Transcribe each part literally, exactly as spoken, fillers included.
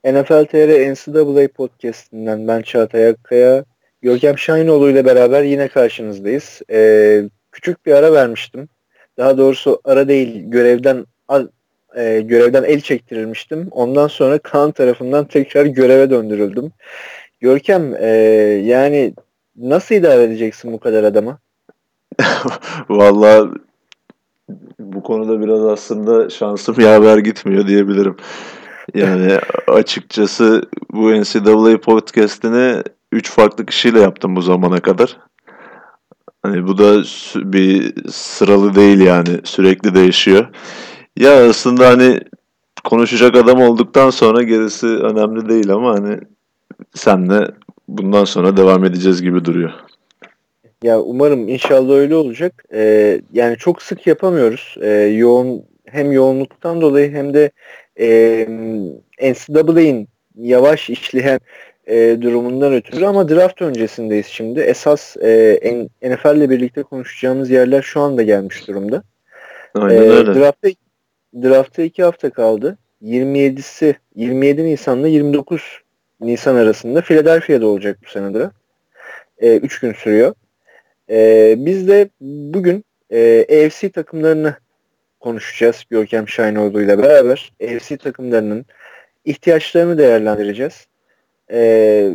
N F L T R N C A A Podcast'inden ben Çağatay Akkaya, Görkem Şahinoğlu ile beraber yine karşınızdayız. Ee, küçük bir ara vermiştim. Daha doğrusu ara değil, görevden e, görevden el çektirilmiştim. Ondan sonra Kaan tarafından tekrar göreve döndürüldüm. Görkem, e, yani nasıl idare edeceksin bu kadar adamı? Vallahi bu konuda biraz aslında şansım yaver gitmiyor diyebilirim. Yani açıkçası bu N C A A podcast'ini üç farklı kişiyle yaptım bu zamana kadar. Hani bu da sü- bir sıralı değil yani sürekli değişiyor. Ya aslında hani konuşacak adam olduktan sonra gerisi önemli değil ama hani senle bundan sonra devam edeceğiz gibi duruyor. Ya umarım inşallah öyle olacak. Ee, yani çok sık yapamıyoruz. Ee, yoğun hem yoğunluktan dolayı hem de e, N C A A'nin yavaş işleyen e, durumundan ötürü ama draft öncesindeyiz şimdi. Esas e, N F L ile birlikte konuşacağımız yerler şu anda gelmiş durumda. E, Aynen öyle. drafta, drafta iki hafta kaldı. yirmi yedisi yirmi yedi Nisan'la yirmi dokuz Nisan arasında Philadelphia'da olacak bu sene draft. E, üç gün sürüyor. Ee, biz de bugün e, A F C takımlarını konuşacağız Görkem Şahinoğlu ile beraber. A F C takımlarının ihtiyaçlarını değerlendireceğiz. Ee,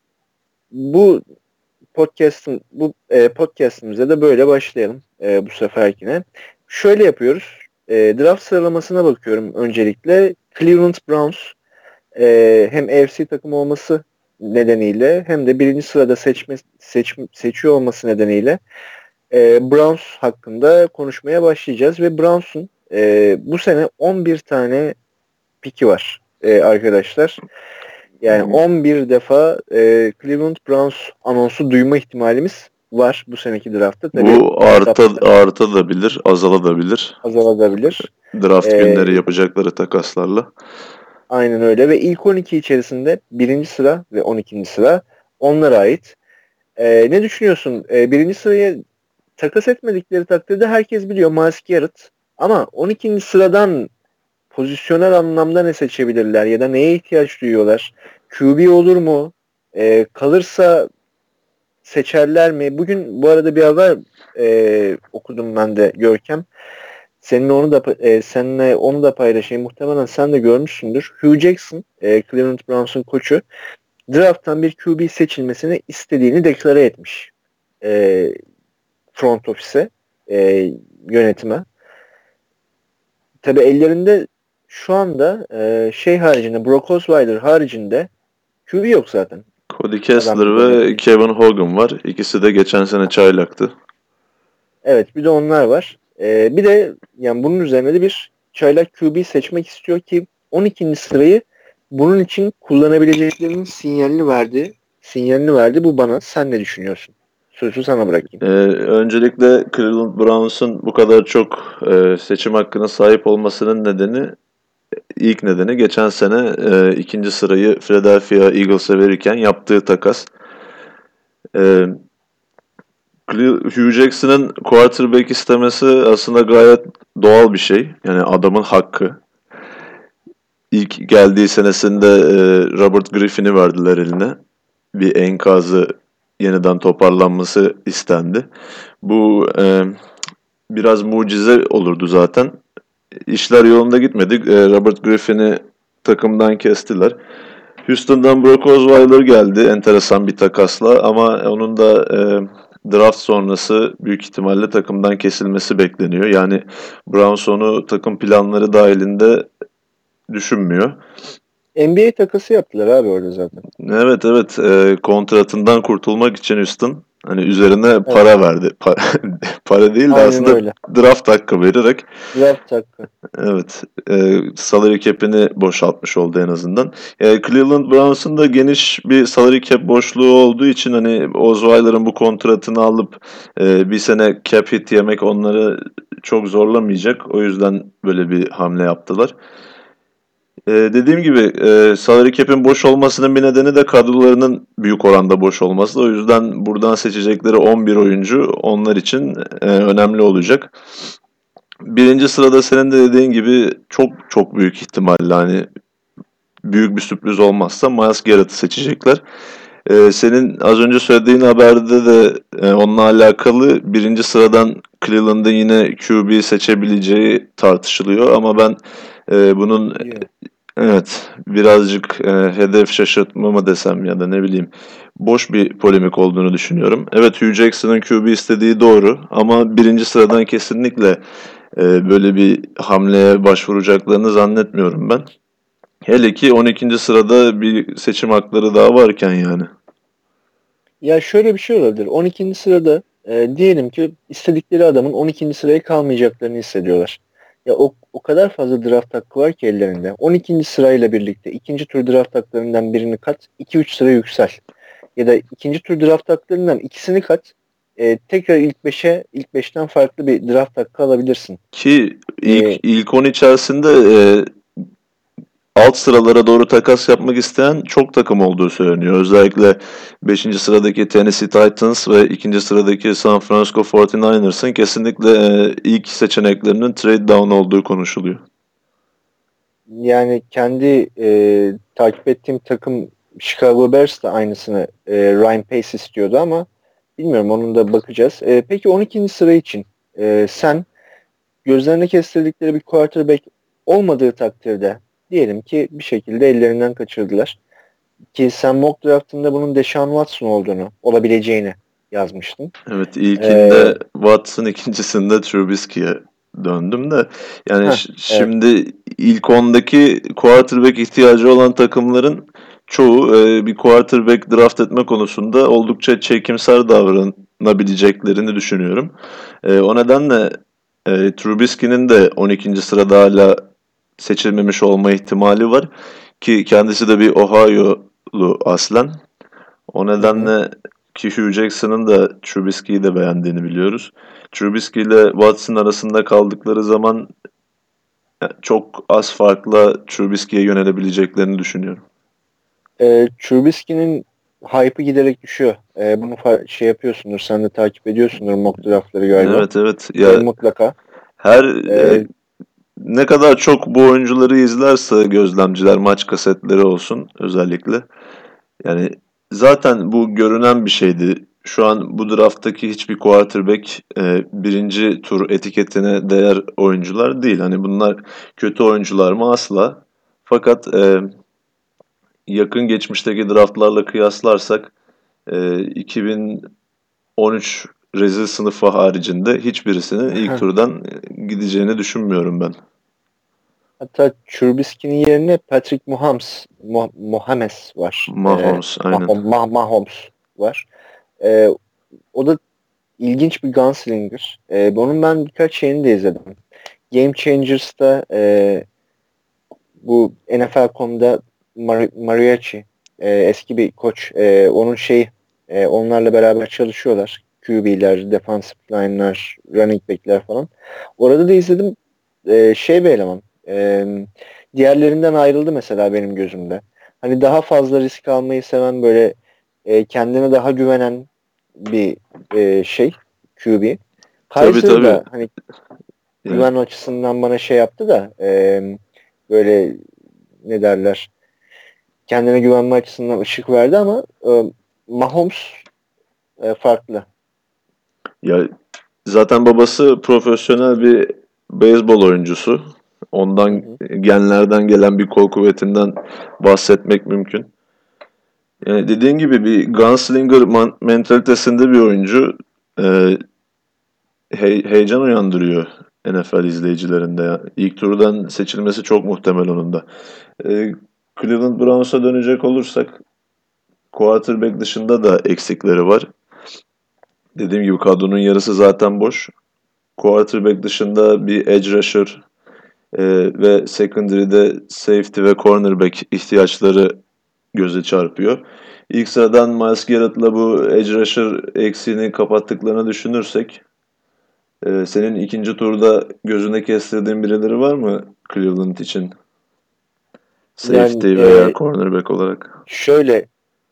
bu podcast'ın bu e, podcast'imize de böyle başlayalım e, bu seferkine. Şöyle yapıyoruz. E, draft sıralamasına bakıyorum öncelikle. Cleveland Browns e, hem A F C takımı olması nedeniyle hem de birinci sırada seçme, seç, seçiyor olması nedeniyle e, Browns hakkında konuşmaya başlayacağız ve Browns'un e, bu sene on bir tane piki var e, arkadaşlar. Yani on bir defa e, Cleveland Browns anonsu duyma ihtimalimiz var bu seneki draftta. Tabii Bu draft arta, hakkında artabilir, azalabilir. azalabilir. Draft E, günleri yapacakları takaslarla. aynen öyle ve ilk on iki içerisinde birinci sıra ve on ikinci sıra onlara ait. E, ne düşünüyorsun? E, birinci sıraya takas etmedikleri takdirde herkes biliyor Myles Garrett. Ama on ikinci sıradan pozisyonel anlamda ne seçebilirler ya da neye ihtiyaç duyuyorlar? Q B olur mu? E, kalırsa seçerler mi? Bugün bu arada bir haber e, okudum ben de Görkem. Seninle onu da e, seninle onu da paylaşayım. Muhtemelen sen de görmüşsündür. Hugh Jackson, e, Cleveland Browns'un koçu, draft'tan bir Q B seçilmesini istediğini deklare etmiş. E, front office'e, e, yönetime. Tabii ellerinde şu anda e, şey haricinde Brock Osweiler haricinde Q B yok zaten Cody adam Kessler gibi ve oynatıyor. Kevin Hogan var. İkisi de geçen sene çaylaktı. Evet bir de onlar var. E, bir de yani bunun üzerine de bir çaylak Q B seçmek istiyor ki on ikinci sırayı bunun için kullanabileceklerinin sinyalini verdi. Sinyalini verdi. Bu bana. Sen ne düşünüyorsun? Sözü sana bırakayım. Ee, öncelikle Cleveland Browns'un bu kadar çok e, seçim hakkına sahip olmasının nedeni, ilk nedeni geçen sene e, ikinci sırayı Philadelphia Eagles'a verirken yaptığı takas. E, Hugh Jackson'ın quarterback istemesi aslında gayet doğal bir şey. Yani adamın hakkı. İlk geldiği senesinde e, Robert Griffin'i verdiler eline. Bir enkazı yeniden toparlanması istendi. Bu e, biraz mucize olurdu zaten. İşler yolunda gitmedi. E, Robert Griffin'i takımdan kestiler. Houston'dan Brock Osweiler geldi enteresan bir takasla ama onun da e, draft sonrası büyük ihtimalle takımdan kesilmesi bekleniyor. Yani Browns onu takım planları dahilinde düşünmüyor. N B A takası yaptılar abi orada zaten. Evet evet, e, kontratından kurtulmak için Houston hani üzerine Evet. para verdi. Pa- para değil de Aynen aslında öyle. draft hakkı vererek Draft hakkı. evet, e, salary cap'ini boşaltmış oldu en azından. E, Cleveland Browns'un da geniş bir salary cap boşluğu olduğu için hani Osweiler'ın bu kontratını alıp e, bir sene cap hit yemek onları çok zorlamayacak. O yüzden böyle bir hamle yaptılar. Ee, dediğim gibi e, salary cap'in boş olmasının bir nedeni de kadrolarının büyük oranda boş olması. O yüzden buradan seçecekleri on bir oyuncu onlar için e, önemli olacak. Birinci sırada senin de dediğin gibi çok çok büyük ihtimalle hani büyük bir sürpriz olmazsa Myles Garrett'ı seçecekler. Ee, senin az önce söylediğin haberde de e, onunla alakalı birinci sıradan Cleveland'ın yine Q B seçebileceği tartışılıyor ama ben e, bunun Yeah. evet birazcık e, hedef şaşırtma mı desem ya da ne bileyim boş bir polemik olduğunu düşünüyorum. Evet, Hugh Jackson'ın Q B istediği doğru ama birinci sıradan kesinlikle e, böyle bir hamleye başvuracaklarını zannetmiyorum ben. Hele ki on ikinci sırada bir seçim hakları daha varken yani. Ya şöyle bir şey olabilir. on ikinci sırada e, diyelim ki istedikleri adamın on ikinci sıraya kalmayacaklarını hissediyorlar. Ya o, o kadar fazla draft hakkı var ki ellerinde. on ikinci sırayla birlikte ikinci tur draft haklarından birini kat, iki üç sıra yüksel. Ya da ikinci tur draft haklarından ikisini kat, e, tekrar ilk beşe, ilk beşten farklı bir draft hakkı alabilirsin. Ki ilk E, ilk on içerisinde e, alt sıralara doğru takas yapmak isteyen çok takım olduğu söyleniyor. Özellikle beşinci sıradaki Tennessee Titans ve ikinci sıradaki San Francisco kırk dokuz ers'ın kesinlikle e, ilk seçeneklerinin trade down olduğu konuşuluyor. Yani kendi e, takip ettiğim takım Chicago Bears de aynısını e, Ryan Pace istiyordu ama bilmiyorum, onun da bakacağız. E, peki on ikinci sıra için e, sen gözlerine kestirdikleri bir quarterback olmadığı takdirde diyelim ki bir şekilde ellerinden kaçırdılar. Ki sen mock draftında bunun Deshaun Watson olduğunu, olabileceğini yazmıştın. Evet, E, ilkinde Watson, ikincisinde Trubisky'ye döndüm de yani heh, ş- evet. şimdi ilk ondaki quarterback ihtiyacı olan takımların çoğu e, bir quarterback draft etme konusunda oldukça çekimser davranabileceklerini düşünüyorum. E, o nedenle e, Trubisky'nin de on ikinci sırada hala seçilmemiş olma ihtimali var ki kendisi de bir Ohio'lu aslen. O Hı hı. nedenle ki Hugh Jackson'ın da Trubisky'yi de beğendiğini biliyoruz. Trubisky ile Watson arasında kaldıkları zaman çok az farkla Trubisky'ye yönelebileceklerini düşünüyorum. E, Trubisky'nin hype'ı giderek düşüyor. E, bunu fa- şey yapıyorsundur, sen de takip ediyorsundur mock draftları galiba. Evet, evet E, ya, mutlaka. her e, E, ne kadar çok bu oyuncuları izlerse gözlemciler, maç kasetleri olsun özellikle. Yani zaten bu görünen bir şeydi. Şu an bu drafttaki hiçbir quarterback e, birinci tur etiketine değer oyuncular değil. Hani bunlar kötü oyuncular mı? Asla. Fakat e, yakın geçmişteki draftlarla kıyaslarsak e, iki bin on üç rezil sınıfı haricinde hiçbirisinin ilk turdan gideceğini düşünmüyorum ben. hatta Trubisky'nin yerine Patrick Mahomes, Mo- Mohames var. E, Mahomes aynen. Mahom, Mah- Mahomes var. E, o da ilginç bir gunslinger. E, onun ben birkaç şeyini de izledim. Game Changers'ta e, bu N F L nokta com'da Mar- Mariachi, e, eski bir koç, e, onun şey, e, onlarla beraber çalışıyorlar. Q B'ler, defensive line'lar, running back'ler falan. Orada da izledim. E, şey bir eleman. E, diğerlerinden ayrıldı mesela benim gözümde. Hani daha fazla risk almayı seven, böyle e, kendine daha güvenen bir e, şey Q B. Tabii, Kaiser tabii. da hani Yani güven açısından bana şey yaptı da, e, böyle ne derler, kendine güvenme açısından ışık verdi ama e, Mahomes e, farklı. ya zaten babası profesyonel bir beyzbol oyuncusu. Hı Ondan hı. genlerden gelen bir kol kuvvetinden bahsetmek mümkün. Yani dediğin gibi bir gunslinger man- mentalitesinde bir oyuncu e, hey- heyecan uyandırıyor N F L izleyicilerinde. Ya. İlk turdan seçilmesi çok muhtemel onun da. E, Cleveland Browns'a dönecek olursak quarterback dışında da eksikleri var. Dediğim gibi kadronun yarısı zaten boş. Quarterback dışında bir edge rusher e, ve secondary'de safety ve cornerback ihtiyaçları göze çarpıyor. İlk sıradan Myles Garrett'la bu edge rusher eksiğini kapattıklarını düşünürsek e, senin ikinci turda gözüne kestirdiğin birileri var mı Cleveland için? Yani Safety veya e, cornerback olarak. şöyle,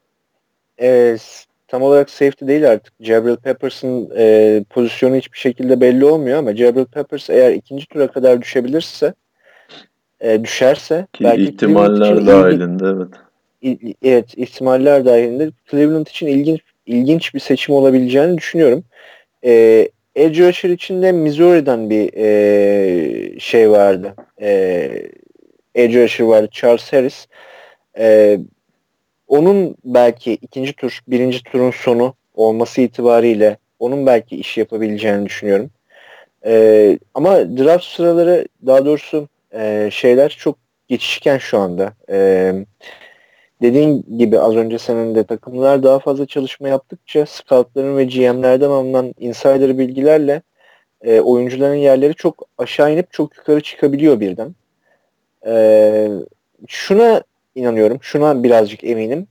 e, s- tam olarak safety değil artık. Jabril Peppers'ın e, pozisyonu hiçbir şekilde belli olmuyor ama Jabril Peppers eğer ikinci tura kadar düşebilirse e, düşerse Ki belki Cleveland için ihtimaller ilgi dahilinde, evet. il- evet ihtimaller dahilinde Cleveland için ilginç ilginç bir seçim olabileceğini düşünüyorum. E, Edge rusher için de Missouri'den bir e, şey vardı. E, Edge rusher vardı, Charles Harris. E, Onun belki ikinci tur, birinci turun sonu olması itibariyle onun belki iş yapabileceğini düşünüyorum. Ee, ama draft sıraları daha doğrusu e, şeyler çok geçişken şu anda. Ee, dediğin gibi az önce senin de takımlar daha fazla çalışma yaptıkça scoutların ve G M'lerden alınan insider bilgilerle e, oyuncuların yerleri çok aşağı inip çok yukarı çıkabiliyor birden. Ee, Şuna inanıyorum, şuna birazcık eminim.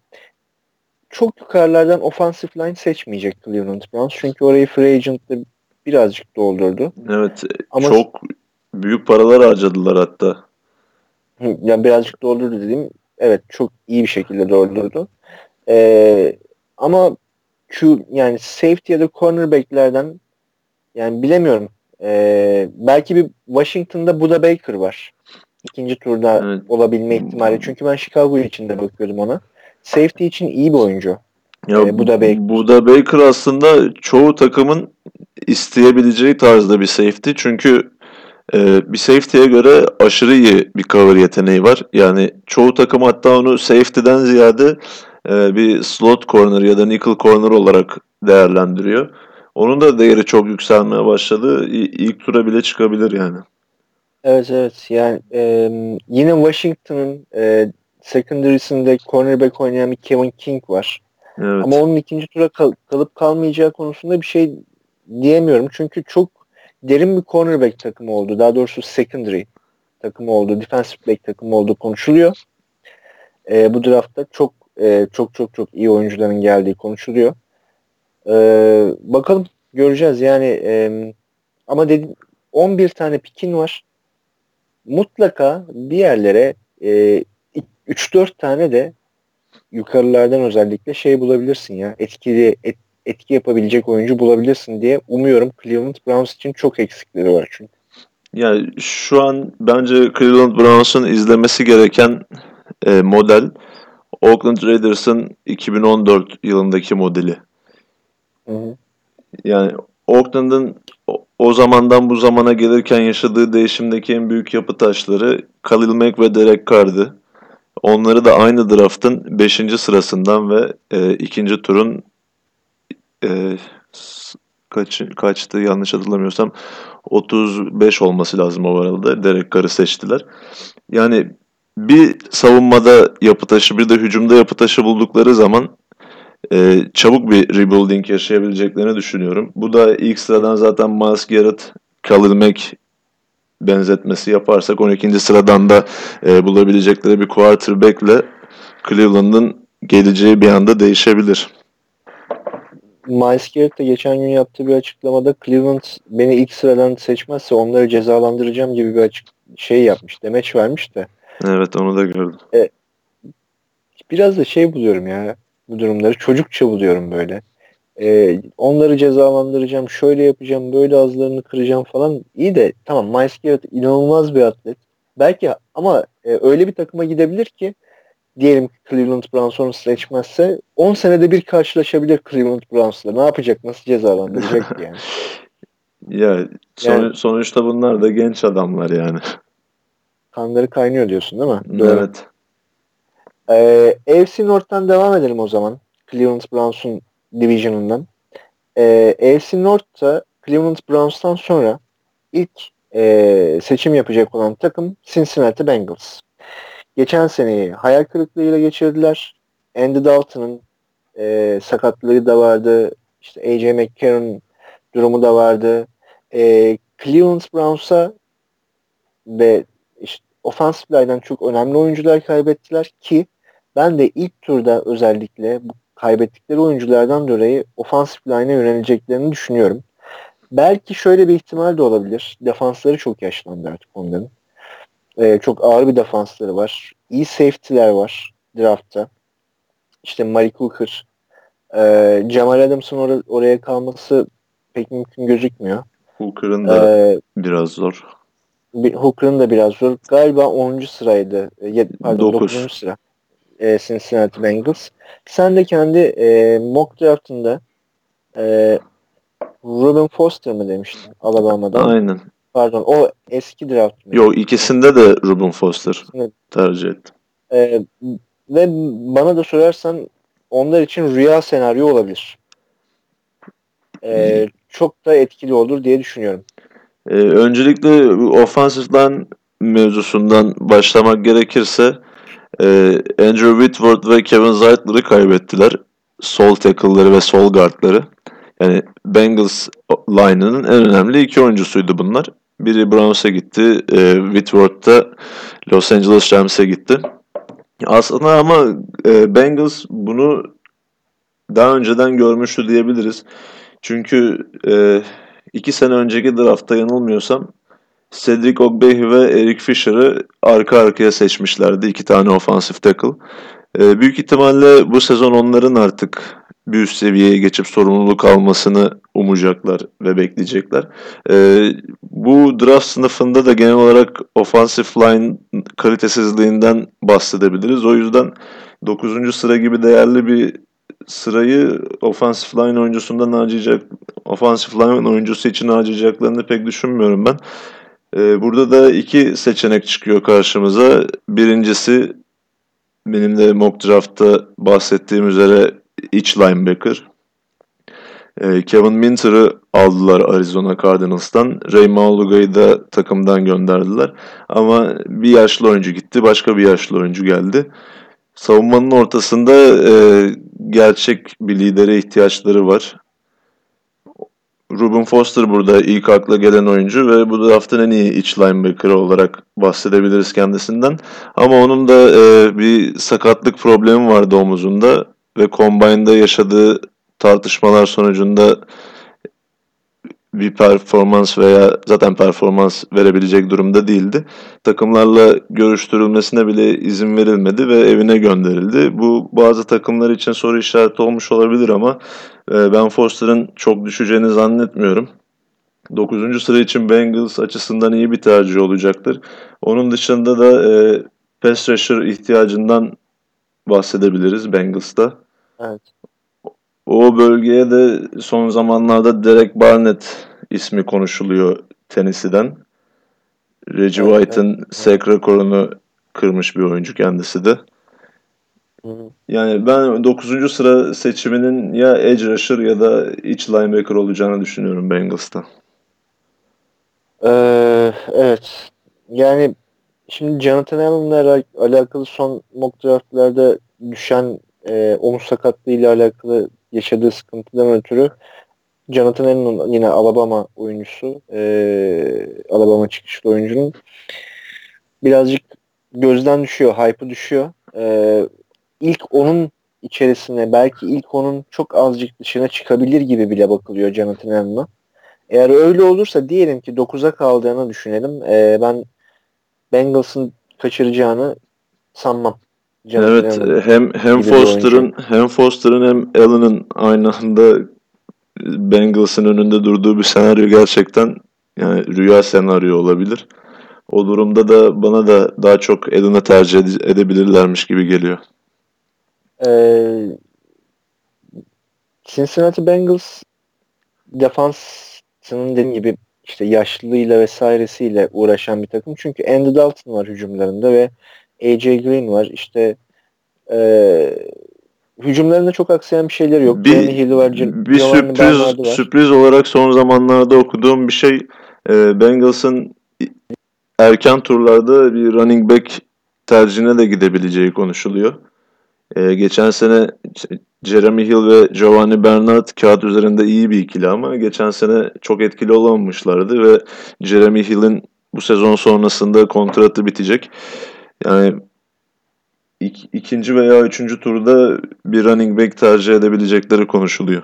Çok yukarılardan offensive line seçmeyecek Cleveland Browns. Çünkü orayı free agent'la birazcık doldurdu. Evet, Ama çok büyük paralar harcadılar hatta. yani birazcık doldurdu dediğim evet çok iyi bir şekilde doldurdu. Ee, ama Q yani safety ya da cornerback'lerden yani bilemiyorum. Ee, belki bir Washington'da Buda Baker var. İkinci turda Evet. olabilme ihtimali. Çünkü ben Chicago için de bakıyordum ona. Safety için iyi bir oyuncu. Ya Ee, Buda Baker. Buda Baker aslında çoğu takımın isteyebileceği tarzda bir safety. Çünkü e, bir safety'ye göre aşırı iyi bir cover yeteneği var. Yani çoğu takım hatta onu safety'den ziyade e, bir slot corner ya da nickel corner olarak değerlendiriyor. Onun da değeri çok yükselmeye başladı. İ- İlk tura bile çıkabilir yani. Evet evet yani e, yine Washington'ın e, secondary'sinde cornerback oynayan bir Kevin King var. Ama Evet. onun ikinci tura kal- kalıp kalmayacağı konusunda bir şey diyemiyorum. Çünkü çok derin bir cornerback takımı oldu. Daha doğrusu secondary takımı oldu. Defensive back takımı olduğu konuşuluyor. E, bu draftta çok e, çok çok çok iyi oyuncuların geldiği konuşuluyor. E, bakalım göreceğiz. Yani e, ama dedim on bir tane pikin var. Mutlaka bir yerlere e, üç dört tane de yukarılardan özellikle şey bulabilirsin ya. Etkili et, etki yapabilecek oyuncu bulabilirsin diye umuyorum. Cleveland Browns için çok eksikleri var çünkü. Yani şu an bence Cleveland Browns'un izlemesi gereken e, model Oakland Raiders'ın iki bin on dört yılındaki modeli. Hı hı. Yani Oakland'ın o, o zamandan bu zamana gelirken yaşadığı değişimdeki en büyük yapı taşları Khalil Mack ve Derek Carr'dı. Onları da aynı draftın beşinci sırasından ve e, ikinci turun e, s- kaç, kaçtı yanlış hatırlamıyorsam otuz beş olması lazım o arada. Derek Carr'ı seçtiler. Yani bir savunmada yapı taşı bir de hücumda yapı taşı buldukları zaman e, çabuk bir rebuilding yaşayabileceklerini düşünüyorum. Bu da ilk sıradan zaten Myles Garrett, Khalil Mack benzetmesi yaparsak on ikinci sıradan da e, bulabilecekleri bir quarterback'le Cleveland'ın geleceği bir anda değişebilir. Miles Garrett de geçen gün yaptığı bir açıklamada Cleveland beni ilk sıradan seçmezse onları cezalandıracağım gibi bir açık şey yapmış. Demeç vermiş de. Evet, onu da gördüm. E, biraz da şey buluyorum ya bu durumları. Çocukça buluyorum böyle. E, onları cezalandıracağım, şöyle yapacağım, böyle ağızlarını kıracağım falan. İyi de tamam Miles Garrett inanılmaz bir atlet. Belki ama e, öyle bir takıma gidebilir ki diyelim ki Cleveland Browns onu seçmezse on senede bir karşılaşabilir Cleveland Browns'la. Ne yapacak? Nasıl cezalandıracak ki yani? Ya Yani son, sonuçta bunlar da genç adamlar yani. kanları kaynıyor diyorsun değil mi? Doğru. Evet. Ee, A F C North'tan devam edelim o zaman. Cleveland Browns'un division'ından. Ee, A F C North'ta Cleveland Browns'tan sonra ilk e, seçim yapacak olan takım Cincinnati Bengals. Geçen seneyi hayal kırıklığıyla geçirdiler. Andy Dalton'ın e, sakatlığı da vardı. İşte A J McCarron durumu da vardı. E, Cleveland Browns'a ve işte offensive line'dan çok önemli oyuncular kaybettiler ki ben de ilk turda özellikle bu kaybettikleri oyunculardan dolayı offensive line'e yöneleceklerini düşünüyorum. Belki şöyle bir ihtimal de olabilir. Defansları çok yaşlandı artık onların. Ee, çok ağır bir defansları var. İyi safety'ler var draftta. İşte Malik Hooker, e, Jamal Adams'ın or- oraya kalması pek mümkün gözükmüyor. Hooker'ın da Ee, biraz zor. Bir, Hooker'ın da biraz zor. Galiba onuncu sıraydı. E, pardon dokuz. dokuzuncu sıra. E, Cincinnati Bengals. Sen de kendi e, mock draftında e, Reuben Foster mı demiştin Alabama'dan? Aynen. Pardon o eski draft mıydı? Yok, ikisinde de Reuben Foster Evet. tercih ettim. E, ve bana da sorarsan onlar için rüya senaryo olabilir. E, çok da etkili olur diye düşünüyorum. Ee, öncelikle offensive line mevzusundan başlamak gerekirse e, Andrew Whitworth ve Kevin Zeitler'ı kaybettiler. Sol tackle'ları ve sol guard'ları. Yani Bengals line'ının en önemli iki oyuncusuydu bunlar. Biri Browns'a gitti, e, Whitworth da Los Angeles Rams'e gitti. Aslında ama e, Bengals bunu daha önceden görmüştü diyebiliriz. Çünkü e, iki sene önceki draftta yanılmıyorsam Cedric Ogbehi ve Eric Fisher'ı arka arkaya seçmişlerdi. İki tane offensive tackle. E, büyük ihtimalle bu sezon onların artık bir üst seviyeye geçip sorumluluk almasını umacaklar ve bekleyecekler. E, bu draft sınıfında da genel olarak offensive line kalitesizliğinden bahsedebiliriz. O yüzden dokuzuncu sıra gibi değerli bir sırayı offensive line oyuncusundan harcayacak, offensive line oyuncusu için harcayacaklarını pek düşünmüyorum ben. Ee, burada da iki seçenek çıkıyor karşımıza. Birincisi benim de mock draft'ta bahsettiğim üzere iç linebacker. Ee, Kevin Minter'ı aldılar Arizona Cardinals'tan. Ray Mauluga'yı da takımdan gönderdiler. Ama bir yaşlı oyuncu gitti, başka bir yaşlı oyuncu geldi. Savunmanın ortasında e, gerçek bir lidere ihtiyaçları var. Reuben Foster burada ilk akla gelen oyuncu ve bu draftın en iyi iç linebacker olarak bahsedebiliriz kendisinden. Ama onun da e, bir sakatlık problemi vardı omuzunda ve Combine'da yaşadığı tartışmalar sonucunda bir performans veya zaten performans verebilecek durumda değildi. Takımlarla görüştürülmesine bile izin verilmedi ve evine gönderildi. Bu bazı takımlar için soru işareti olmuş olabilir ama e, ben Foster'ın çok düşeceğini zannetmiyorum. Dokuzuncu sıra için Bengals açısından iyi bir tercih olacaktır. Onun dışında da e, pass rusher ihtiyacından bahsedebiliriz Bengals'ta. Evet. O bölgeye de son zamanlarda Derek Barnett ismi konuşuluyor Tennessee'den. Reggie Evet. Evet. White'ın sack rekorunu kırmış bir oyuncu kendisi de. Hı hı. Yani ben dokuzuncu sıra seçiminin ya edge rusher ya da iç linebacker olacağını düşünüyorum Bengals'ta. Ee, evet. Yani şimdi Jonathan Allen'la ala- alakalı son mock draftlarda düşen e, omuz sakatlığı ile alakalı yaşadığı sıkıntıdan ötürü Jonathan Allen yine Alabama oyuncusu, e, Alabama çıkışlı oyuncunun birazcık gözden düşüyor, hype'ı düşüyor. E, ilk onun içerisine belki ilk onun çok azıcık dışına çıkabilir gibi bile bakılıyor Jonathan Allen'a. Eğer öyle olursa diyelim ki dokuza kaldığını düşünelim. E, ben Bengals'ın kaçıracağını sanmam. Jonathan Evet, Allen hem hem gibi bir oyuncu. Foster'ın hem Foster'ın hem Allen'ın aynı anda Bengals'ın önünde durduğu bir senaryo gerçekten yani rüya senaryo olabilir. O durumda da bana da daha çok Allen'ı tercih ede- edebilirlermiş gibi geliyor. Ee, Cincinnati Bengals defansının dediğim gibi işte yaşlılığıyla vesairesiyle uğraşan bir takım. Çünkü Andy Dalton var hücumlarında ve A J Green var. İşte ee, hücumlarında çok aksayan bir şeyleri yok. Jeremy Bir Hill var, Gio- bir Giovanni sürpriz Bernard'ı var. sürpriz olarak son zamanlarda okuduğum bir şey e, Bengals'ın erken turlarda bir running back tercihine de gidebileceği konuşuluyor. Ee, geçen sene Jeremy Hill ve Giovanni Bernard kağıt üzerinde iyi bir ikili ama geçen sene çok etkili olamamışlardı ve Jeremy Hill'in bu sezon sonrasında kontratı bitecek. Yani ik, ikinci veya üçüncü turda bir running back tercih edebilecekleri konuşuluyor.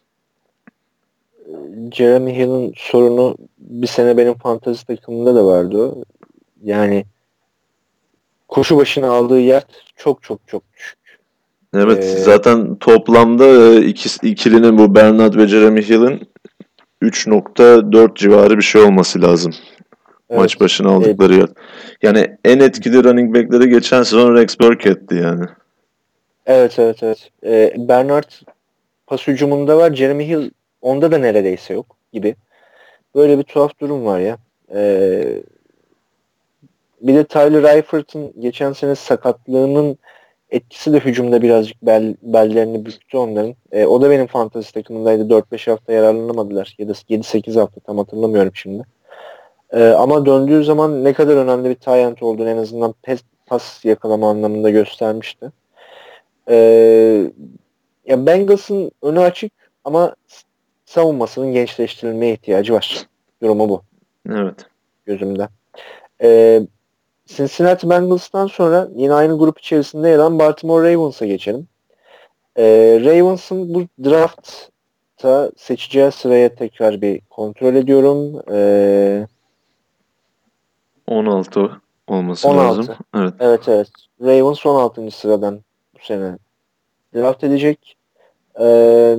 Jeremy Hill'in sorunu bir sene benim fantezi takımımda da vardı o. Yani koşu başına aldığı yer çok çok çok düşük. Evet, Ee, zaten toplamda e, iki, ikilinin bu Bernard ve Jeremy Hill'in üç nokta dört civarı bir şey olması lazım. Evet. Maç başına aldıkları Ee, yard. Yani en etkili running back'leri geçen sezon Rex Burkhead'ti yani. evet evet evet. Ee, Bernard pas hücumunda var. Jeremy Hill onda da neredeyse yok gibi. Böyle bir tuhaf durum var ya. Ee, bir de Tyler Eifert'ın geçen sene sakatlığının etkisi de hücumda birazcık bel, bellerini büktü onların. Ee, o da benim fantasy takımındaydı. dört beş hafta yararlanamadılar. Ya da yedi sekiz hafta tam hatırlamıyorum şimdi. Ee, ama döndüğü zaman ne kadar önemli bir tie end olduğunu en azından pes, pas yakalama anlamında göstermişti. Ee, ya Bengals'ın önü açık ama savunmasının gençleştirilmeye ihtiyacı var. Durumu bu Evet. gözümde. Ee, Cincinnati Bengals'tan sonra yine aynı grup içerisinde yer alan Baltimore Ravens'a geçelim. Ee, Ravens'ın bu draftta seçeceği sıraya tekrar bir kontrol ediyorum. Ee, on altı olması lazım. on altı. Evet. Evet evet. Ravens on altıncı sıradan bu sene draft edecek. Ee,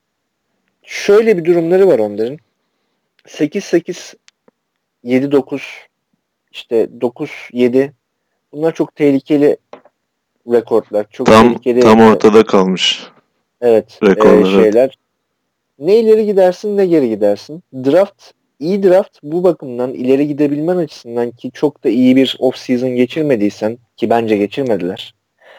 şöyle bir durumları var onların. sekiz sekiz yedi dokuz işte dokuz yedi bunlar çok tehlikeli rekortlar. Çok Tam tehlikeli tam e, ortada kalmış evet e, rekorlar. Evet. şeyler. Ne ileri gidersin ne geri gidersin. Draft iyi draft bu bakımdan ileri gidebilmen açısından ki çok da iyi bir off season geçirmediysen ki bence geçirmediler.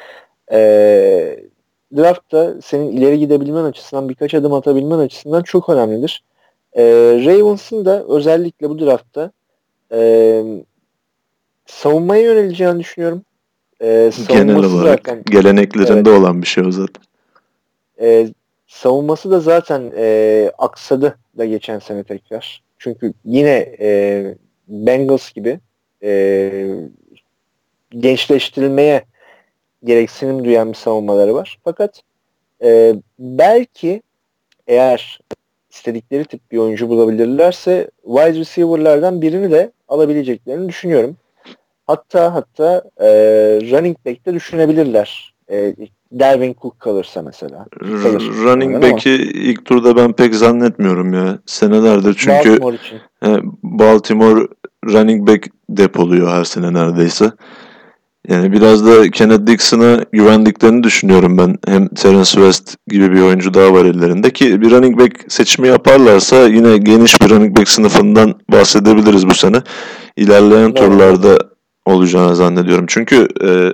Ee, draft da senin ileri gidebilmen açısından birkaç adım atabilmen açısından çok önemlidir. Ee, Ravens'ın da özellikle bu draftta e, savunmaya yöneleceğini düşünüyorum. Ee, Genel savunması olarak zaten evet geleneklerinde olan bir şey o zaten. e, savunması da zaten e, aksadı da geçen sene tekrar. Çünkü yine e, Bengals gibi e, gençleştirilmeye gereksinim duyan bir savunmaları var. Fakat e, belki eğer istedikleri tip bir oyuncu bulabilirlerse wide receiver'lardan birini de alabileceklerini düşünüyorum. Hatta hatta e, running back'te düşünebilirler. E, Dalvin Cook kalırsa mesela. Ki kalır R- muhtemelen running ama back'i ilk turda ben pek zannetmiyorum ya. Senelerdir çünkü Baltimore için. e, Baltimore running back depoluyor her sene neredeyse. Yani biraz da Kenneth Dixon'a güvendiklerini düşünüyorum ben. Hem Terence West gibi bir oyuncu daha var ellerinde ki bir running back seçimi yaparlarsa yine geniş bir running back sınıfından bahsedebiliriz bu sene. İlerleyen Doğru doğru. turlarda olacağını zannediyorum. Çünkü e,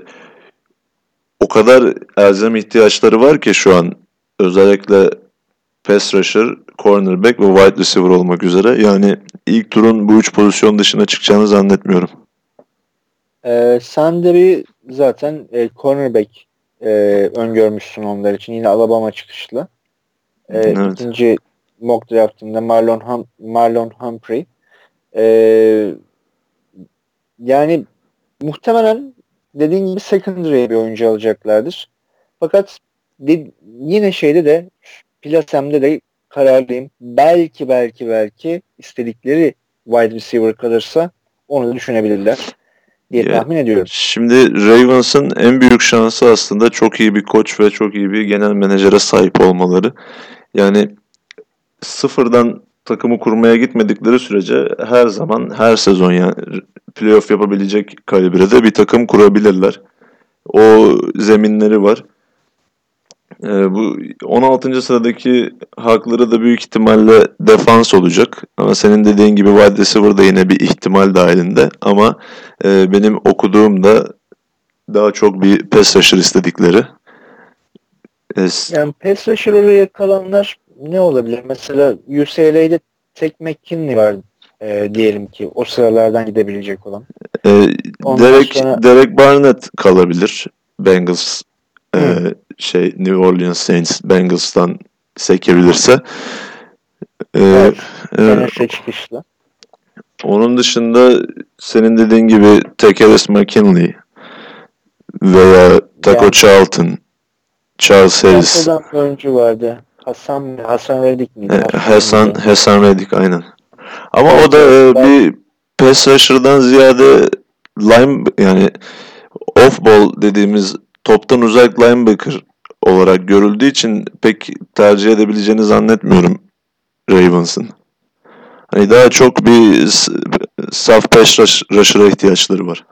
o kadar elzem ihtiyaçları var ki şu an özellikle pass rusher, cornerback ve wide receiver olmak üzere. Yani ilk turun bu üç pozisyon dışına çıkacağını zannetmiyorum. Ee, sen de bir zaten e, cornerback e, öngörmüşsün onlar için. Yine Alabama çıkışlı. E, Evet. ikinci mock draftında Marlon, hum, Marlon Humphrey. E, yani muhtemelen dediğin gibi secondary bir oyuncu alacaklardır. Fakat de, yine şeyde de Plasem'de de kararlıyım. Belki belki belki istedikleri wide receiver kalırsa onu da düşünebilirler diye Ya, tahmin ediyorum. şimdi Ravens'ın en büyük şansı aslında çok iyi bir koç ve çok iyi bir genel menajere sahip olmaları. Yani sıfırdan takımı kurmaya gitmedikleri sürece her zaman her sezon yani playoff yapabilecek kalibrede bir takım kurabilirler. O zeminleri var. Ee, bu on altıncı sıradaki hakları da büyük ihtimalle defans olacak. Ama senin dediğin gibi wide receiver da yine bir ihtimal dahilinde. Ama e, benim okuduğumda daha çok bir pass rusher istedikleri. Es- Yani pass rusher oraya kalanlar ne olabilir? Mesela U C L A'de tek McKinley var e, diyelim ki o sıralardan gidebilecek olan. e, Ondan Derek, sonra Derek Barnett kalabilir. Bengals e, hı, şey New Orleans Saints Bengals'tan sekebilirse. E, evet e, N F L çıkışlı. Onun dışında senin dediğin gibi Tekeres McKinley veya Taco Yani Charlton, Charles Harris, Seattle'dan bir oyuncu vardı. Hasan mı? Hasan Reddick miydi? e, Hasan Hasan, mıydı? Hasan Reddick aynen. Ama o Evet da evet. e, Belki, bir pass rusher'dan ziyade line yani off ball dediğimiz toptan uzak linebacker olarak görüldüğü için pek tercih edebileceğini zannetmiyorum Ravens'ın. Hani daha çok bir s- saf pass rush- rusher'a ihtiyaçları var.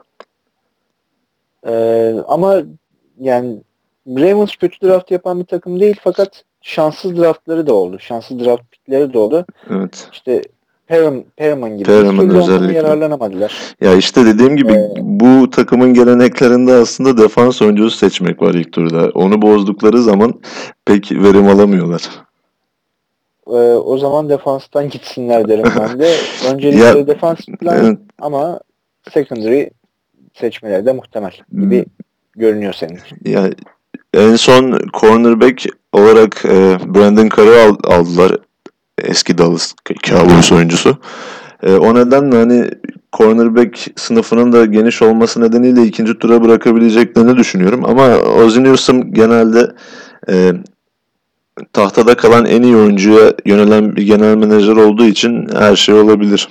Ee, ama yani Ravens kötü draft yapan bir takım değil fakat şanssız draftları da oldu. Şanssız draft pickleri de oldu. Evet. İşte Perriman, Perriman gibi bir Perriman türlü ondan özellikle. yararlanamadılar. Ya işte dediğim gibi Ee, bu takımın geleneklerinde aslında defans oyuncusu seçmek var ilk turda. Onu bozdukları zaman pek verim alamıyorlar. e, o zaman defanstan gitsinler derim ben de. Ya Öncelikleri defensive line evet, ama secondary seçmeleri de muhtemel gibi görünüyor senin için. ya en son cornerback olarak e, Brandon Carr'ı al- aldılar. Eski Dallas Cowboys oyuncusu. E, o nedenle hani cornerback sınıfının da geniş olması nedeniyle ikinci tura bırakabileceklerini düşünüyorum. Ama Ozzie Newsome genelde e, tahtada kalan en iyi oyuncuya yönelen bir genel menajer olduğu için her şey olabilir.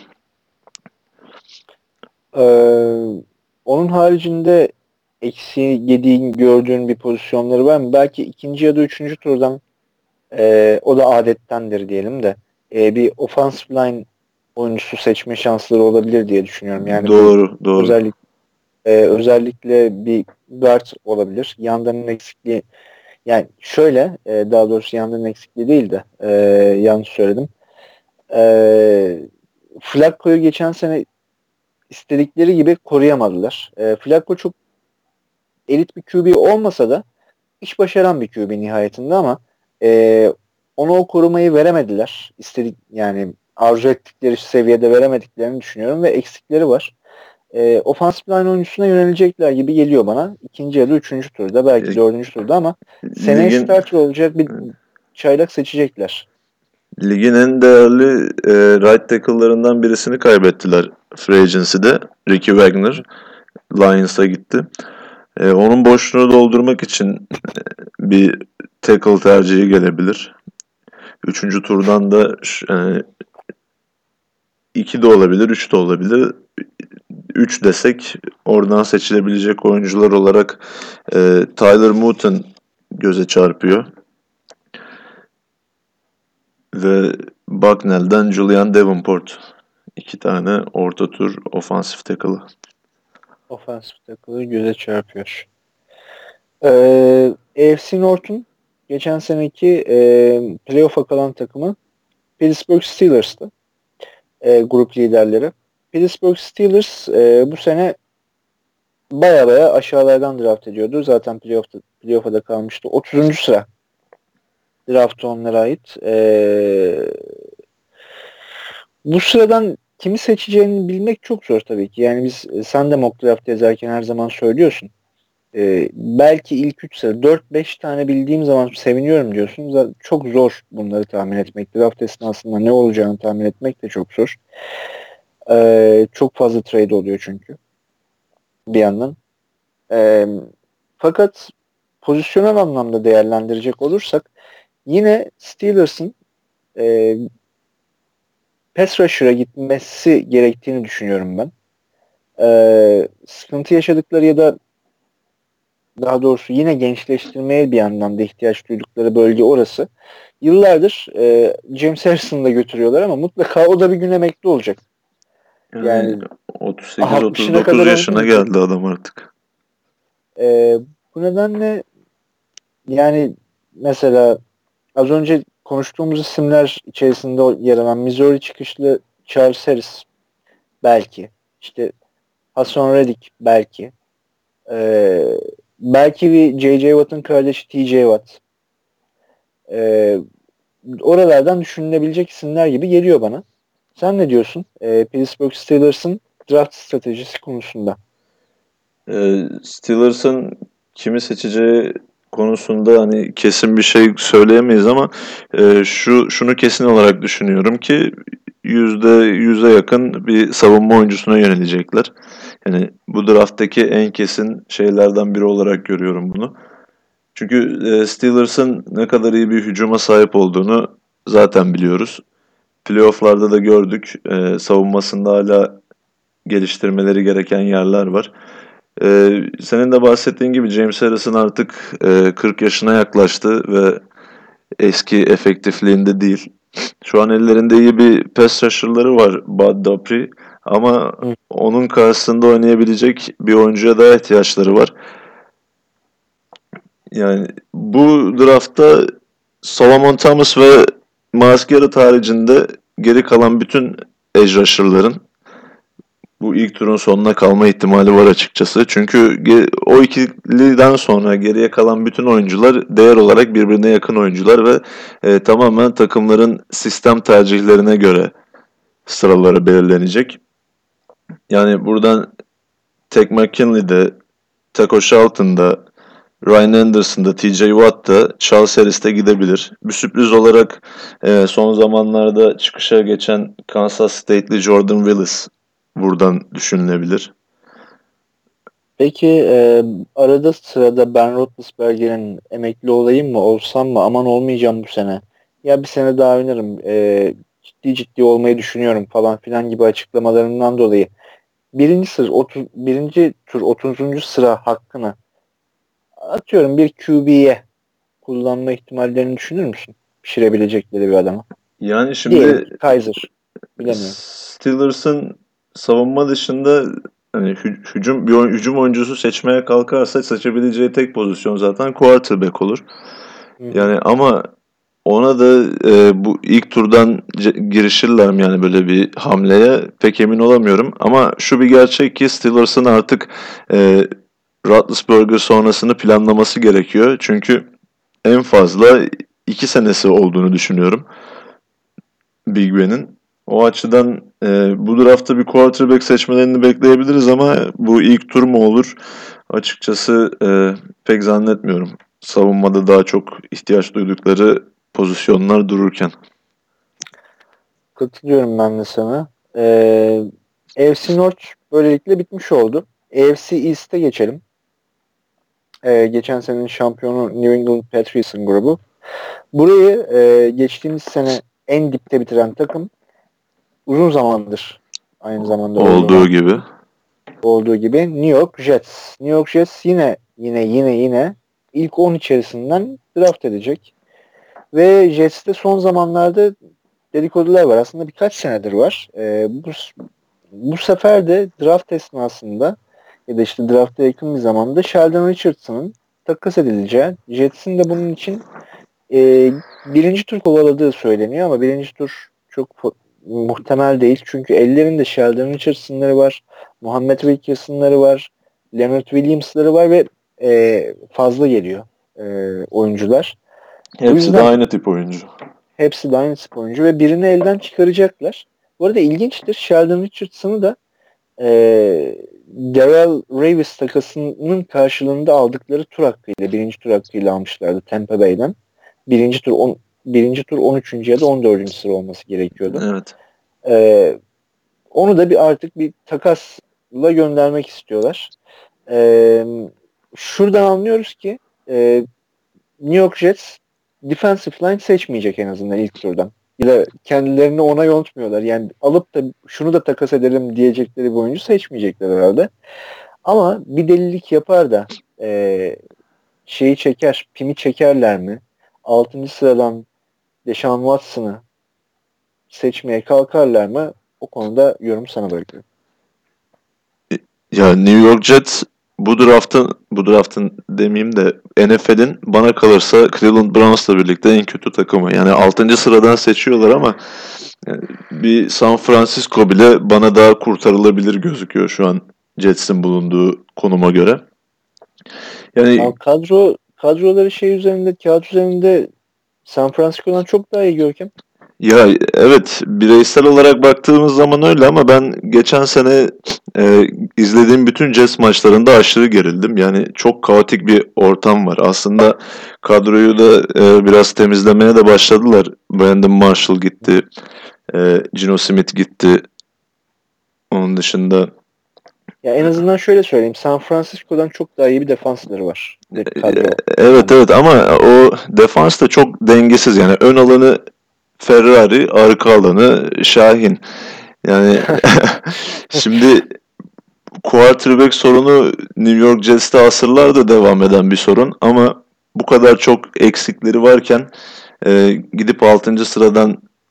Ee, onun haricinde eksi yediğin gördüğün bir pozisyonları var mı? Belki ikinci ya da üçüncü turdan e, o da adettendir diyelim de e, bir offensive line oyuncusu seçme şansları olabilir diye düşünüyorum. Yani bu Doğru, doğru. özellik e, özellikle bir guard olabilir. Yandanın eksikliği yani şöyle e, daha doğrusu yandanın eksikliği değil de e, yanlış söyledim. E, Flacco'yu geçen sene istedikleri gibi koruyamadılar. E, Flacco çok elit bir Q B olmasa da iş başaran bir Q B nihayetinde ama e, ona o korumayı veremediler. İstedik yani arzu ettikleri seviyede veremediklerini düşünüyorum ve eksikleri var. E, offensive line oyuncusuna yönelecekler gibi geliyor bana. İkinci ya da üçüncü turda belki E, dördüncü turda ama seneye ligin starter olacak bir çaylak seçecekler. ligin en değerli e, right tackle'larından birisini kaybettiler free agency'de. Ricky Wagner Lions'a gitti. E, onun boşluğunu doldurmak için bir tackle tercihi gelebilir. Üçüncü turdan da e, iki de olabilir, üç de olabilir. Üç desek oradan seçilebilecek oyuncular olarak e, Tyler Moton göze çarpıyor. Ve Bucknell'den Julian Davenport. İki tane orta tur ofansif tackle'ı. Offensive tackle'ı göze çarpıyor. Ee, A F C North'un geçen seneki e, playoff'a kalan takımı Pittsburgh Steelers'tı. E, grup liderleri. Pittsburgh Steelers e, bu sene baya baya aşağılardan draft ediyordu. Zaten playoff'ta, playoff'a da kalmıştı. otuzuncu sıra draft onlara ait. E, bu sıradan kimi seçeceğini bilmek çok zor tabii ki. Yani biz sen de mock draft yazarken her zaman söylüyorsun. E, belki ilk üç sıra dört beş tane bildiğim zaman seviniyorum diyorsun. Zaten çok zor bunları tahmin etmek. Draft esnasında ne olacağını tahmin etmek de çok zor. E, çok fazla trade oluyor çünkü bir yandan. E, fakat pozisyonel anlamda değerlendirecek olursak yine Steelers'ın e, pass rusher'a gitmesi gerektiğini düşünüyorum ben. E, sıkıntı yaşadıkları ya da daha doğrusu yine gençleştirmeye bir anlamda ihtiyaç duydukları bölge orası. Yıllardır e, James Harrison'ı da götürüyorlar ama mutlaka o da bir gün emekli olacak. Yani Yani altmışına otuz sekiz otuz dokuz kadar yaşına oynayınca geldi adam artık. e, bu nedenle yani mesela az önce konuştuğumuz isimler içerisinde yer alan Missouri çıkışlı Charles Harris belki. İşte Hassan Reddick belki. Ee, belki bir J J. Watt'ın kardeşi T J. Watt. Ee, oralardan düşünülebilecek isimler gibi geliyor bana. Sen ne diyorsun? Ee, Pittsburgh Steelers'ın draft stratejisi konusunda. Ee, Steelers'ın kimi seçeceği konusunda hani kesin bir şey söyleyemeyiz ama e, şu şunu kesin olarak düşünüyorum ki yüzde yüze yakın bir savunma oyuncusuna yönelecekler. Yani bu drafttaki en kesin şeylerden biri olarak görüyorum bunu. Çünkü e, Steelers'ın ne kadar iyi bir hücuma sahip olduğunu zaten biliyoruz. Playoff'larda da gördük. E, savunmasında hala geliştirmeleri gereken yerler var. Ee, senin de bahsettiğin gibi James Harrison artık e, kırk yaşına yaklaştı ve eski efektifliğinde değil. Şu an ellerinde iyi bir pass rusher'ları var, Bud Dupree. Ama Hı. onun karşısında oynayabilecek bir oyuncuya daha ihtiyaçları var. Yani bu draftta Solomon Thomas ve Myles Garrett haricinde geri kalan bütün edge rusher'ların bu ilk turun sonuna kalma ihtimali var açıkçası. Çünkü ge- o ikiliden sonra geriye kalan bütün oyuncular değer olarak birbirine yakın oyuncular ve e, tamamen takımların sistem tercihlerine göre sıraları belirlenecek. Yani buradan Tek McKinley'de, Taco Shelton'da, Ryan Anderson'da, T J Watt'da, Charles Harris'te gidebilir. Bir sürpriz olarak e, son zamanlarda çıkışa geçen Kansas State'li Jordan Willis buradan düşünülebilir. Peki e, arada sırada Ben Roethlisberger'in emekli olayım mı olsam mı aman olmayacağım bu sene. Ya bir sene daha oynarım. E, ciddi ciddi olmayı düşünüyorum falan filan gibi açıklamalarından dolayı birinci sır otuz, birinci tur otuzuncu sıra hakkını atıyorum bir Q B'ye kullanma ihtimallerini düşünür müsün? Pişirebilecekleri bir adama. Yani Diyelim şimdi ki Kaiser. Bilemiyorum. Steelers'ın savunma dışında hani hü- hücum bir oy- hücum oyuncusu seçmeye kalkarsa seçebileceği tek pozisyon zaten quarterback olur. Hı hı. Yani ama ona da e, bu ilk turdan ce- girişirler mi yani böyle bir hamleye pek emin olamıyorum. Ama şu bir gerçek ki Steelers'ın artık e, Roethlisberger sonrasını planlaması gerekiyor. Çünkü en fazla iki senesi olduğunu düşünüyorum Big Ben'in. O açıdan e, bu draftta bir quarterback seçmelerini bekleyebiliriz ama bu ilk tur mu olur? Açıkçası e, pek zannetmiyorum. Savunmada daha çok ihtiyaç duydukları pozisyonlar dururken. Katılıyorum ben de sana. Ee, A F C North böylelikle bitmiş oldu. A F C East'e geçelim. Ee, geçen senenin şampiyonu New England Patriots'ın grubu. Burayı e, geçtiğimiz sene en dipte bitiren takım uzun zamandır aynı zamanda öyle Olduğu olan gibi. olduğu gibi New York Jets. New York Jets yine yine yine yine ilk on içerisinden draft edecek. Ve Jets'te son zamanlarda dedikodular var. Aslında birkaç senedir var. Ee, bu, bu sefer de draft esnasında ya da işte drafta yakın bir zamanda Sheldon Richardson'ın takas edileceği, Jets'in de bunun için e, birinci tur kovaladığı söyleniyor ama birinci tur çok fo- muhtemel değil. Çünkü ellerinde Sheldon Richardson'ları var, Muhammed Wilkerson'ları var, Leonard Williams'ları var ve e, fazla geliyor e, oyuncular. O Hepsi de yüzden aynı tip oyuncu. hepsi de aynı tip oyuncu ve birini elden çıkaracaklar. Bu arada ilginçtir. Sheldon Richardson'ı da e, Darrell Revis takasının karşılığında aldıkları tur hakkıyla, birinci tur hakkıyla almışlardı Tampa Bay'den. Birinci tur on, birinci tur on üçüncü ya da on dördüncü sıra olması gerekiyordu. Evet. E, onu da bir artık bir takasla göndermek istiyorlar. E, şuradan anlıyoruz ki e, New York Jets defensive line seçmeyecek en azından ilk turdan. Ya da kendilerini ona yontmuyorlar. Yani alıp da şunu da takas edelim diyecekleri bir oyuncu seçmeyecekler herhalde. Ama bir delilik yapar da e, şeyi çeker, pimi çekerler mi? altıncı sıradan Deshaun Watson'ı seçmeye kalkarlar mı? O konuda yorum sana bırakıyorum. Ya New York Jets bu draftın bu draftın demeyeyim de N F L'in bana kalırsa Cleveland Browns'la birlikte en kötü takımı. Yani altıncı sıradan seçiyorlar ama yani bir San Francisco bile bana daha kurtarılabilir gözüküyor şu an Jets'in bulunduğu konuma göre. Ama Yani kadro kadroları şey üzerinde, kağıt üzerinde San Francisco'dan çok daha iyi Görkem. ya evet bireysel olarak baktığımız zaman öyle ama ben geçen sene e, izlediğim bütün Jets maçlarında aşırı gerildim. Yani çok kaotik bir ortam var. Aslında kadroyu da e, biraz temizlemeye de başladılar. Brandon Marshall gitti, e, Geno Smith gitti. Onun dışında Ya en azından şöyle söyleyeyim. San Francisco'dan çok daha iyi bir defansları var. De e, kadro evet evet anlamında. ama o defans da çok dengesiz. Yani ön alanı Ferrari, arka alanı Şahin. Yani şimdi quarterback sorunu New York Jets'te asırlardır devam eden bir sorun ama bu kadar çok eksikleri varken e, gidip altıncı sıradan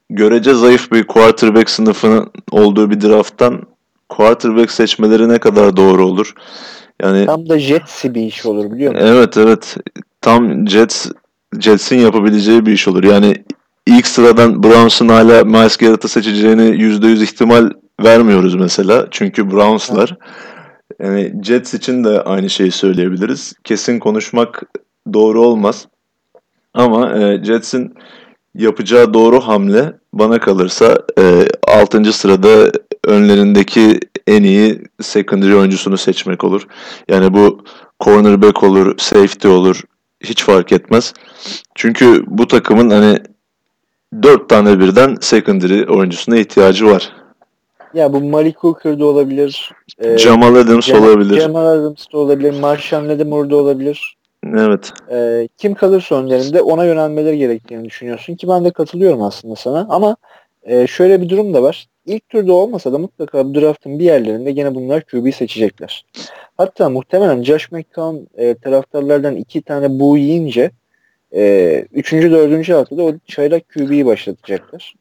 görece zayıf bir quarterback sınıfının olduğu bir drafttan quarterback seçmeleri ne kadar doğru olur? Yani Tam da Jets'i bir iş olur biliyor musun? evet evet tam Jets Jets'in yapabileceği bir iş olur. Yani ilk sıradan Browns'un hala Myles Garrett'ı seçeceğini yüzde yüz ihtimal vermiyoruz mesela. Çünkü Ha. Browns'lar. Yani Jets için de aynı şeyi söyleyebiliriz. Kesin konuşmak doğru olmaz. Ama e, Jets'in yapacağı doğru hamle bana kalırsa e, altıncı sırada önlerindeki en iyi secondary oyuncusunu seçmek olur. Yani bu cornerback olur, safety olur hiç fark etmez. Çünkü bu takımın hani dört tane birden secondary oyuncusuna ihtiyacı var. Ya bu Malik Hooker da olabilir. E, Jamal Adams Cem olabilir. Cemal Adams da olabilir. Marshon Lattimore da olabilir. Evet. E, kim kalırsa önlerinde ona yönelmeleri gerektiğini düşünüyorsun ki ben de katılıyorum aslında sana. Ama e, şöyle bir durum da var. İlk turda olmasa da mutlaka bu draftın bir yerlerinde gene bunlar Q B seçecekler. Hatta muhtemelen Josh McCown e, taraftarlardan iki tane bu yiyince e, üçüncü, dördüncü haftada o çaylak Q B'yi başlatacaklar.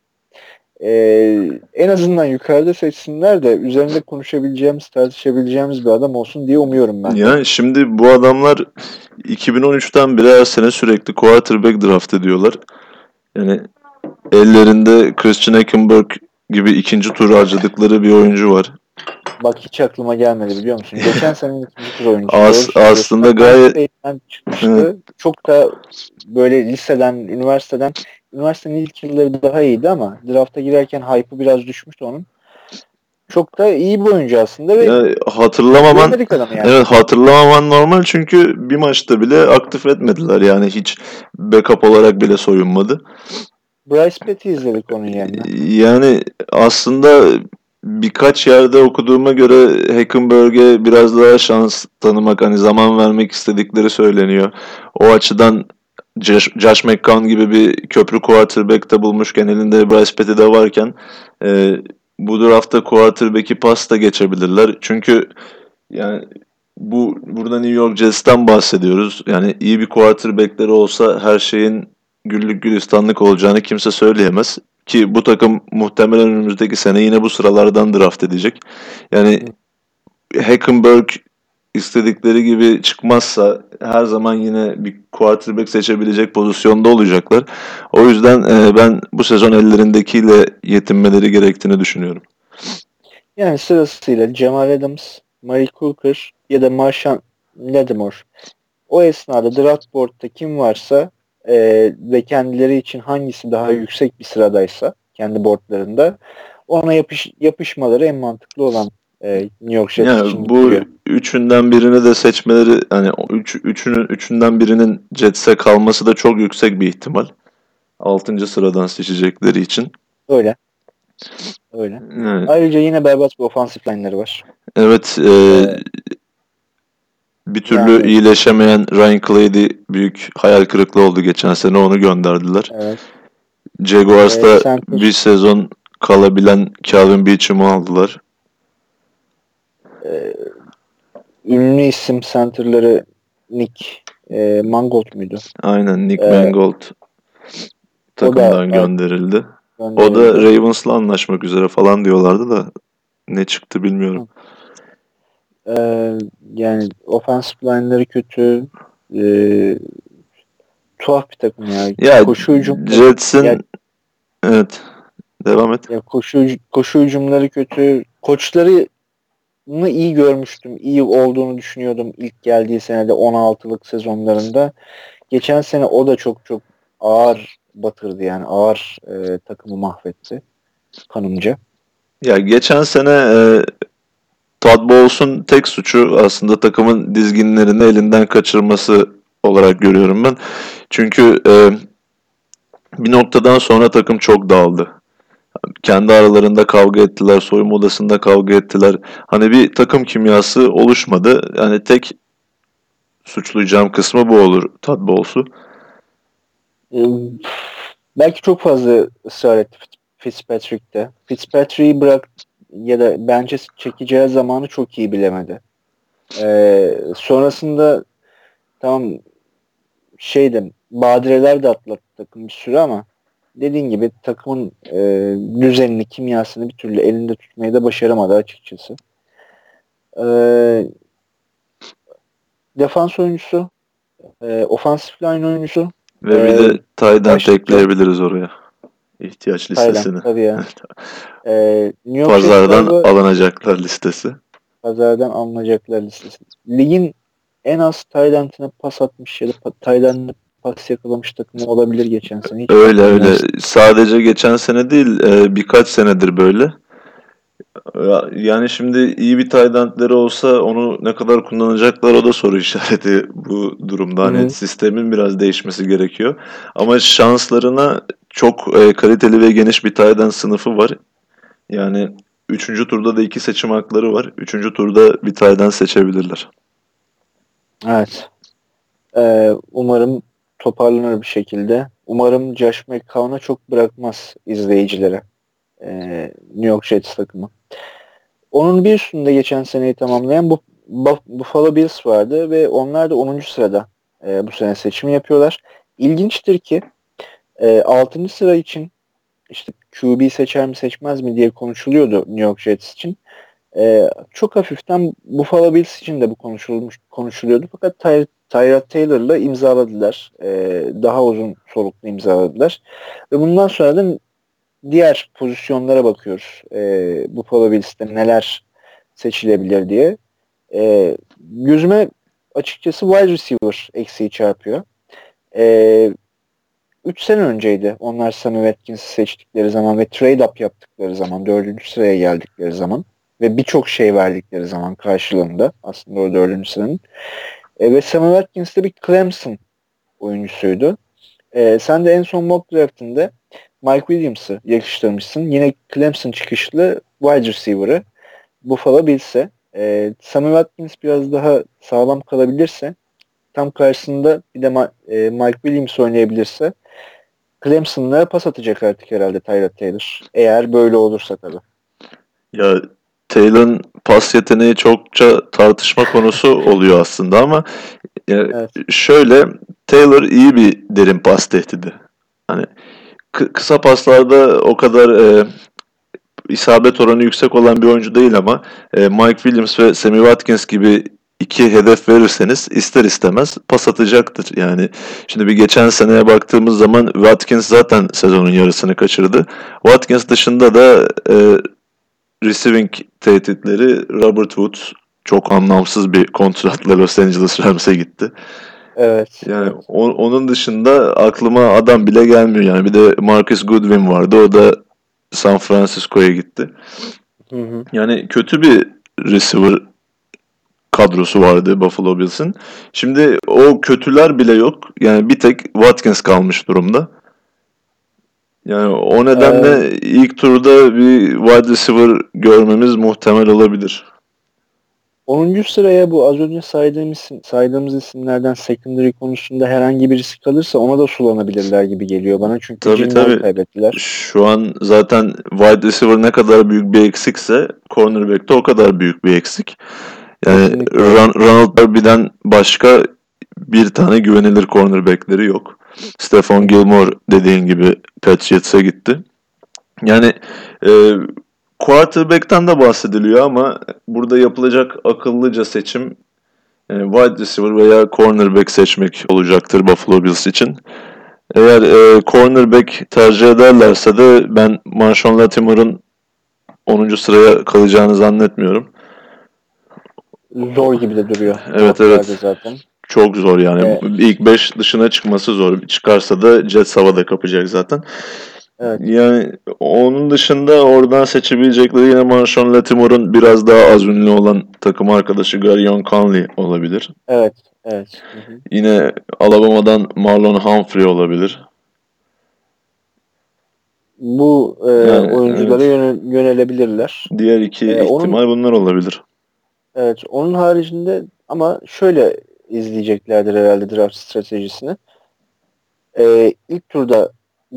Ee, en azından yukarıda seçsinler de üzerinde konuşabileceğimiz, tartışabileceğimiz bir adam olsun diye umuyorum ben de. Yani şimdi bu adamlar iki bin on üçten beri her sene sürekli quarterback draft ediyorlar. Yani ellerinde Christian Hackenberg gibi ikinci tur harcadıkları bir oyuncu var. Bak hiç aklıma gelmedi biliyor musun? Geçen senenin ikinci tur oyuncusu. Doğru As söylüyorsun. aslında Penn gayet State'den evet, çıkmıştı. Çok da böyle liseden, üniversiteden üniversitenin ilk yılları daha iyiydi ama drafta girerken hype'ı biraz düşmüştü onun. Çok da iyi bir oyuncu aslında ve ya hatırlamaman göremedik adamı yani. evet hatırlamaman normal çünkü bir maçta bile aktif etmediler. Yani hiç backup olarak bile soyunmadı. Bryce Petty izledik onun yerine. Yani aslında birkaç yerde okuduğuma göre Hackenberg'e biraz daha şans tanımak, hani zaman vermek istedikleri söyleniyor. O açıdan Josh, Josh McCown gibi bir köprü quarterback de bulmuşken elinde Bryce Petty de varken e, bu draftta quarterback'i pas da geçebilirler. Çünkü yani bu burada New York Jets'ten bahsediyoruz. Yani iyi bir quarterback'leri olsa her şeyin güllük gülistanlık olacağını kimse söyleyemez. Ki bu takım muhtemelen önümüzdeki sene yine bu sıralardan draft edecek. Yani Hackenberg istedikleri gibi çıkmazsa her zaman yine bir quarterback seçebilecek pozisyonda olacaklar. O yüzden e, ben bu sezon ellerindekiyle yetinmeleri gerektiğini düşünüyorum. Yani sırasıyla Jamal Adams, Malik Hooker ya da Marshawn Lattimore. O esnada draft board'da kim varsa e, ve kendileri için hangisi daha yüksek bir sıradaysa kendi boardlarında ona yapış, yapışmaları en mantıklı olan e, New York Jets Yani için bu duruyor. üçünden birini de seçmeleri hani o üç, üçünün üçünden birinin Jets'e kalması da çok yüksek bir ihtimal. Altıncı sıradan seçecekleri için. Öyle. Öyle. Yani, Ayrıca yine berbat bir offensive line'ları var. evet e, E, bir türlü yani iyileşemeyen Ryan Clady büyük hayal kırıklığı oldu geçen sene onu gönderdiler. evet, e, Jaguars'ta center bir sezon kalabilen Calvin Beachum'u aldılar. e, ünlü isim center'ları Nick e, Mangold muydu? Aynen Nick E, Mangold o da takımdan artık gönderildi. O da gönderildi. Ravens'la anlaşmak üzere falan diyorlardı da ne çıktı bilmiyorum. Hı. Ee, yani offensive line'ları kötü. Ee, tuhaf bir takım ya. Ya Koşu hücumları ya, Jets'in evet devam et. ya koşu hüc- koşu hücumları kötü. Koçlarını iyi görmüştüm. İyi olduğunu düşünüyordum ilk geldiği senede on altılık sezonlarında. Geçen sene o da çok çok ağır batırdı yani ağır e, takımı mahvetti kanımca. Ya geçen sene e, Todd Bowles'un tek suçu aslında takımın dizginlerini elinden kaçırması olarak görüyorum ben. Çünkü e, bir noktadan sonra takım çok dağıldı. Kendi aralarında kavga ettiler, soyunma odasında kavga ettiler. Hani bir takım kimyası oluşmadı. Yani tek suçlayacağım kısmı bu olur Todd Bowles'u. Ee, belki çok fazla ısrar etti Fitz- Fitzpatrick'te. Fitzpatrick'i bırak ya da bence çekeceği zamanı çok iyi bilemedi. Ee, sonrasında tamam şeydi badireler de atlattı takım bir süre ama dediğin gibi takımın e, düzenini, kimyasını bir türlü elinde tutmayı da başaramadı açıkçası. E, defans oyuncusu, e, ofansif line oyuncusu, Ve bir e, de tight end başlıca ekleyebiliriz oraya. İhtiyaç Tayland listesine. tabii ya. E, New York Jets Pazardan galiba alınacaklar listesi. pazardan alınacaklar listesi. Ligin en az Tayland'ine pas atmış ya da pa- Tayland'ine pas yakalamış takımı olabilir geçen sene. Hiç Öyle fark öyle. etmez. Sadece geçen sene değil, e, birkaç senedir böyle. Ya- Yani şimdi iyi bir tight endleri olsa onu ne kadar kullanacaklar o da soru işareti bu durumda. Hı Hani hı. sistemin biraz değişmesi gerekiyor. Ama şanslarına çok e, kaliteli ve geniş bir tight end sınıfı var. Yani üçüncü turda da iki seçim hakları var. Üçüncü turda bir tight end seçebilirler. Evet. E, umarım toparlanır bir şekilde. Umarım Josh McCown'a çok bırakmaz izleyicilere. E, New York Jets takımı. Onun bir üstünde geçen seneyi tamamlayan bu Buff- Buffalo Bills vardı ve onlar da onuncu sırada e, bu sene seçim yapıyorlar. İlginçtir ki e, altıncı sıra için işte Q B seçer mi seçmez mi diye konuşuluyordu New York Jets için. E, çok hafiften Buffalo Bills için de bu konuşulmuş konuşuluyordu. Fakat Ty Tyrod Taylor'la imzaladılar. E, daha uzun soluklu imzaladılar. Ve bundan sonra da diğer pozisyonlara bakıyoruz. E, Buffalo Bills'te neler seçilebilir diye. E, gözüme açıkçası wide receiver eksiği çarpıyor. E, üç sene önceydi onlar Sammy Watkins'i seçtikleri zaman ve trade up yaptıkları zaman, dördüncü sıraya geldikleri zaman ve birçok şey verdikleri zaman karşılığında aslında o dördüncü sıranın. E, ve Sammy Watkins de bir Clemson oyuncusuydu. E, sen de en son mock draftında Mike Williams'ı yakıştırmışsın. Yine Clemson çıkışlı wide receiver'ı Buffalo Bills'e. E, Sammy Watkins biraz daha sağlam kalabilirse tam karşısında bir de Ma- e, Mike Williams oynayabilirse Clemson'lara pas atacak artık herhalde Tyrod Taylor. Eğer böyle olursa tabii. Ya Taylor'ın pas yeteneği çokça tartışma konusu oluyor aslında ama ya Evet. şöyle Taylor iyi bir derin pas tehdidi. Hani kı- kısa paslarda o kadar e, isabet oranı yüksek olan bir oyuncu değil ama e, Mike Williams ve Sammy Watkins gibi iki hedef verirseniz ister istemez pas atacaktır. Yani şimdi bir geçen seneye baktığımız zaman Watkins zaten sezonun yarısını kaçırdı. Watkins dışında da e, receiving tehditleri Robert Woods çok anlamsız bir kontratla Los Angeles Rams'e gitti. Evet. Yani Evet. o- onun dışında aklıma adam bile gelmiyor yani. Bir de Marcus Goodwin vardı. O da San Francisco'ya gitti. Hı hı. Yani kötü bir receiver kadrosu vardı Buffalo Bills'in. Şimdi o kötüler bile yok. Yani bir tek Watkins kalmış durumda. Yani o Ee, nedenle ilk turda bir wide receiver görmemiz muhtemel olabilir. onuncu sıraya bu az önce saydığım isim, saydığımız isimlerden secondary konusunda herhangi birisi kalırsa ona da sulanabilirler gibi geliyor bana. Çünkü Tabii Gilmore tabii. kaybettiler. Şu an zaten wide receiver ne kadar büyük bir eksikse cornerback de o kadar büyük bir eksik. Yani Kesinlikle öyle. Ron- Ronald Darby'den başka bir tane güvenilir cornerbackleri yok. Hı Stephon hı. Gilmore dediğin gibi Patriots'a gitti. Yani e, quarterback'ten de bahsediliyor ama burada yapılacak akıllıca seçim e, wide receiver veya cornerback seçmek olacaktır Buffalo Bills için. Eğer e, cornerback tercih ederlerse de ben Marshawn Latimore'un onuncu sıraya kalacağını zannetmiyorum. Zor gibi de duruyor Evet modlarda evet. zaten. Çok zor yani. Ee, İlk beş dışına çıkması zor. Çıkarsa da Jets havada kapacak zaten. evet. Yani onun dışında oradan seçebilecekleri yine Marshawn Latimore'un biraz daha az ünlü olan takım arkadaşı Garion Conley olabilir. Evet. Evet. Hı hı. Yine Alabama'dan Marlon Humphrey olabilir. Bu e, Yani oyunculara evet. yöne- yönelebilirler. Diğer iki E, onun ihtimal bunlar olabilir. evet, onun haricinde ama şöyle izleyeceklerdir herhalde draft stratejisini. E, ilk turda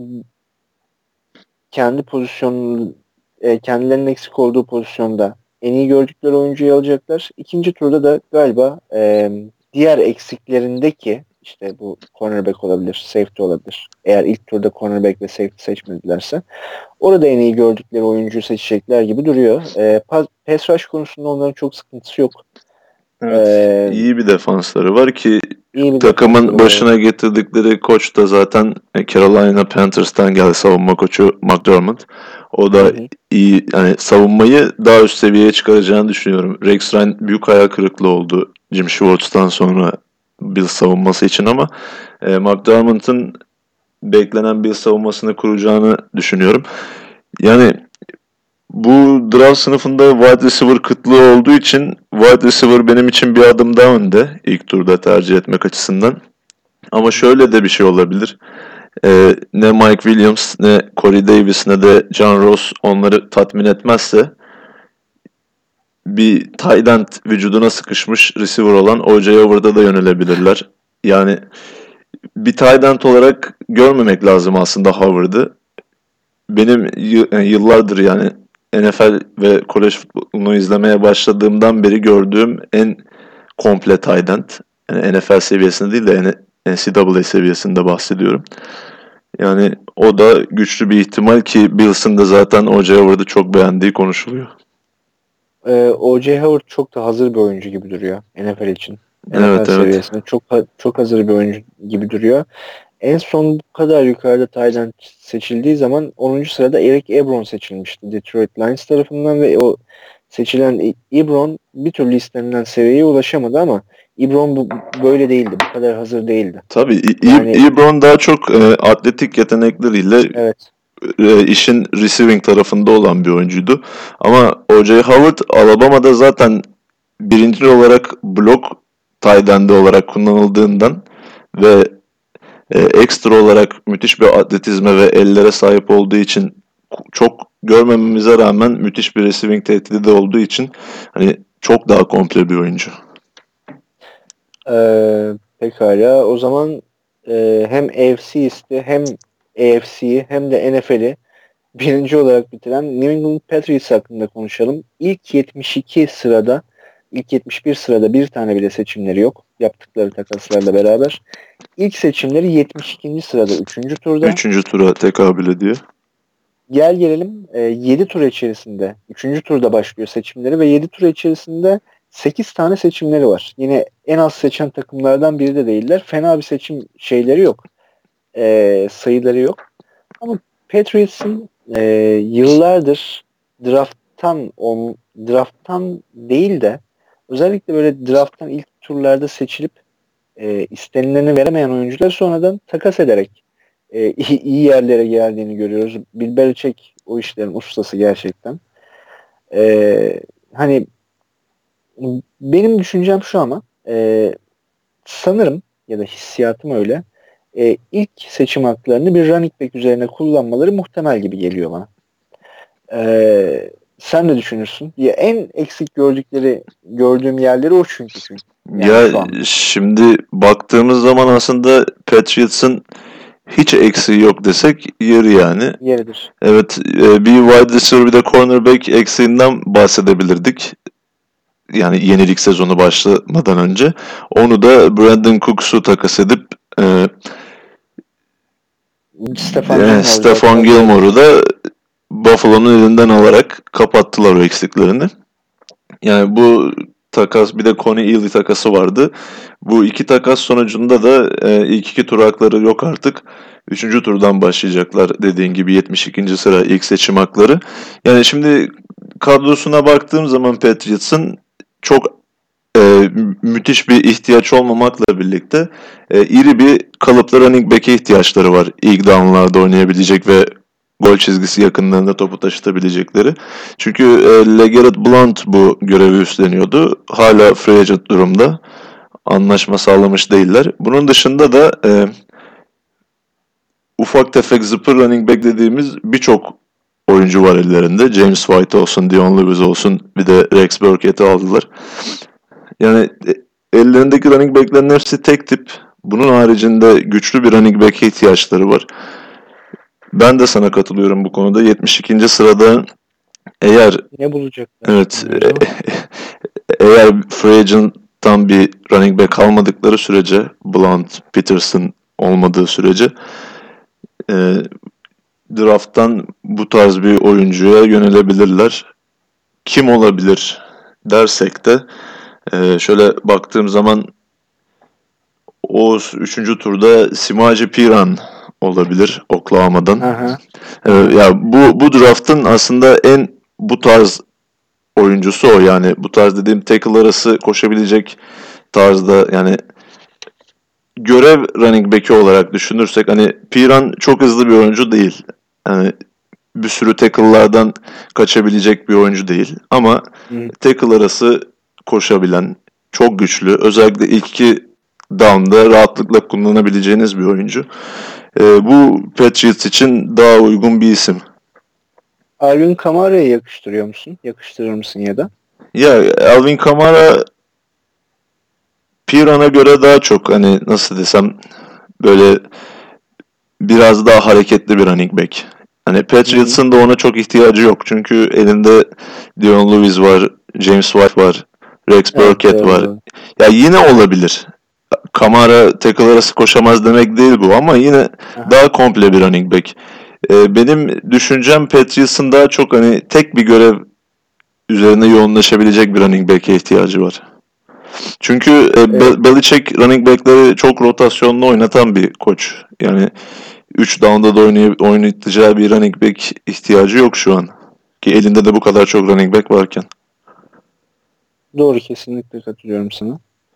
kendi pozisyonunu e, kendilerinin eksik olduğu pozisyonda en iyi gördükleri oyuncuyu alacaklar. İkinci turda da galiba e, diğer eksiklerindeki İşte bu cornerback olabilir, safety olabilir. Eğer ilk turda cornerback ve safety seçmedilerse orada en iyi gördükleri oyuncuyu seçecekler gibi duruyor. E, pas, pass rush konusunda onların çok sıkıntısı yok. Evet, E, iyi bir defansları var ki iyi bir takımın defansları var. başına getirdikleri koç da zaten Carolina Panthers'tan geldi, savunma koçu McDermott. O Hı da hı. iyi, yani savunmayı daha üst seviyeye çıkaracağını düşünüyorum. Rex Ryan büyük hayal kırıklığı oldu Jim Schwartz'tan sonra Bills savunması için ama e, McDermott'ın beklenen Bills savunmasını kuracağını düşünüyorum. Yani bu draft sınıfında wide receiver kıtlığı olduğu için wide receiver benim için bir adım daha önde ilk turda tercih etmek açısından. Ama şöyle de bir şey olabilir. Ee, ne Mike Williams, ne Corey Davis, ne de John Ross onları tatmin etmezse bir tight end vücuduna sıkışmış receiver olan O J Howard'a da yönelebilirler. Yani bir tight end olarak görmemek lazım aslında Howard'ı. Benim y- yıllardır yani N F L ve kolej futbolunu izlemeye başladığımdan beri gördüğüm en komple tight end. Yani N F L seviyesinde değil de N C A A seviyesinde bahsediyorum. Yani o da güçlü bir ihtimal ki Bills'ın da zaten O J Howard'ı çok beğendiği konuşuluyor. E, O J Howard çok da hazır bir oyuncu gibi duruyor N F L için. N F L Evet, evet. seviyesinde çok çok hazır bir oyuncu gibi duruyor. En son bu kadar yukarıda tight end seçildiği zaman onuncu sırada Eric Ebron seçilmişti Detroit Lions tarafından ve o seçilen E- Ebron bir türlü istenilen seviyeye ulaşamadı ama Ebron bu, böyle değildi. Bu kadar hazır değildi. Tabii E- E- Yani Ebron daha çok e, atletik yetenekleriyle evet. e, işin receiving tarafında olan bir oyuncuydu. Ama O J Howard Alabama'da zaten birinci olarak blok tight end'i olarak kullanıldığından ve e, ekstra olarak müthiş bir atletizme ve ellere sahip olduğu için çok görmememize rağmen müthiş bir receiving tehdidi de olduğu için hani çok daha komple bir oyuncu. Ee, pekala. O zaman e, hem A F C East'i hem A F C'yi hem de N F L'i birinci olarak bitiren New England Patriots hakkında konuşalım. İlk yetmiş iki sırada, ilk yetmiş bir sırada bir tane bile seçimleri yok. Yaptıkları takaslarla beraber. İlk seçimleri yetmiş ikinci sırada üçüncü turda. Üçüncü tura tekabül ediyor. Gel gelelim e, yedi tur içerisinde. üçüncü turda başlıyor seçimleri ve yedi tur içerisinde sekiz tane seçimleri var. Yine en az seçen takımlardan biri de değiller. Fena bir seçim şeyleri yok. E, sayıları yok. Ama Patriots'ın e, yıllardır drafttan on, drafttan değil de özellikle böyle drafttan ilk turlarda seçilip e, istenileni veremeyen oyuncular sonradan takas ederek e, iyi, iyi yerlere geldiğini görüyoruz. Bill Belichick o işlerin ustası gerçekten. E, hani benim düşüncem şu ama e, sanırım ya da hissiyatım öyle. E, ilk seçim haklarını bir running back üzerine kullanmaları muhtemel gibi geliyor bana. E, sen ne düşünürsün? Ya en eksik gördükleri gördüğüm yerleri o çünkü çünkü. Yani Ya şu anda. şimdi baktığımız zaman aslında Patriots'ın hiç eksiği yok desek yeri yani. Yeridir. Evet, e, bir wide receiver bir de cornerback eksiğinden bahsedebilirdik. Yani yenilik sezonu başlamadan önce. Onu da Brandon Cooks'u takas edip e, Stefan e, Gilmore Stephon zaten geldi. Gilmore'u da Buffalo'nun elinden alarak kapattılar o eksiklerini. Yani bu takas, bir de Coney Ealy takası vardı. Bu iki takas sonucunda da e, ilk iki tur hakları yok artık. Üçüncü turdan başlayacaklar dediğin gibi yetmiş ikinci sıra ilk seçim hakları. Yani şimdi kadrosuna baktığım zaman Patriots'ın çok e, müthiş bir ihtiyaç olmamakla birlikte e, iri bir kalıplı running back'e ihtiyaçları var. İlk down'larda oynayabilecek ve gol çizgisi yakınlarında topu taşıtabilecekleri. Çünkü e, LeGarrette Blount bu görevi üstleniyordu. Hala free agent durumda. Anlaşma sağlamış değiller. Bunun dışında da e, ufak tefek zıpır running back dediğimiz birçok oyuncu var ellerinde. James White olsun, Dion Lewis olsun, bir de Rex Burkhead'i aldılar. Yani e, ellerindeki running back'lerin hepsi tek tip. Bunun haricinde güçlü bir running back'e ihtiyaçları var. Ben de sana katılıyorum bu konuda. yetmiş ikinci sırada eğer Ne bulacaklar evet bilmiyoruz ama. eğer free agent draft'tan bir running back almadıkları sürece, Blount, Peterson olmadığı sürece e, draft'tan bu tarz bir oyuncuya yönelebilirler. Kim olabilir dersek de e, şöyle baktığım zaman o üçüncü turda Samaje Perine olabilir Oklahoma'dan. Aha. E, ya bu bu draft'ın aslında en bu tarz oyuncusu o, yani bu tarz dediğim tackle arası koşabilecek tarzda, yani görev running back'i olarak düşünürsek hani Perine çok hızlı bir oyuncu değil. Yani bir sürü tackle'lardan kaçabilecek bir oyuncu değil. Ama Hı. tackle arası koşabilen, çok güçlü, özellikle ilk iki down'da rahatlıkla kullanabileceğiniz bir oyuncu. Ee, bu Patriots için daha uygun bir isim. Alvin Kamara'ya yakıştırıyor musun? Yakıştırır mısın ya da? Ya Alvin Kamara Perine'a göre daha çok, hani nasıl desem, böyle biraz daha hareketli bir running back. Hani Patriots'ın da ona çok ihtiyacı yok. Çünkü elinde Dion Lewis var, James White var, Rex Evet, Burkhead doğru, var. doğru. Ya yine olabilir. Kamara tackle arası koşamaz demek değil bu, ama yine Aha. daha komple bir running back. Ee, benim düşüncem Patriots'ın daha çok hani tek bir görev üzerine yoğunlaşabilecek bir running back'e ihtiyacı var. Çünkü e, Evet. Be- Belichick running back'leri çok rotasyonlu oynatan bir koç. Yani üç down'da da oynay- oynatacağı bir running back ihtiyacı yok şu an. Ki elinde de bu kadar çok running back varken. Doğru, kesinlikle katılıyorum sana.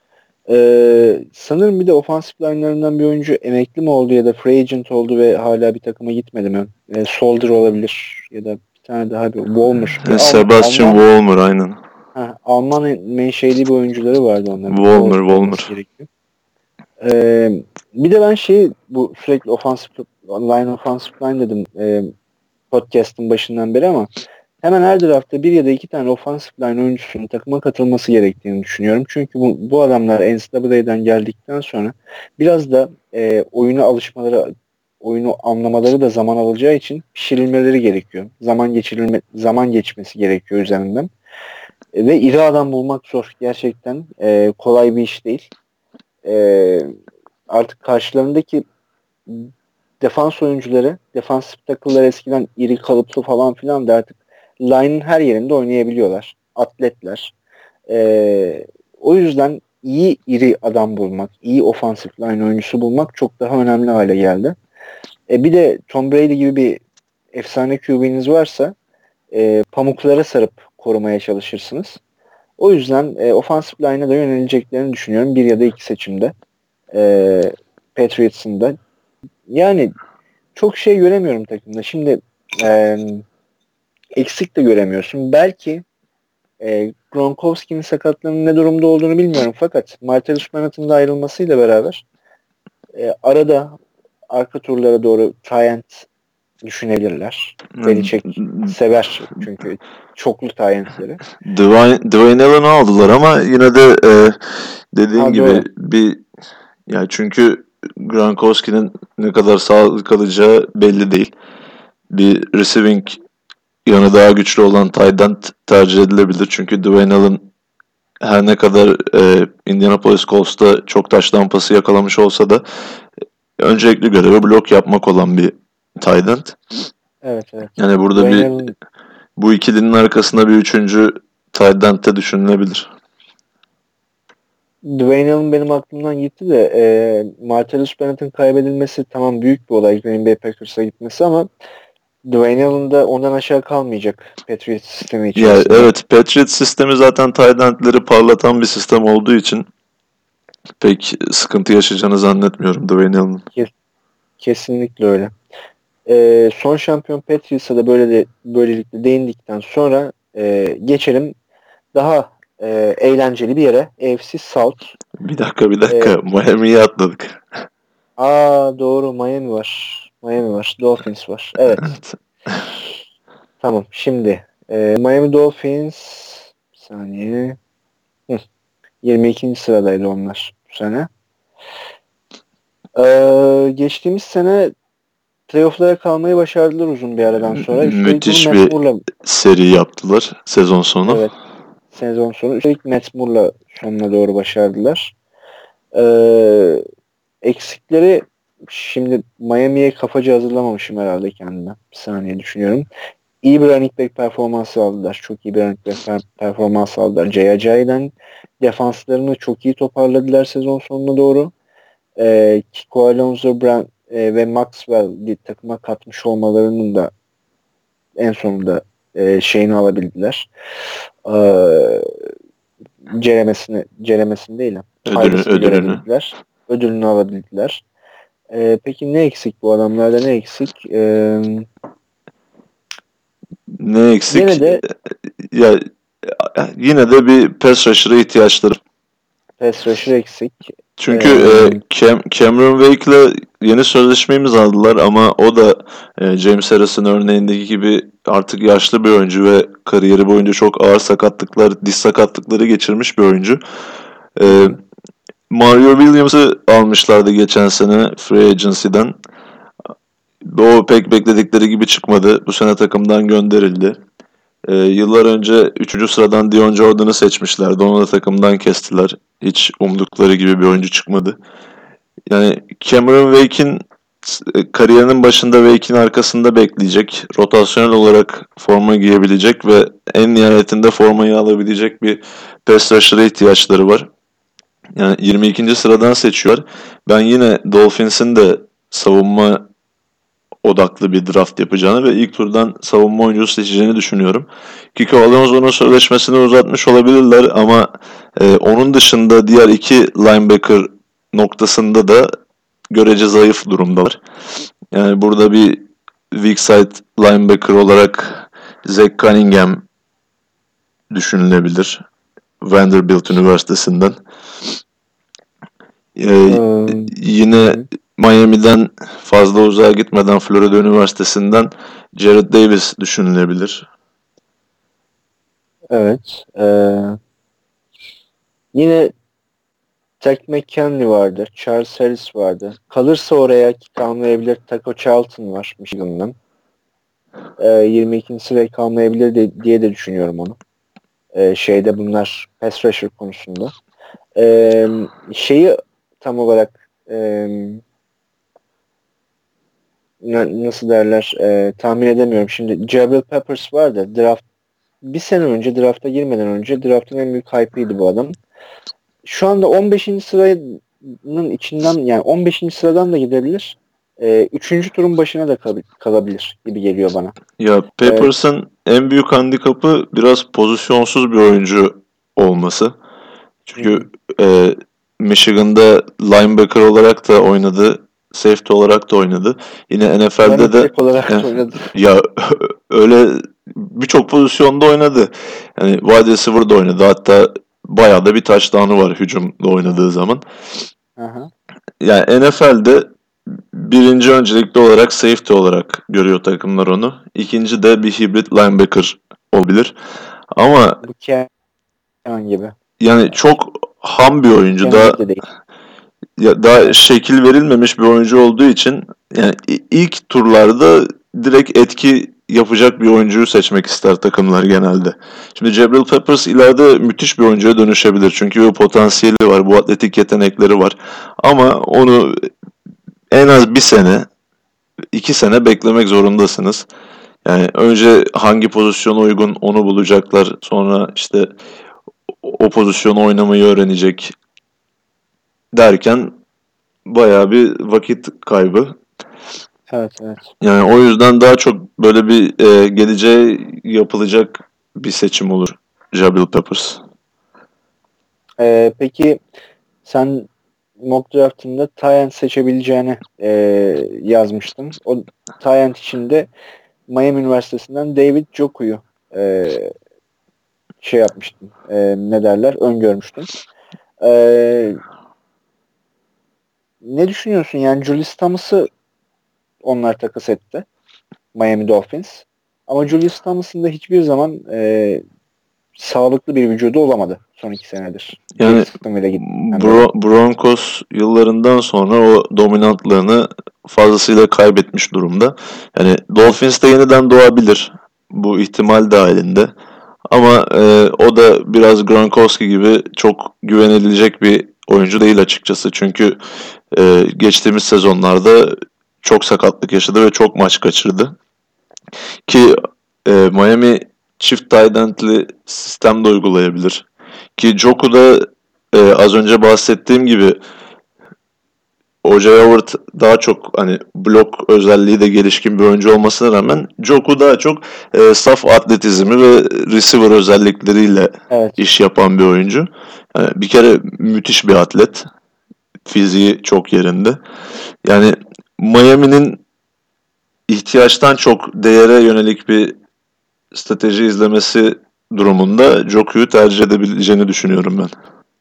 Ee, sanırım bir de ofansif line'larından bir oyuncu emekli mi oldu ya da free agent oldu ve hala bir takıma gitmedi mi? Ee, Soldier olabilir ya da bir tane daha bir Wolmer. Bir E, Al- Sebastian Alman Vollmer aynen. ha, Alman menşeli bir oyuncuları vardı onların. Vollmer, O Vollmer. olması gerekiyor. Ee, bir de ben şey bu sürekli ofansif line ofansif line dedim e, podcast'ın başından beri ama hemen her draftta bir ya da iki tane offensive line oyuncusunun takıma katılması gerektiğini düşünüyorum. Çünkü bu, bu adamlar N C A A'den geldikten sonra biraz da e, oyuna alışmaları, oyunu anlamaları da zaman alacağı için pişirilmeleri gerekiyor. Zaman geçirilme, zaman geçmesi gerekiyor üzerinden. E, ve iri adam bulmak zor. Gerçekten e, kolay bir iş değil. E, artık karşılarındaki defans oyuncuları, defans tackle'lar eskiden iri kalıplı falan filan da artık line'ın her yerinde oynayabiliyorlar. Atletler. Ee, o yüzden iyi iri adam bulmak, iyi ofansif line oyuncusu bulmak çok daha önemli hale geldi. E, bir de Tom Brady gibi bir efsane Q B'niz varsa e, pamuklara sarıp korumaya çalışırsınız. O yüzden e, ofansif line'a da yöneleceklerini düşünüyorum. Bir ya da iki seçimde. E, Patriots'ın da. Yani çok şey göremiyorum takımda. Şimdi e, eksik de göremiyorsun. Belki e, Gronkowski'nin sakatlığının ne durumda olduğunu bilmiyorum. Fakat Martellus Bennett'in de ayrılmasıyla beraber e, arada arka turlara doğru Tyent düşünebilirler. Belichick sever çünkü çoklu Tyent'leri. Dwayne, Dwayne Allen'ı aldılar ama yine de e, dediğin Ha, gibi doğru. bir, ya çünkü Gronkowski'nin ne kadar sağlıklı kalacağı belli değil. Bir receiving yanı daha güçlü olan tight end tercih edilebilir. Çünkü Dwayne Allen her ne kadar e, Indianapolis Colts'ta çok taş lampası yakalamış olsa da öncelikli görevi blok yapmak olan bir tight end. Evet, evet. Yani burada Dwayne bir, Allen, bu ikilinin arkasında bir üçüncü tight end de düşünülebilir. Dwayne Allen benim aklımdan gitti de e, Martellus Bennett'in kaybedilmesi tamam büyük bir olay Green Bay Packers'a gitmesi ama Dwayne Allen da ondan aşağı kalmayacak Patriots sistemi Ya içerisinde. evet, Patriots sistemi zaten tight end'leri parlatan bir sistem olduğu için pek sıkıntı yaşayacağını zannetmiyorum Dwayne Allen'ın. Kes- Kesinlikle öyle. Ee, son şampiyon Patriots'a da böyle de böylelikle değindikten sonra e, geçelim daha e, eğlenceli bir yere. A F C South. Bir dakika bir E, dakika Miami'yi atladık. aa doğru, Miami var. Miami var. Dolphins var. Evet. Evet. Tamam. Şimdi e, Miami Dolphins bir saniye. Hı, yirmi ikinci sıradaydı onlar bu sene. Ee, geçtiğimiz sene playoff'lara kalmayı başardılar uzun bir aradan sonra. Üstelik bunu Müthiş Matt bir Moore'la seri yaptılar sezon sonu. evet sezon sonu. Üstelik Matt Moore'la sonuna doğru başardılar. Ee, eksikleri şimdi Miami'ye kafaca hazırlamamışım herhalde kendime. Bir saniye düşünüyorum. İyi bir running back performansı aldılar. Çok iyi bir running back per- performansı aldılar. Jay Ajayi'den defanslarını çok iyi toparladılar sezon sonuna doğru. Ee, Kiko Alonso Brown e, ve Maxwell bir takıma katmış olmalarının da en sonunda e, şeyini alabildiler. Ee, ceremesini, ceremesini değil, Ödülü, faydasını ödülünü. görebildiler. Ödülünü alabildiler. Ee, peki ne eksik bu adamlarda, ne eksik? Ee, Ne eksik? Yine de Ya yine de bir pass rusher'a ihtiyaçları. pass rusher eksik. Çünkü Ee, e, Cam, Cameron Wake'le yeni sözleşme imzaladılar ama o da e, James Harrison örneğindeki gibi artık yaşlı bir oyuncu ve kariyeri boyunca çok ağır sakatlıklar, diz sakatlıkları geçirmiş bir oyuncu. E, Mario Williams'ı almışlardı geçen sene Free Agency'den. O pek bekledikleri gibi çıkmadı. Bu sene takımdan gönderildi. Ee, yıllar önce üçüncü sıradan Dion Jordan'ı seçmişlerdi. Onu da takımdan kestiler. Hiç umdukları gibi bir oyuncu çıkmadı. Yani Cameron Wake'in e, kariyerinin başında Wake'in arkasında bekleyecek. Rotasyonel olarak forma giyebilecek ve en nihayetinde formayı alabilecek bir pass rusher'a ihtiyaçları var. Yani yirmi ikinci sıradan seçiyor. Ben yine Dolphins'in de savunma odaklı bir draft yapacağını ve ilk turdan savunma oyuncusu seçeceğini düşünüyorum. Kiko Alonso'nun sözleşmesini uzatmış olabilirler ama e, onun dışında diğer iki linebacker noktasında da görece zayıf durumdalar. Yani burada bir weak side linebacker olarak Zach Cunningham düşünülebilir. Vanderbilt Üniversitesi'nden. Ee, um, yine Miami'den fazla uzağa gitmeden Florida Üniversitesi'nden Jared Davis düşünülebilir. evet. Ee, yine Jack McKinley vardı. Charles Harris vardı. Kalırsa oraya ki kalmayabilir. Taco Charlton var Michigan'dan. Ee, yirmi ikinci sıraya kalmayabilir de, diye de düşünüyorum onu. Ee, şeyde bunlar pass rusher konusunda. Ee, şeyi tam olarak e, nasıl derler e, tahmin edemiyorum. Şimdi Jabril Peppers vardı. Draft bir sene önce drafta girmeden önce draftın en büyük hype'ıydı bu adam. Şu anda on beşinci sıranın içinden, yani on beşinci sıradan da gidebilir. E, üçüncü turun başına da kal- kalabilir gibi geliyor bana. Ya Peppers'ın en büyük handikapı biraz pozisyonsuz bir oyuncu olması. Çünkü e, Michigan'da linebacker olarak da oynadı, safety olarak da oynadı. Yine N F L'de de olarak da oynadı. ya öyle birçok pozisyonda oynadı. Yani wide receiver da oynadı. Hatta bayağı da bir touchdown'u var hücumda oynadığı zaman. Aha. Yani N F L'de birinci öncelikli olarak safety olarak görüyor takımlar onu. İkinci de bir hibrit linebacker olabilir. Ama Bu Kenan gibi. yani çok ham bir oyuncu. Kenan Daha de değil. ya daha Evet. şekil verilmemiş bir oyuncu olduğu için yani ilk turlarda direkt etki yapacak bir oyuncuyu seçmek ister takımlar genelde. Şimdi Jabril Peppers ileride müthiş bir oyuncuya dönüşebilir. Çünkü o potansiyeli var, bu atletik yetenekleri var. Ama onu en az bir sene, iki sene beklemek zorundasınız. Yani önce hangi pozisyona uygun onu bulacaklar. Sonra işte o pozisyonu oynamayı öğrenecek derken bayağı bir vakit kaybı. Evet, evet. Yani o yüzden daha çok böyle bir e, geleceğe yapılacak bir seçim olur Jabril Peppers. Ee, peki sen mock draftında Tyent seçebileceğini e, yazmıştın. O Tyent için de Miami Üniversitesi'nden David Joku'yu e, şey yapmıştın. E, ne derler? Öngörmüştün. E, ne düşünüyorsun? Yani Julius Thomas'ı onlar takas etti. Miami Dolphins. Ama Julius Thomas'ın da hiçbir zaman e, sağlıklı bir vücudu olamadı son iki senedir. Yani Jacksonville'e gittikten beri. Bro- Broncos yıllarından sonra o dominantlığını fazlasıyla kaybetmiş durumda. Yani Dolphins de yeniden doğabilir. Bu ihtimal dahilinde. Ama e, o da biraz Gronkowski gibi çok güvenilecek bir oyuncu değil açıkçası. Çünkü e, geçtiğimiz sezonlarda çok sakatlık yaşadı ve çok maç kaçırdı. Ki e, Miami çift tight end'li sistem de uygulayabilir. Ki Joku da e, az önce bahsettiğim gibi O J. Howard daha çok hani blok özelliği de gelişkin bir oyuncu olmasına rağmen Joku daha çok e, saf atletizmi ve receiver özellikleriyle Evet. iş yapan bir oyuncu. Yani bir kere müthiş bir atlet. Fiziği çok yerinde. Yani Miami'nin ihtiyaçtan çok değere yönelik bir strateji izlemesi durumunda Joku'yu tercih edebileceğini düşünüyorum ben.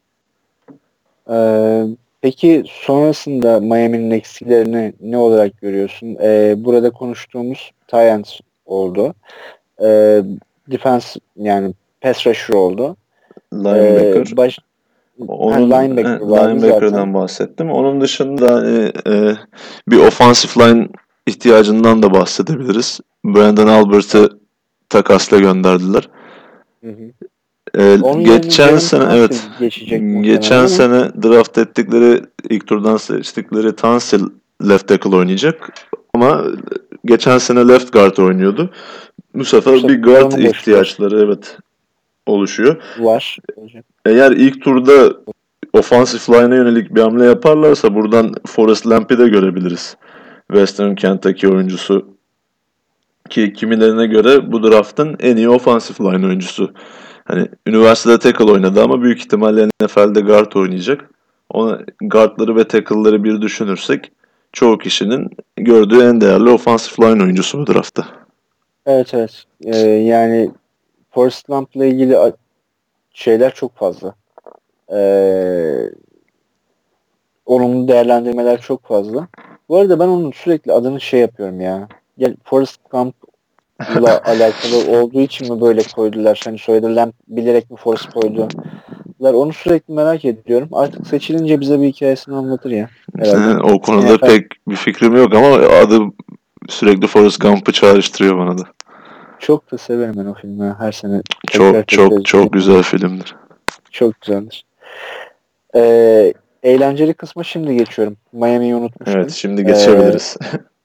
Ee, peki sonrasında Miami'nin eksiklerini ne olarak görüyorsun? Ee, burada konuştuğumuz tight end oldu. Ee, defense yani pass rusher oldu. Ee, Linebacker. baş, ha, Onun e, linebacker vardı zaten. linebacker'dan bahsettim. Onun dışında hani, e, bir offensive line ihtiyacından da bahsedebiliriz. Brandon Albert'ı takasla gönderdiler. Hı hı. E, Onun yerine geçen Jalen sene Tunsil evet geçecek muhtemelen geçen ama sene draft ettikleri ilk turdan seçtikleri Tunsil left tackle oynayacak ama geçen sene left guard oynuyordu. Bu bu sefer bir sefer guard onun boşluğu ihtiyaçları evet oluşuyor. var. Eğer ilk turda offensive line'a yönelik bir hamle yaparlarsa buradan Forrest Lamp'i de görebiliriz. Western Kentucky oyuncusu ki kimilerine göre bu draftın en iyi offensive line oyuncusu. Hani üniversitede tackle oynadı ama büyük ihtimalle N F L'de guard oynayacak. Ona guardları ve tackle'ları bir düşünürsek çoğu kişinin gördüğü en değerli offensive line oyuncusu bu draftta. Evet evet. Ee, yani Forrest Gump'la ilgili a- şeyler çok fazla. Ee, olumlu değerlendirmeler çok fazla. Bu arada ben onun sürekli adını şey yapıyorum ya. Gel Forrest Gump'la alakalı olduğu için mi böyle koydular? Hani soyadı Lamp bilerek mi Forrest koydular? Onu sürekli merak ediyorum. Artık seçilince bize bir hikayesini anlatır ya herhalde. O konuda N F L pek bir fikrim yok ama adı sürekli Forrest Gump'ı çağrıştırıyor bana da. çok da severim ben o filmi. Her sene tekrar Çok tekrar çok çok izliyorum. güzel filmdir. Çok güzeldir. Ee, eğlenceli kısma şimdi geçiyorum. Miami'yi Evet, unutmuştum. şimdi Ee, geçebiliriz.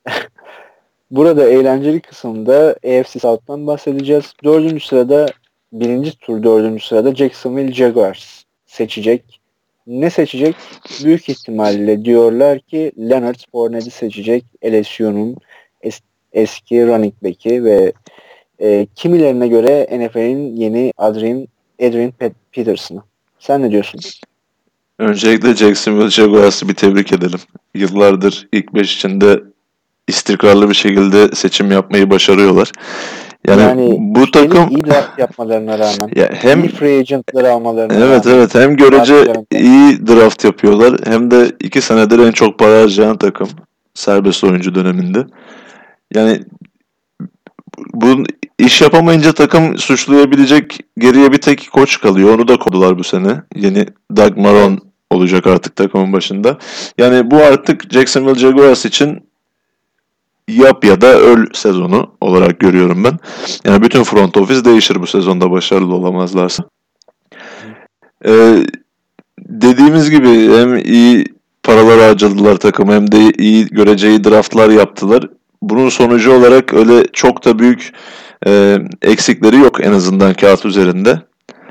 burada eğlenceli kısımda A F C South'tan bahsedeceğiz. Dördüncü sırada birinci tur dördüncü sırada Jacksonville Jaguars seçecek. Ne seçecek? Büyük ihtimalle diyorlar ki Leonard Fournette'i seçecek. L S U'nun es- eski running back'i ve e, kimilerine göre N F L'in yeni Adrian, Adrian Pe- Peterson'ı. Sen ne diyorsun? Öncelikle Jacksonville Jaguars'ı bir tebrik edelim. Yıllardır ilk beş içinde istikrarlı bir şekilde seçim yapmayı başarıyorlar. Yani Yani bu üstelik takım iyi draft yapmalarına rağmen, ya iyi hem free agentları almalarına evet rağmen evet hem görece draftlarında. iyi draft yapıyorlar hem de iki senedir en çok para harcayan takım serbest oyuncu döneminde. Yani bu iş yapamayınca takım suçlayabilecek geriye bir tek koç kalıyor. Onu da kovdular bu sene. Yeni Doug Evet. Marrone olacak artık takımın başında. Yani bu artık Jacksonville Jaguars için yap ya da öl sezonu olarak görüyorum ben. Yani bütün front office değişir bu sezonda başarılı olamazlarsa. Ee, dediğimiz gibi hem iyi paralar harcadılar takım hem de iyi göreceği draftlar yaptılar. Bunun sonucu olarak öyle çok da büyük e, eksikleri yok en azından kağıt üzerinde.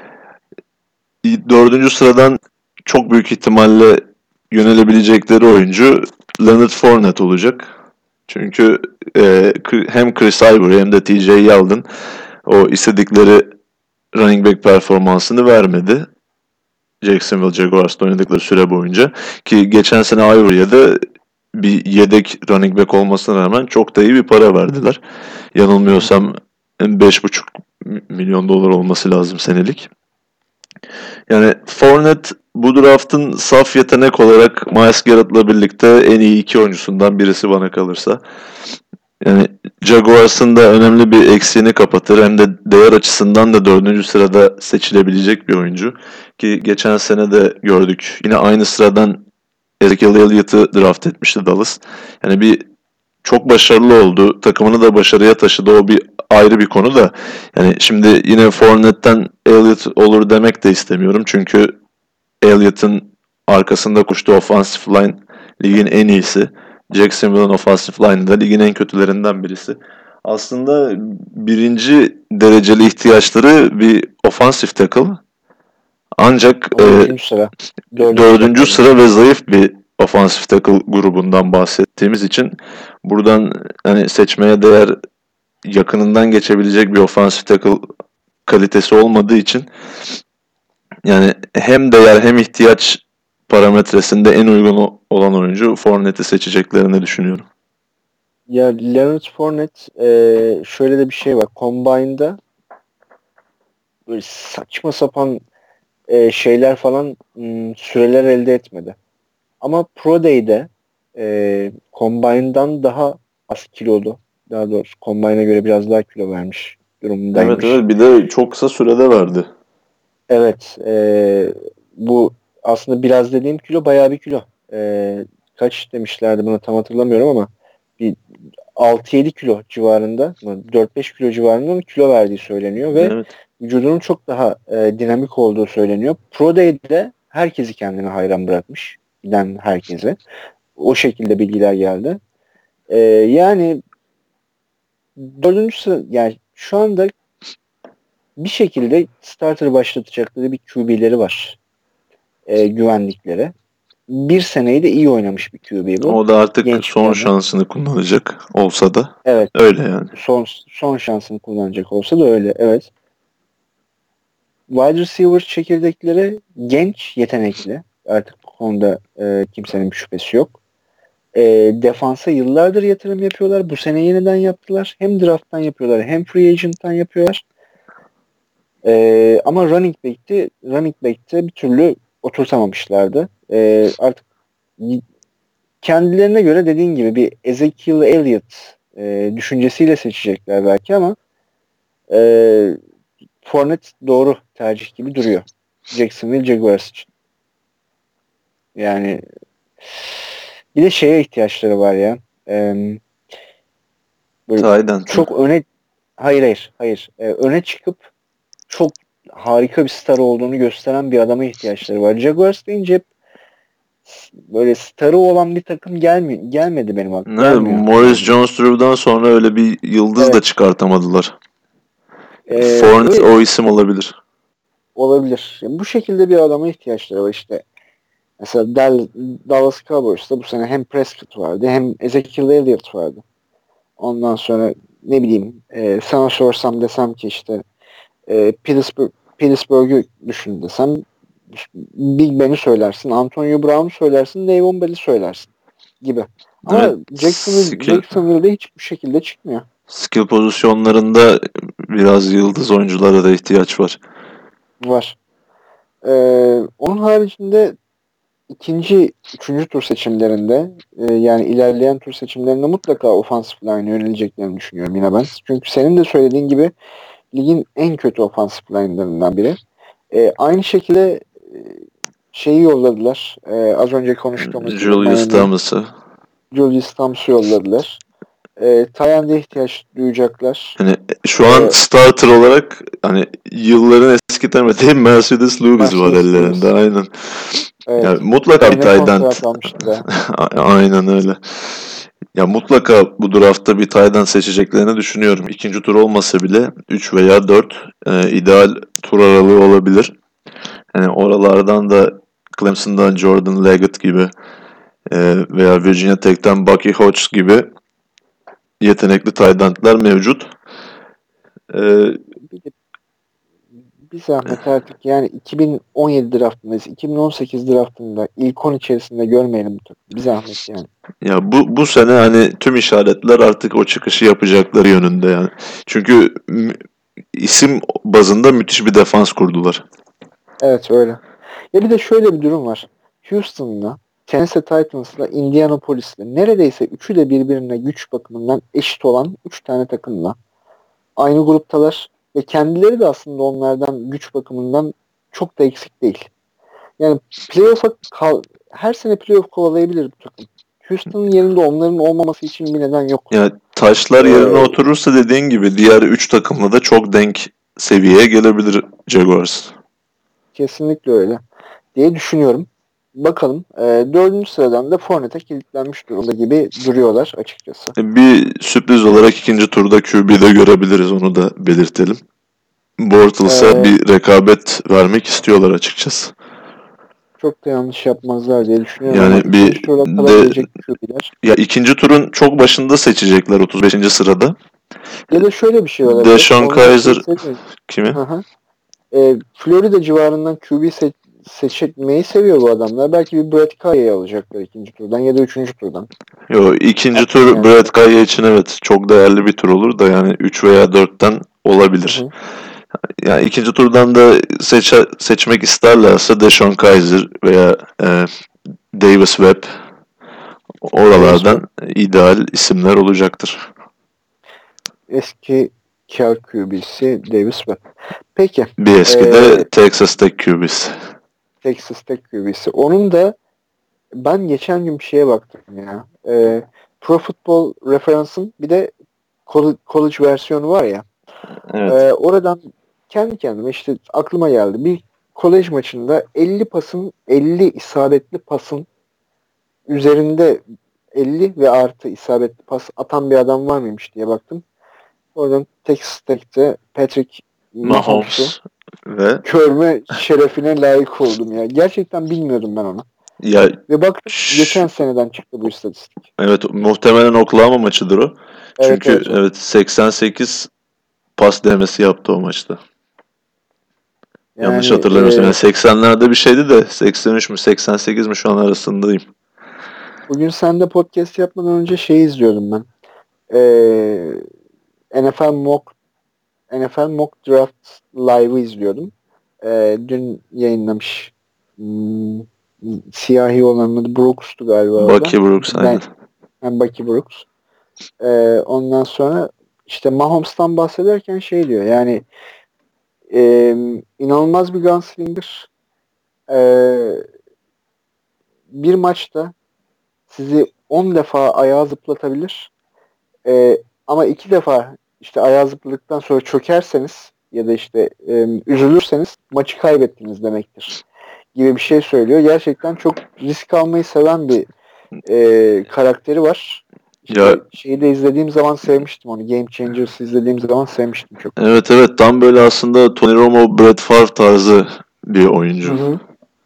Dördüncü sıradan çok büyük ihtimalle yönelebilecekleri oyuncu Leonard Fournette olacak. Çünkü e, hem Chris Ivory hem de T J Yeldon o istedikleri running back performansını vermedi. Jacksonville Jaguars'ta oynadıkları süre boyunca. Ki geçen sene Ivory'e de bir yedek running back olmasına rağmen çok da iyi bir para verdiler. Yanılmıyorsam beş buçuk milyon dolar olması lazım senelik. Yani Fournette bu draftın saf yetenek olarak Myles Garrett'la birlikte en iyi iki oyuncusundan birisi bana kalırsa. Yani Jaguars'ın da önemli bir eksiğini kapatır. Hem de değer açısından da dördüncü sırada seçilebilecek bir oyuncu. Ki geçen sene de gördük. Yine aynı sıradan Ezekiel Elliott'ı draft etmişti Dallas. Yani bir çok başarılı oldu. Takımını da başarıya taşıdı. O bir ayrı bir konu da. Yani şimdi yine Fournette'ten Elliott olur demek de istemiyorum. Çünkü Elliott'ın arkasında koştuğu offensive line ligin en iyisi. Jacksonville'ın offensive line'ı da ligin en kötülerinden birisi. Aslında birinci dereceli ihtiyaçları bir offensive tackle. Ancak Ama e, üçüncü sıra. Dördüncü, dördüncü sıra. sıra ve zayıf bir offensive tackle grubundan bahsettiğimiz için buradan hani seçmeye değer yakınından geçebilecek bir offensive tackle kalitesi olmadığı için yani hem değer hem ihtiyaç parametresinde en uygun olan oyuncu Fournette'i seçeceklerini düşünüyorum. Ya Leonard Fournette e, şöyle de bir şey var. Combine'da böyle saçma sapan e, şeyler falan m, süreler elde etmedi. Ama Pro Day'de e, Combine'dan daha az kilolu. Daha doğrusu Combine'a göre biraz daha kilo vermiş Evet durumundaymış. evet bir de çok kısa sürede verdi. Evet. E, bu aslında biraz dediğim kilo bayağı bir kilo. E, kaç demişlerdi buna tam hatırlamıyorum ama bir altı yedi kilo civarında, dört beş kilo civarında kilo verdiği söyleniyor ve Evet. vücudunun çok daha e, dinamik olduğu söyleniyor. Pro Day'de herkesi kendine hayran bırakmış. Giden herkese. O şekilde bilgiler geldi. E, yani dördüncü sıra, yani şu anda bir şekilde starter başlatacakları bir Q B'leri var. E, güvendikleri. Bir seneyi de iyi oynamış bir Q B bu. O da artık Genç bir son adam. şansını kullanacak olsa da Evet. öyle yani. Son, son şansını kullanacak olsa da öyle. Evet. Wide receiver çekirdekleri genç, yetenekli. Artık bu konuda e, kimsenin bir şüphesi yok. E, defansa yıllardır yatırım yapıyorlar. Bu sene yeniden yaptılar. Hem drafttan yapıyorlar hem free agent'tan yapıyorlar. E, ama running back'te running back'te bir türlü oturtamamışlardı. E, artık kendilerine göre dediğin gibi bir Ezekiel Elliott e, düşüncesiyle seçecekler belki ama e, Fournette doğru tercih gibi duruyor. Jacksonville Jaguars için. Yani bir de şeye ihtiyaçları var ya. Ee, böyle Trident mi? çok öne hayır hayır hayır. Ee, öne çıkıp çok harika bir star olduğunu gösteren bir adama ihtiyaçları var. Jaguars deyince hep böyle starı olan bir takım gelmiyor. Gelmedi benim aklıma. Evet, Gelmiyor Morris yani. Jones-Drew'dan sonra öyle bir yıldız da Evet. çıkartamadılar. Ee, Fournette öyle o isim olabilir. olabilir. Yani bu şekilde bir adama ihtiyaçları var işte. Mesela Dal Dallas Cowboys'ta bu sene hem Prescott vardı hem Ezekiel Elliott vardı. Ondan sonra ne bileyim e, sana sorsam desem ki işte e, Pittsburgh, Pittsburgh'ü düşün desem Big Ben'i söylersin, Antonio Brown'u söylersin, Le'Veon Bell'i söylersin gibi. Evet, Ama Jacksonville, skill, Jacksonville'de hiç bu şekilde çıkmıyor. skill pozisyonlarında biraz yıldız oyunculara da ihtiyaç var. Var. E, onun haricinde ikinci, üçüncü tur seçimlerinde e, yani ilerleyen tur seçimlerinde mutlaka offensive line'e yöneleceklerini düşünüyorum yine ben. Çünkü senin de söylediğin gibi ligin en kötü offensive line'larından biri. E, aynı şekilde e, şeyi yolladılar. E, az önce konuştuğumuz gibi Julius Miami'ye Thomas'ı. Julius Thomas'ı yolladılar. E, Tyend'e ihtiyaç duyacaklar. Hani şu an E, starter olarak hani yılların eskitemediği Mercedes Lewis var Mercedes ellerinde. Lewis. Aynen. Evet. Yani mutlaka bir Yine tight end. kontrat almıştı da. Aynen öyle. Ya mutlaka bu draftta bir tight end seçeceklerini düşünüyorum. İkinci tur olmasa bile üç veya dört e, ideal tur aralığı olabilir. Yani oralardan da Clemson'dan Jordan Leggett gibi e, veya Virginia Tech'ten Bucky Hodges gibi yetenekli tight end'ler mevcut. E, Bir, de- bir zahmet artık yani iki bin on yedi draftındayız. iki bin on sekiz draftında ilk on içerisinde görmeyelim bu takım. Bir zahmet yani. Ya bu bu sene hani tüm işaretler artık o çıkışı yapacakları yönünde yani. Çünkü m- isim bazında müthiş bir defans kurdular. Evet öyle. Ya bir de şöyle bir durum var. Houston'la, Tennessee Titans'la, Indianapolis'le neredeyse üçü de birbirine güç bakımından eşit olan üç tane takımla aynı gruptalar ve kendileri de aslında onlardan güç bakımından çok da eksik değil. Yani playoff'a kal her sene playoff kovalayabilir bu takım. Houston'ın yerinde onların olmaması için bir neden yok. Yani taşlar yerine Ee, oturursa dediğin gibi diğer üç takımla da çok denk seviyeye gelebilir Jaguars. Kesinlikle öyle diye düşünüyorum. Bakalım. E, dördüncü sıradan da Fournette'e kilitlenmiş durumda gibi duruyorlar açıkçası. Bir sürpriz olarak ikinci turda Q B'de görebiliriz, onu da belirtelim. Bortles'a Ee, bir rekabet vermek istiyorlar açıkçası. Çok da yanlış yapmazlar diye düşünüyorum ama Yani ikinci bir turda de kalabilecek Q B'ler. ya ikinci turun çok başında seçecekler otuz beşinci sırada. Ya da şöyle bir şey olabilir. Deshaun Onlar şey Kaiser seviyor. kimi? Hı hı. E, Florida civarından Q B se- seçmeyi seviyor bu adamlar. Belki bir Brett Kaya'yı alacaklar ikinci turdan ya da üçüncü turdan. Yo, ikinci tur Yani, Brett Kaya için evet çok değerli bir tur olur da yani üç veya dörtten hı olabilir. hı. Yani ikinci turdan da seçe, seçmek isterlerse Deshaun Kaiser veya e, Davis Webb Davis Webb. oralardan ideal isimler olacaktır. Eski kar Q B'si Davis Webb. Peki. Bir eski de E, Texas Tech Q B'si. Texas Tech Q B'si. Onun da ben geçen gün bir şeye baktım ya. E, Pro Football Reference'ın bir de college, college versiyonu var ya. E, Evet. oradan kendi kendime işte aklıma geldi. Bir kolej maçında elli pasın elli isabetli pasın üzerinde elli ve artı isabetli pas atan bir adam var mıymış diye baktım. Oradan Texas Tech'te Patrick Mahomes'u Mahomes ve görme şerefine layık oldum ya. Gerçekten bilmiyordum ben onu. ya Ve baktım ş- geçen seneden çıktı bu istatistik. evet, muhtemelen Oklahoma maçıdır o. Evet Çünkü evet o. evet seksen sekiz pas denemesi yaptı o maçta. Yanlış Yani hatırlamıyorsam. Yani e, seksenlerde bir şeydi de seksen üç mü seksen sekiz mi şu an arasındayım. bugün sende podcast yapmadan önce şey izliyordum ben. E, N F L Mock N F L Mock Draft Live'ı izliyordum. E, dün yayınlamış. Hmm, siyahi olanın adı Brooks'tu galiba orada. Bucky Brooks aynen. Ben, ben Bucky Brooks. E, ondan sonra işte Mahomes'tan bahsederken şey diyor yani e, inanılmaz bir gunslinger. E, bir maçta sizi on defa ayağa zıplatabilir. E, ama iki defa işte ayağa zıpladıktan sonra çökerseniz ya da işte e, üzülürseniz maçı kaybettiniz demektir gibi bir şey söylüyor. Gerçekten çok risk almayı seven bir e, karakteri var. Ya İşte şeyi de izlediğim zaman sevmiştim onu. Game Changers izlediğim zaman sevmiştim çok. evet evet, tam böyle aslında Tony Romo, Brett Favre tarzı bir Hı oyuncu. hı.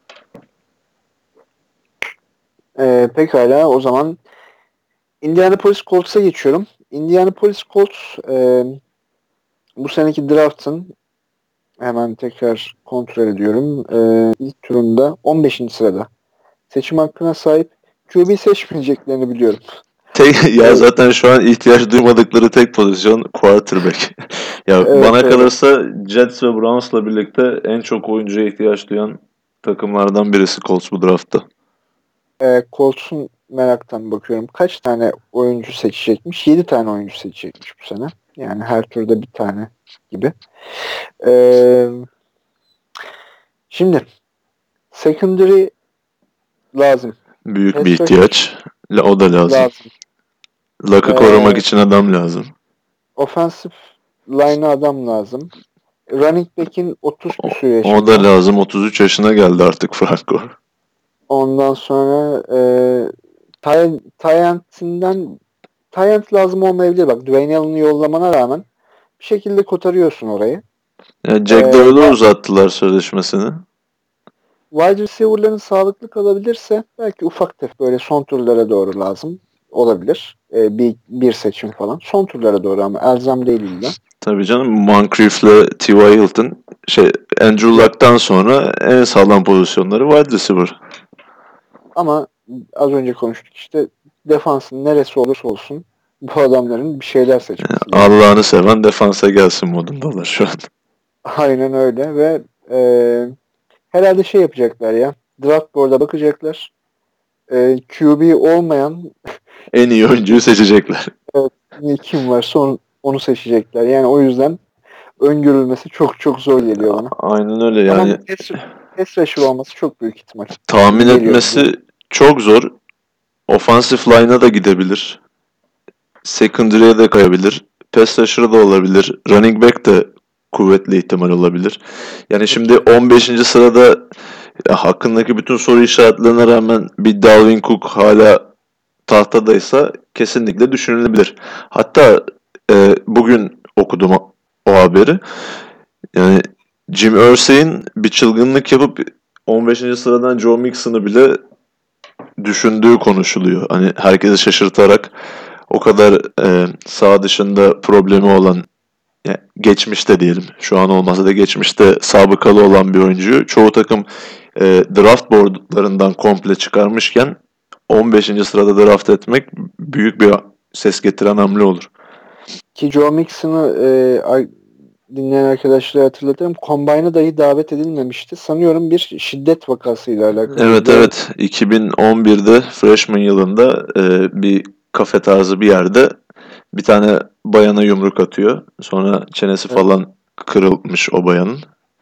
E, pekala o zaman Indianapolis Colts'a geçiyorum. Indianapolis Colts e, bu seneki draft'ın hemen tekrar kontrol ediyorum. E, ilk turunda on beşinci sırada seçim hakkına sahip. Q B seçmeyeceklerini biliyorum. Tek, ya E, zaten şu an ihtiyaç duymadıkları tek pozisyon quarterback. Ya evet bana öyle. kalırsa Jets ve Browns'la birlikte en çok oyuncuya ihtiyaç duyan takımlardan birisi Colts bu draftta. E, Colts'un meraktan bakıyorum. Kaç tane oyuncu seçecekmiş? yedi tane oyuncu seçecekmiş bu sene. Yani her turda bir tane gibi. E, şimdi secondary lazım. Büyük bir Pass rusher ihtiyaç. La- O da lazım. lazım. Luck'ı korumak E, için adam lazım. offensive line'a adam lazım. Running back'in otuz O, küsur o da yaşında. lazım. otuz üç yaşına geldi artık Franco. Ondan sonra e, Tyent'inden Tyent lazım olmayabilir. Bak Dwayne Allen'ı yollamana rağmen bir şekilde kotarıyorsun orayı. Ya Jack E, Doyle'a uzattılar sözleşmesini. wide receiver'ların sağlıklı kalabilirse belki ufak tefek böyle son turlara doğru lazım olabilir. E, bir, bir seçim falan. Son turlara doğru ama elzem değil illa. Tabii canım, Moncrief'le T Y. Hilton şey Andrew Ya, Luck'tan sonra en sağlam pozisyonları wide receiver. ama az önce konuştuk işte defansın neresi olursa olsun bu adamların bir şeyler seçmesi gerekiyor. Allah'ını seven defansa gelsin modundalar şu an. Aynen öyle ve e, herhalde şey yapacaklar ya. Draft board'a bakacaklar. E, Q B olmayan En iyi oyuncuyu seçecekler. e, kim varsa onu, onu seçecekler. Yani o yüzden öngörülmesi çok çok zor geliyor bana. Aynen öyle Ama yani. pass, pass rusher olması çok büyük ihtimal Tahmin gibi geliyor. etmesi çok zor. offensive line'a da gidebilir. Secondary'e de kayabilir. Pass rusher'ı da olabilir. Running back de kuvvetli ihtimal olabilir. Yani şimdi on beşinci sırada ya, hakkındaki bütün soru işaretlerine rağmen bir Dalvin Cook hala tahtadaysa kesinlikle düşünülebilir. Hatta e, bugün okudum o, o haberi. Yani Jim Irsay'in bir çılgınlık yapıp on beşinci sıradan Joe Mixon'ı bile düşündüğü konuşuluyor. Hani herkesi şaşırtarak o kadar e, sağ dışında problemi olan, yani geçmişte diyelim, şu an olmasa da geçmişte sabıkalı olan bir oyuncuyu çoğu takım e, draft boardlarından komple çıkarmışken on beşinci sırada draft etmek büyük bir ses getiren hamle olur. Ki Joe Mixon'ı e, dinleyen arkadaşlara hatırlatırım. Combine'a dahi davet edilmemişti. Sanıyorum bir şiddet vakasıyla alakalı. Evet evet. iki bin on birde freshman yılında e, bir kafe tarzı bir yerde bir tane bayana yumruk atıyor. Sonra çenesi Evet. falan kırılmış o bayanın.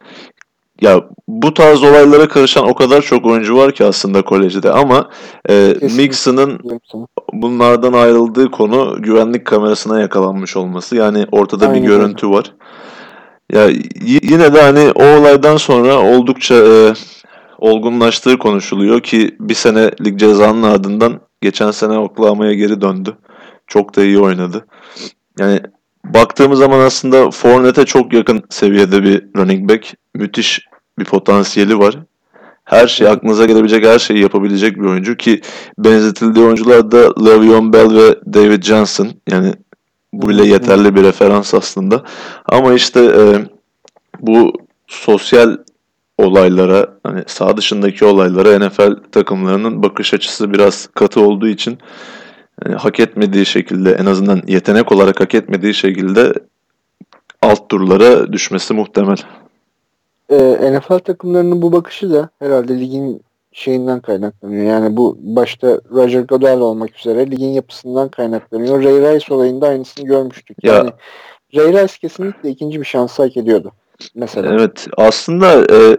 Ya bu tarz olaylara karışan o kadar çok oyuncu var ki aslında kolejde ama e, Mixon'ın bunlardan ayrıldığı konu güvenlik kamerasına yakalanmış olması. Yani ortada Aynen bir görüntü öyle. var. Ya y- yine de hani o olaydan sonra oldukça e, olgunlaştığı konuşuluyor ki bir senelik cezanın ardından geçen sene Oklahoma'ya geri döndü. Çok da iyi oynadı. Yani baktığımız zaman aslında Fournette'e çok yakın seviyede bir running back. Müthiş bir potansiyeli var. Her şey, aklınıza gelebilecek her şeyi yapabilecek bir oyuncu ki benzetildiği oyuncular da Le'Veon Bell ve David Johnson. Yani bu bile yeterli bir referans aslında. Ama işte e, bu sosyal olaylara, hani sağ dışındaki olaylara N F L takımlarının bakış açısı biraz katı olduğu için yani hak etmediği şekilde, en azından yetenek olarak hak etmediği şekilde alt turlara düşmesi muhtemel. Ee, N F L takımlarının bu bakışı da herhalde ligin şeyinden kaynaklanıyor. Yani bu başta Roger Goodell olmak üzere ligin yapısından kaynaklanıyor. Ray Rice olayında aynısını görmüştük. Ya, Yani Ray Rice kesinlikle ikinci bir şansı hak ediyordu. Mesela. evet, aslında e,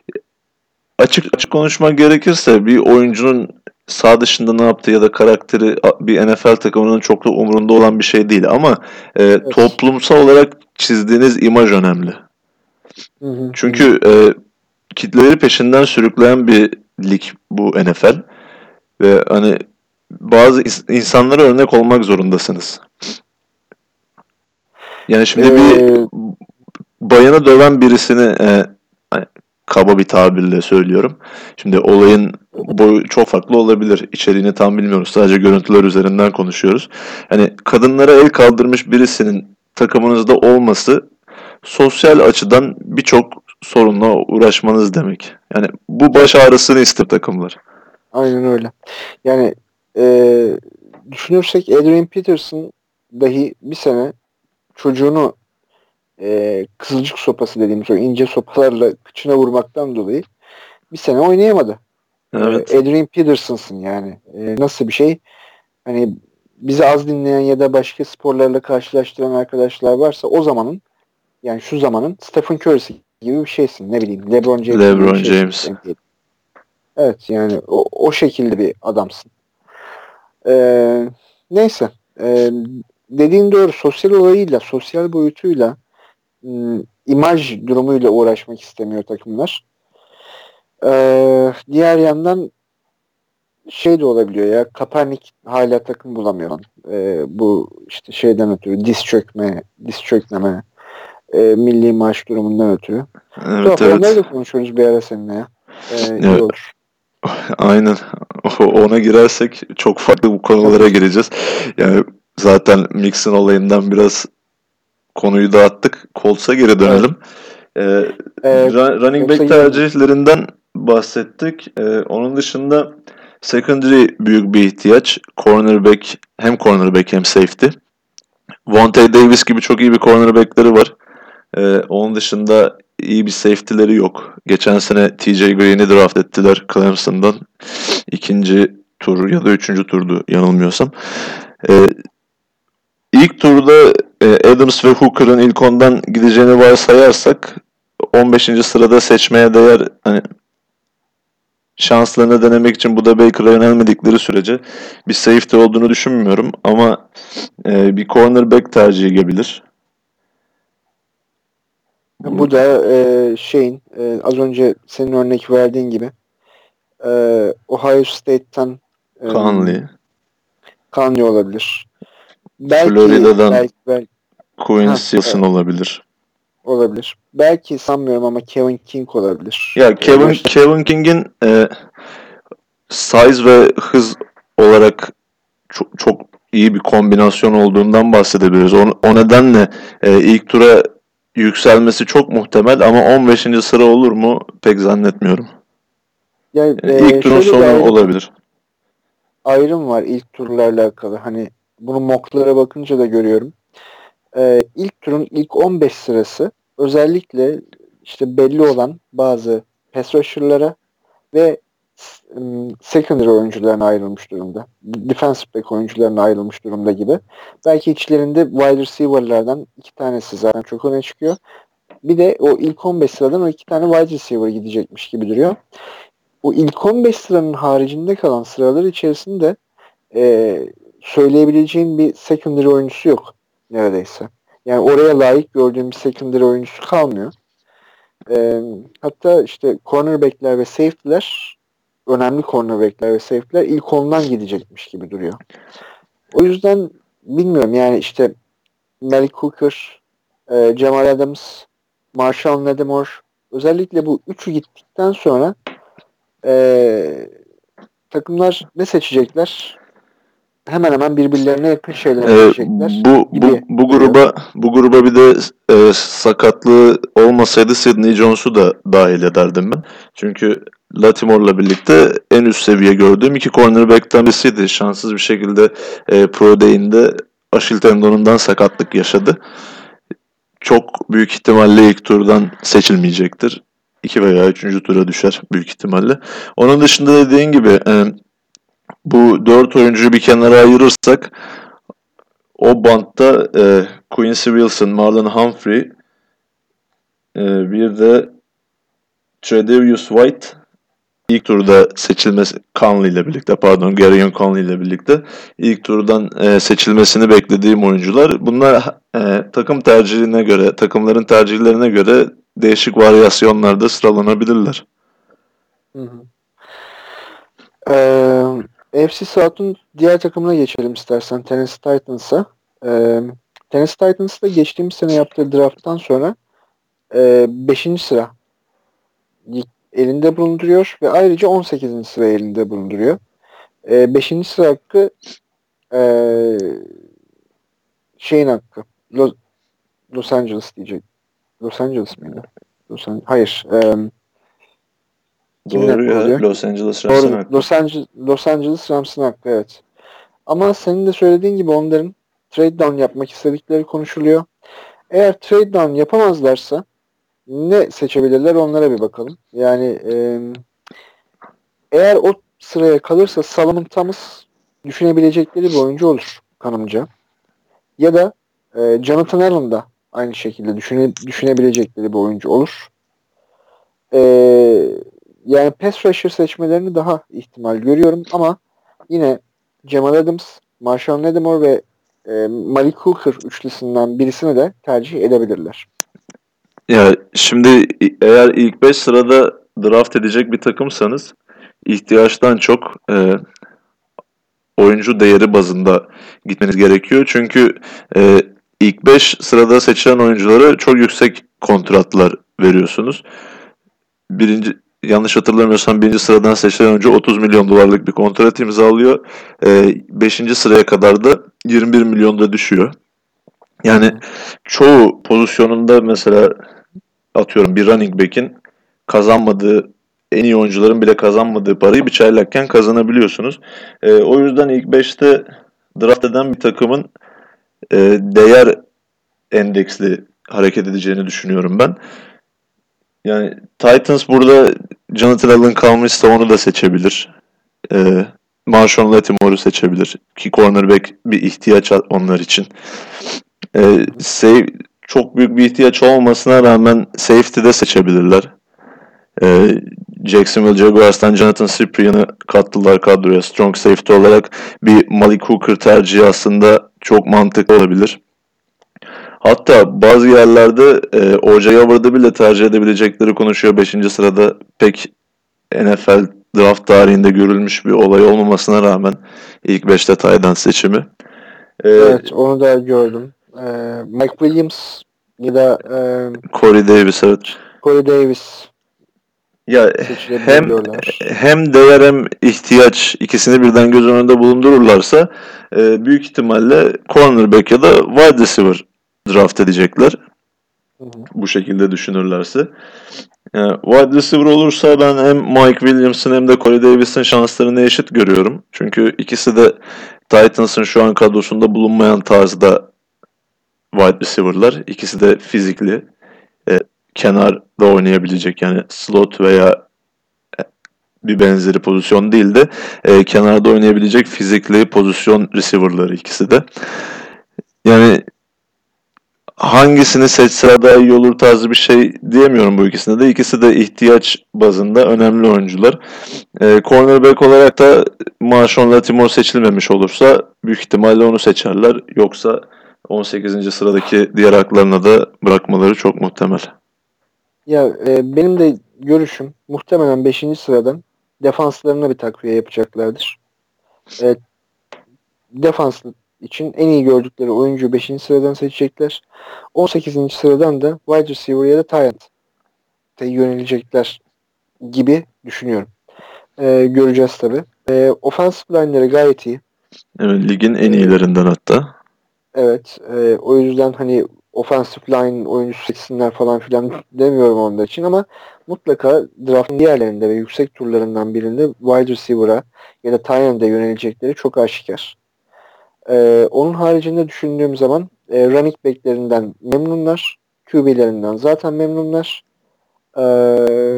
açık açık konuşmak gerekirse bir oyuncunun sağ dışında ne yaptığı ya da karakteri bir N F L takımının çok da umurunda olan bir şey değil ama e, Evet. toplumsal olarak çizdiğiniz imaj önemli. Hı hı, Çünkü hı. e, kitleleri peşinden sürükleyen bir lig bu N F L ve hani bazı ins- insanlara örnek olmak zorundasınız. Yani şimdi Ee, bir bayanı döven birisini e, hani kaba bir tabirle söylüyorum. Şimdi olayın boyu çok farklı olabilir. İçeriğini tam bilmiyoruz. Sadece görüntüler üzerinden konuşuyoruz. Hani kadınlara el kaldırmış birisinin takımınızda olması sosyal açıdan birçok sorunla uğraşmanız demek. Yani bu baş ağrısını ister takımlar. Aynen öyle. Yani e, düşünürsek Adrian Peterson dahi bir sene çocuğunu e, kızılcık sopası dediğimiz o ince sopalarla kıçına vurmaktan dolayı bir sene oynayamadı. E, Evet. Adrian Peterson'sın yani. E, nasıl bir şey? Hani bizi az dinleyen ya da başka sporlarla karşılaştıran arkadaşlar varsa o zamanın, yani şu zamanın Stephen Curry'si gibi bir şeysin. Ne bileyim LeBron James gibi bir LeBron şeysin. James. Evet, yani o, o şekilde bir adamsın. Ee, neyse. Ee, dediğin doğru. Sosyal olayıyla, sosyal boyutuyla, ım, imaj durumuyla uğraşmak istemiyor takımlar. Ee, diğer yandan şey de olabiliyor ya. Kaepernick hala takım bulamıyor. Ee, bu işte şeyden ötürü diz çökme, diz çökmeme, e, milli maaş durumundan ötürü. Evet, Tuhaf. Onları evet. da konuşuruz bir ara seninle ya. Ee, iyi Ya, olur. aynen. Ona girersek çok farklı bu konulara gireceğiz. Yani zaten Mixon olayından biraz konuyu dağıttık. Colts'a geri dönelim. Ee, Ee, running Colts'a back girelim. tercihlerinden bahsettik. Ee, onun dışında secondary büyük bir ihtiyaç. Cornerback, hem cornerback hem safety. Vontae Davis gibi çok iyi bir cornerbackleri var. Ee, onun dışında iyi bir safety'leri yok. Geçen sene T J Green'i draft ettiler Clemson'dan. İkinci tur ya da üçüncü turdu yanılmıyorsam. Ee, ilk turda e, Adams ve Hooker'ın ilk ondan gideceğini varsayarsak on beşinci sırada seçmeye değer hani şanslarını denemek için Buda Baker'a yönelmedikleri sürece bir safety olduğunu düşünmüyorum ama e, bir cornerback tercihi gelebilir. Bu da e, şeyin e, az önce senin örnek verdiğin gibi e, Ohio State'ten e, Conley, Kanye olabilir. Belki Florida'dan belki, belki Quincy ha, Wilson olabilir. olabilir. Belki sanmıyorum ama Kevin King olabilir. Ya E, Kevin yaşlı. Kevin King'in e, size ve hız olarak çok, çok iyi bir kombinasyon olduğundan bahsedebiliriz. O, o nedenle e, ilk tura yükselmesi çok muhtemel ama on beşinci sıra olur mu pek zannetmiyorum. Yani, Yani ilk e, turun şöyle bir sonu ayrım olabilir. ayrım var ilk turlarla alakalı. Hani bunu mock'lara bakınca da görüyorum. E, ilk turun ilk on beş sırası özellikle işte belli olan bazı pass rusher'lara ve ım, secondary oyuncularına ayrılmış durumda. Defensive back oyuncularına ayrılmış durumda gibi. Belki içlerinde wide receiver'lardan iki tanesi zaten çok öne çıkıyor. Bir de o ilk on beş sıradan o iki tane wide receiver gidecekmiş gibi duruyor. O ilk on beş sıranın haricinde kalan sıralar içerisinde e, söyleyebileceğin bir secondary oyuncusu yok neredeyse. Yani oraya layık gördüğüm bir secondary oyuncusu kalmıyor. E, hatta işte cornerback'ler ve safety'ler önemli cornerback'ler ve safety'ler ilk ondan gidecekmiş gibi duruyor. O yüzden bilmiyorum yani işte Malik Hooker, e, Jamal Adams, Marshall Lattimore özellikle bu üçü gittikten sonra e, takımlar ne seçecekler? Hemen hemen birbirlerine yakın şeyler Ee, seçecekler bu bu gibi bu duruyor. gruba bu gruba bir de e, sakatlığı olmasaydı Sidney Jones'u da dahil ederdim ben. Çünkü Latimore'la birlikte en üst seviye gördüğüm iki cornerback'ten birisiydi. Şanssız bir şekilde e, Pro Day'inde Aşil tendonundan sakatlık yaşadı. Çok büyük ihtimalle ilk turdan seçilmeyecektir. İki veya üçüncü tura düşer büyük ihtimalle. Onun dışında dediğin gibi e, bu dört oyuncuyu bir kenara ayırırsak o bantta e, Quincy Wilson, Marlon Humphrey, e, bir de Tredavious White ilk turda seçilmesi Conley ile birlikte pardon Garyon Conley ile birlikte ilk turdan e, seçilmesini beklediğim oyuncular. Bunlar e, takım tercihine göre, takımların tercihlerine göre değişik varyasyonlarda sıralanabilirler. Hı hı. Ee, F C South'un diğer takımına geçelim istersen Tennessee Titans'a. Ee, Tennessee Titans da geçtiğimiz sene yaptığı drafttan sonra e, beşinci sıra elinde bulunduruyor ve ayrıca on sekizinci sıra elinde bulunduruyor. E, beşinci sıra hakkı e, şeyin hakkı Los, Los Angeles diyecek. Los Angeles mıydı? Los An- Hayır. E, kimin Doğru hakkı ya, oluyor? Los Angeles Rams'ın Doğru. hakkı. Los Angeles, Los Angeles Rams'ın hakkı evet. Ama senin de söylediğin gibi onların trade down yapmak istedikleri konuşuluyor. Eğer trade down yapamazlarsa ne seçebilirler onlara bir bakalım. Yani e, eğer o sıraya kalırsa Solomon Thomas düşünebilecekleri bir oyuncu olur kanımca. Ya da e, Jonathan Allen da aynı şekilde düşüne, düşünebilecekleri bir oyuncu olur. E, yani pass rusher seçmelerini daha ihtimal görüyorum ama yine Jamal Adams, Marshall Lattimore ve e, Malik Hooker üçlüsünden birisini de tercih edebilirler. Ya şimdi eğer ilk beş sırada draft edecek bir takımsanız ihtiyaçtan çok e, oyuncu değeri bazında gitmeniz gerekiyor. Çünkü e, ilk beş sırada seçilen oyunculara çok yüksek kontratlar veriyorsunuz. Birinci yanlış hatırlamıyorsam birinci sıradan seçilen oyuncu otuz milyon dolarlık bir kontrat imzalıyor. E, beşinci sıraya kadar da yirmi bir milyonda düşüyor. Yani Hı-hı. çoğu pozisyonunda mesela atıyorum bir running back'in kazanmadığı en iyi oyuncuların bile kazanmadığı parayı bir çaylakken kazanabiliyorsunuz. E, o yüzden ilk beşte draft eden bir takımın e, değer endeksli hareket edeceğini düşünüyorum ben. Yani Titans burada Jonathan Allen kalmışsa onu da seçebilir. E, Marshawn Lattimore'u seçebilir. Ki cornerback bir ihtiyaç onlar için. E, save, çok büyük bir ihtiyaç olmasına rağmen safety de seçebilirler. E, Jacksonville Jaguars'tan Jonathan Cyprian'ı kattılar kadroya strong safety olarak. Bir Malik Hooker tercihi aslında çok mantıklı olabilir. Hatta bazı yerlerde e, O J Howard'ı bile tercih edebilecekleri konuşuyor. Beşinci sırada pek N F L draft tarihinde görülmüş bir olay olmamasına rağmen ilk beşte tight end seçimi. Ee, evet, onu da gördüm. Ee, Mike Williams ya da e, Corey Davis, evet. Corey Davis ya hem hem değer hem ihtiyaç ikisini birden göz önünde bulundururlarsa e, büyük ihtimalle cornerback ya da wide receiver draft edecekler. Hı hı. Bu şekilde düşünürlerse. Yani wide receiver olursa ben hem Mike Williams'ın hem de Corey Davis'in şanslarını eşit görüyorum. Çünkü ikisi de Titans'ın şu an kadrosunda bulunmayan tarzda wide receiver'lar. İkisi de fizikli. E, kenarda oynayabilecek, yani slot veya bir benzeri pozisyon değil de e, kenarda oynayabilecek fizikli pozisyon receiver'ları ikisi de. Yani hangisini seçse daha iyi olur tarzı bir şey diyemiyorum bu ikisine de. İkisi de ihtiyaç bazında önemli oyuncular. E, cornerback olarak da Marshawn Lattimore seçilmemiş olursa büyük ihtimalle onu seçerler. Yoksa on sekizinci sıradaki diğer haklarına da bırakmaları çok muhtemel. Ya e, benim de görüşüm muhtemelen beşinci sıradan defanslarına bir takviye yapacaklardır. E, defans için en iyi gördükleri oyuncu beşinci sıradan seçecekler. on sekizinci sıradan da wide receiver ya da tight end'e yönelecekler gibi düşünüyorum. E, göreceğiz tabii. E, offensive line'leri gayet iyi. Evet, ligin en iyilerinden hatta. Evet. E, o yüzden hani offensive line oyuncusu seçsinler falan filan demiyorum onlar için ama mutlaka draftın diğerlerinde ve yüksek turlarından birinde wide receiver'a ya da tight end'e yönelecekleri çok aşikar. E, onun haricinde düşündüğüm zaman e, running back'lerinden memnunlar. Q B'lerinden zaten memnunlar. Eee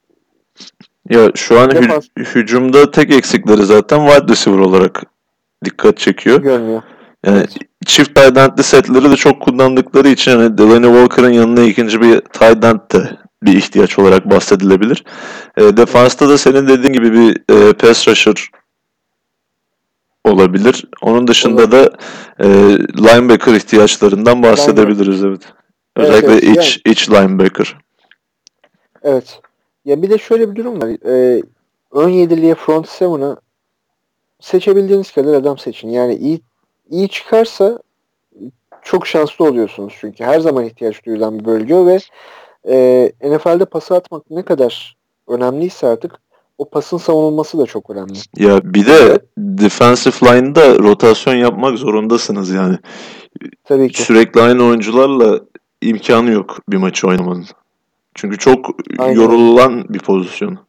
Ya şu an hü- hücumda tek eksikleri zaten wide receiver olarak dikkat çekiyor. Görünüyor. Yani evet. Çift tight end'li setleri de çok kullandıkları için hani Delaney Walker'ın yanına ikinci bir tight end de bir ihtiyaç olarak bahsedilebilir. E, defansta da senin dediğin gibi bir e, pass rusher olabilir. Onun dışında olabilir. da e, linebacker ihtiyaçlarından bahsedebiliriz, linebacker. Evet. Özellikle evet, evet. iç yani, iç linebacker. Evet. Ya bir de şöyle bir durum var. Ee, ön yediliye front seven'ı seçebildiğiniz kadar adam seçin. Yani iyi iyi çıkarsa çok şanslı oluyorsunuz çünkü her zaman ihtiyaç duyulan bir bölge ve e, N F L'de pası atmak ne kadar önemliyse artık o pasın savunulması da çok önemli. Ya bir de evet. Defensive line'da rotasyon yapmak zorundasınız yani. Tabii ki. Sürekli aynı oyuncularla imkanı yok bir maçı oynamanın. Çünkü çok aynen. Yorulan bir pozisyon.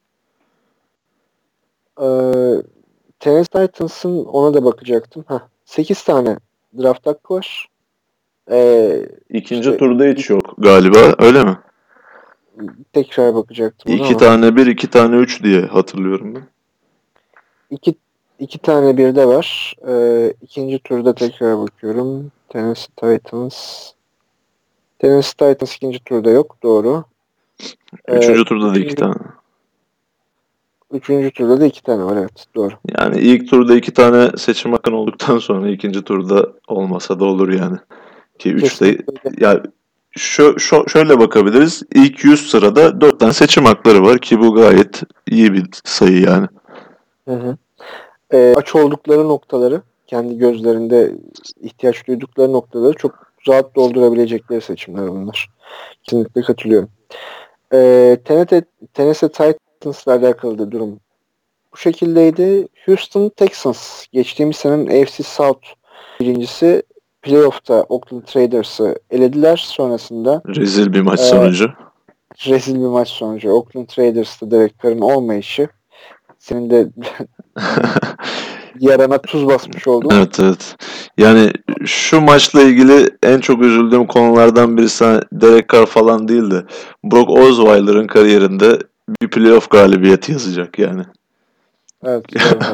Ee, Tennessee Titans'ın ona da bakacaktım. Heh, sekiz tane draft hakkı var. Ee, İkinci işte, turda hiç yok galiba, öyle mi? Tekrar bakacaktım. İki tane bir, iki tane üç diye hatırlıyorum ben. İki, iki tane bir de var. Ee, ikinci turda tekrar bakıyorum. Tennessee Titans. Tennessee Titans ikinci turda yok. Doğru. Üçüncü ee, turda da iki tane. Üçüncü turda da iki tane var, evet. Doğru. Yani ilk turda iki tane seçim hakkın olduktan sonra ikinci turda olmasa da olur yani. Ki üçte yani şu, şu, şöyle bakabiliriz. İlk yüz sırada dört tane seçim hakları var ki bu gayet iyi bir sayı yani. Hı hı. E, aç oldukları noktaları, kendi gözlerinde ihtiyaç duydukları noktaları çok rahat doldurabilecekleri seçimler bunlar. Kesinlikle katılıyorum. E, Tennessee, Tennessee Titans'la alakalı da durum bu şekildeydi. Houston Texans geçtiğimiz senenin A F C South birincisi playoff'ta Oakland Raiders'ı elediler. Sonrasında rezil bir maç e, sonucu. Rezil bir maç sonucu. Oakland Raiders'ta Derek Carr'ın olmayışı. Senin de yarana tuz basmış oldum. Evet evet. Yani şu maçla ilgili en çok üzüldüğüm konulardan birisi Derek Carr falan değil de Brock Osweiler'ın kariyerinde bir playoff galibiyeti yazacak yani. Evet, doğru.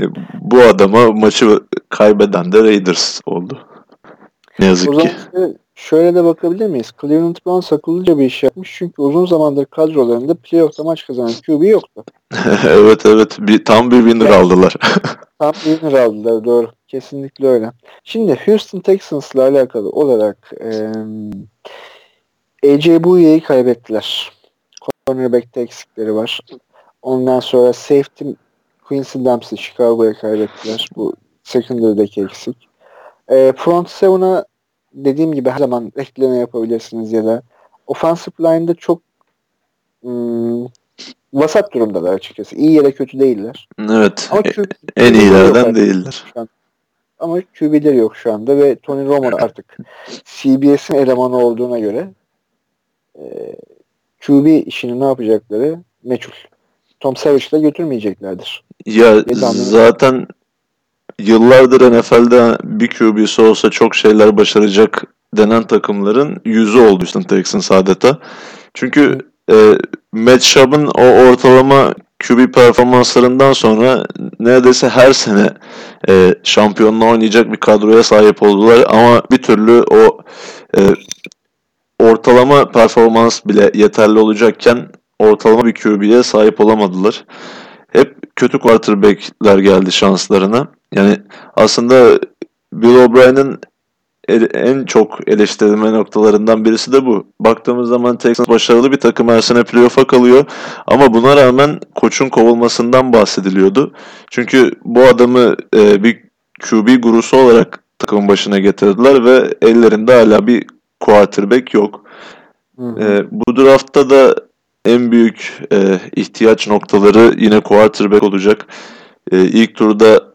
Bu adama maçı kaybeden de Raiders oldu. Ne yazık o ki. zaman şöyle de bakabilir miyiz? Cleveland Browns akıllıca bir iş yapmış. Çünkü uzun zamandır kadrolarında playoff'ta maç kazanan Q B yoktu. Evet evet. Bir, tam bir winner Yani aldılar. tam bir winner aldılar. Doğru. Kesinlikle öyle. Şimdi Houston Texans'la alakalı olarak eee A J Bouyer'i kaybettiler. Cornerback'te eksikleri var. Ondan sonra safety Quincy Dempsey Chicago'ya kaybettiler. Bu secondary'deki eksik. E, front seven'a dediğim gibi her zaman ekleme yapabilirsiniz ya da offensive line'da çok ım, vasat durumdalar açıkçası. İyi ya da kötü değiller. Evet. Ama e- Q, En Q B'leri yok iyilerden artık değiller. şu an. Ama Q B'leri yok şu anda ve Tony Romo da artık C B S'in elemanı olduğuna göre e, Q B işini ne yapacakları meçhul. Tom Savage'la götürmeyeceklerdir Ya diye tahmin ediyorum. zaten yıllardır N F L'de bir Q B'si olsa çok şeyler başaracak denen takımların yüzü oldu Houston Texans adeta. Çünkü Hı, e, Matt Schaub'un o ortalama Q B performanslarından sonra neredeyse her sene e, şampiyonluğa oynayacak bir kadroya sahip oldular ama bir türlü o e, ortalama performans bile yeterli olacakken ortalama bir Q B'ye sahip olamadılar. Hep kötü quarterback'ler geldi şanslarına. Yani aslında Bill O'Brien'in en çok eleştirilme noktalarından birisi de bu. Baktığımız zaman Texans başarılı bir takım, her sene playoff'a kalıyor. Ama buna rağmen koçun kovulmasından bahsediliyordu. Çünkü bu adamı e, bir Q B gurusu olarak takımın başına getirdiler ve ellerinde hala bir quarterback yok. hı, hı. E, bu draftta da en büyük e, ihtiyaç noktaları yine quarterback olacak. E, ilk turda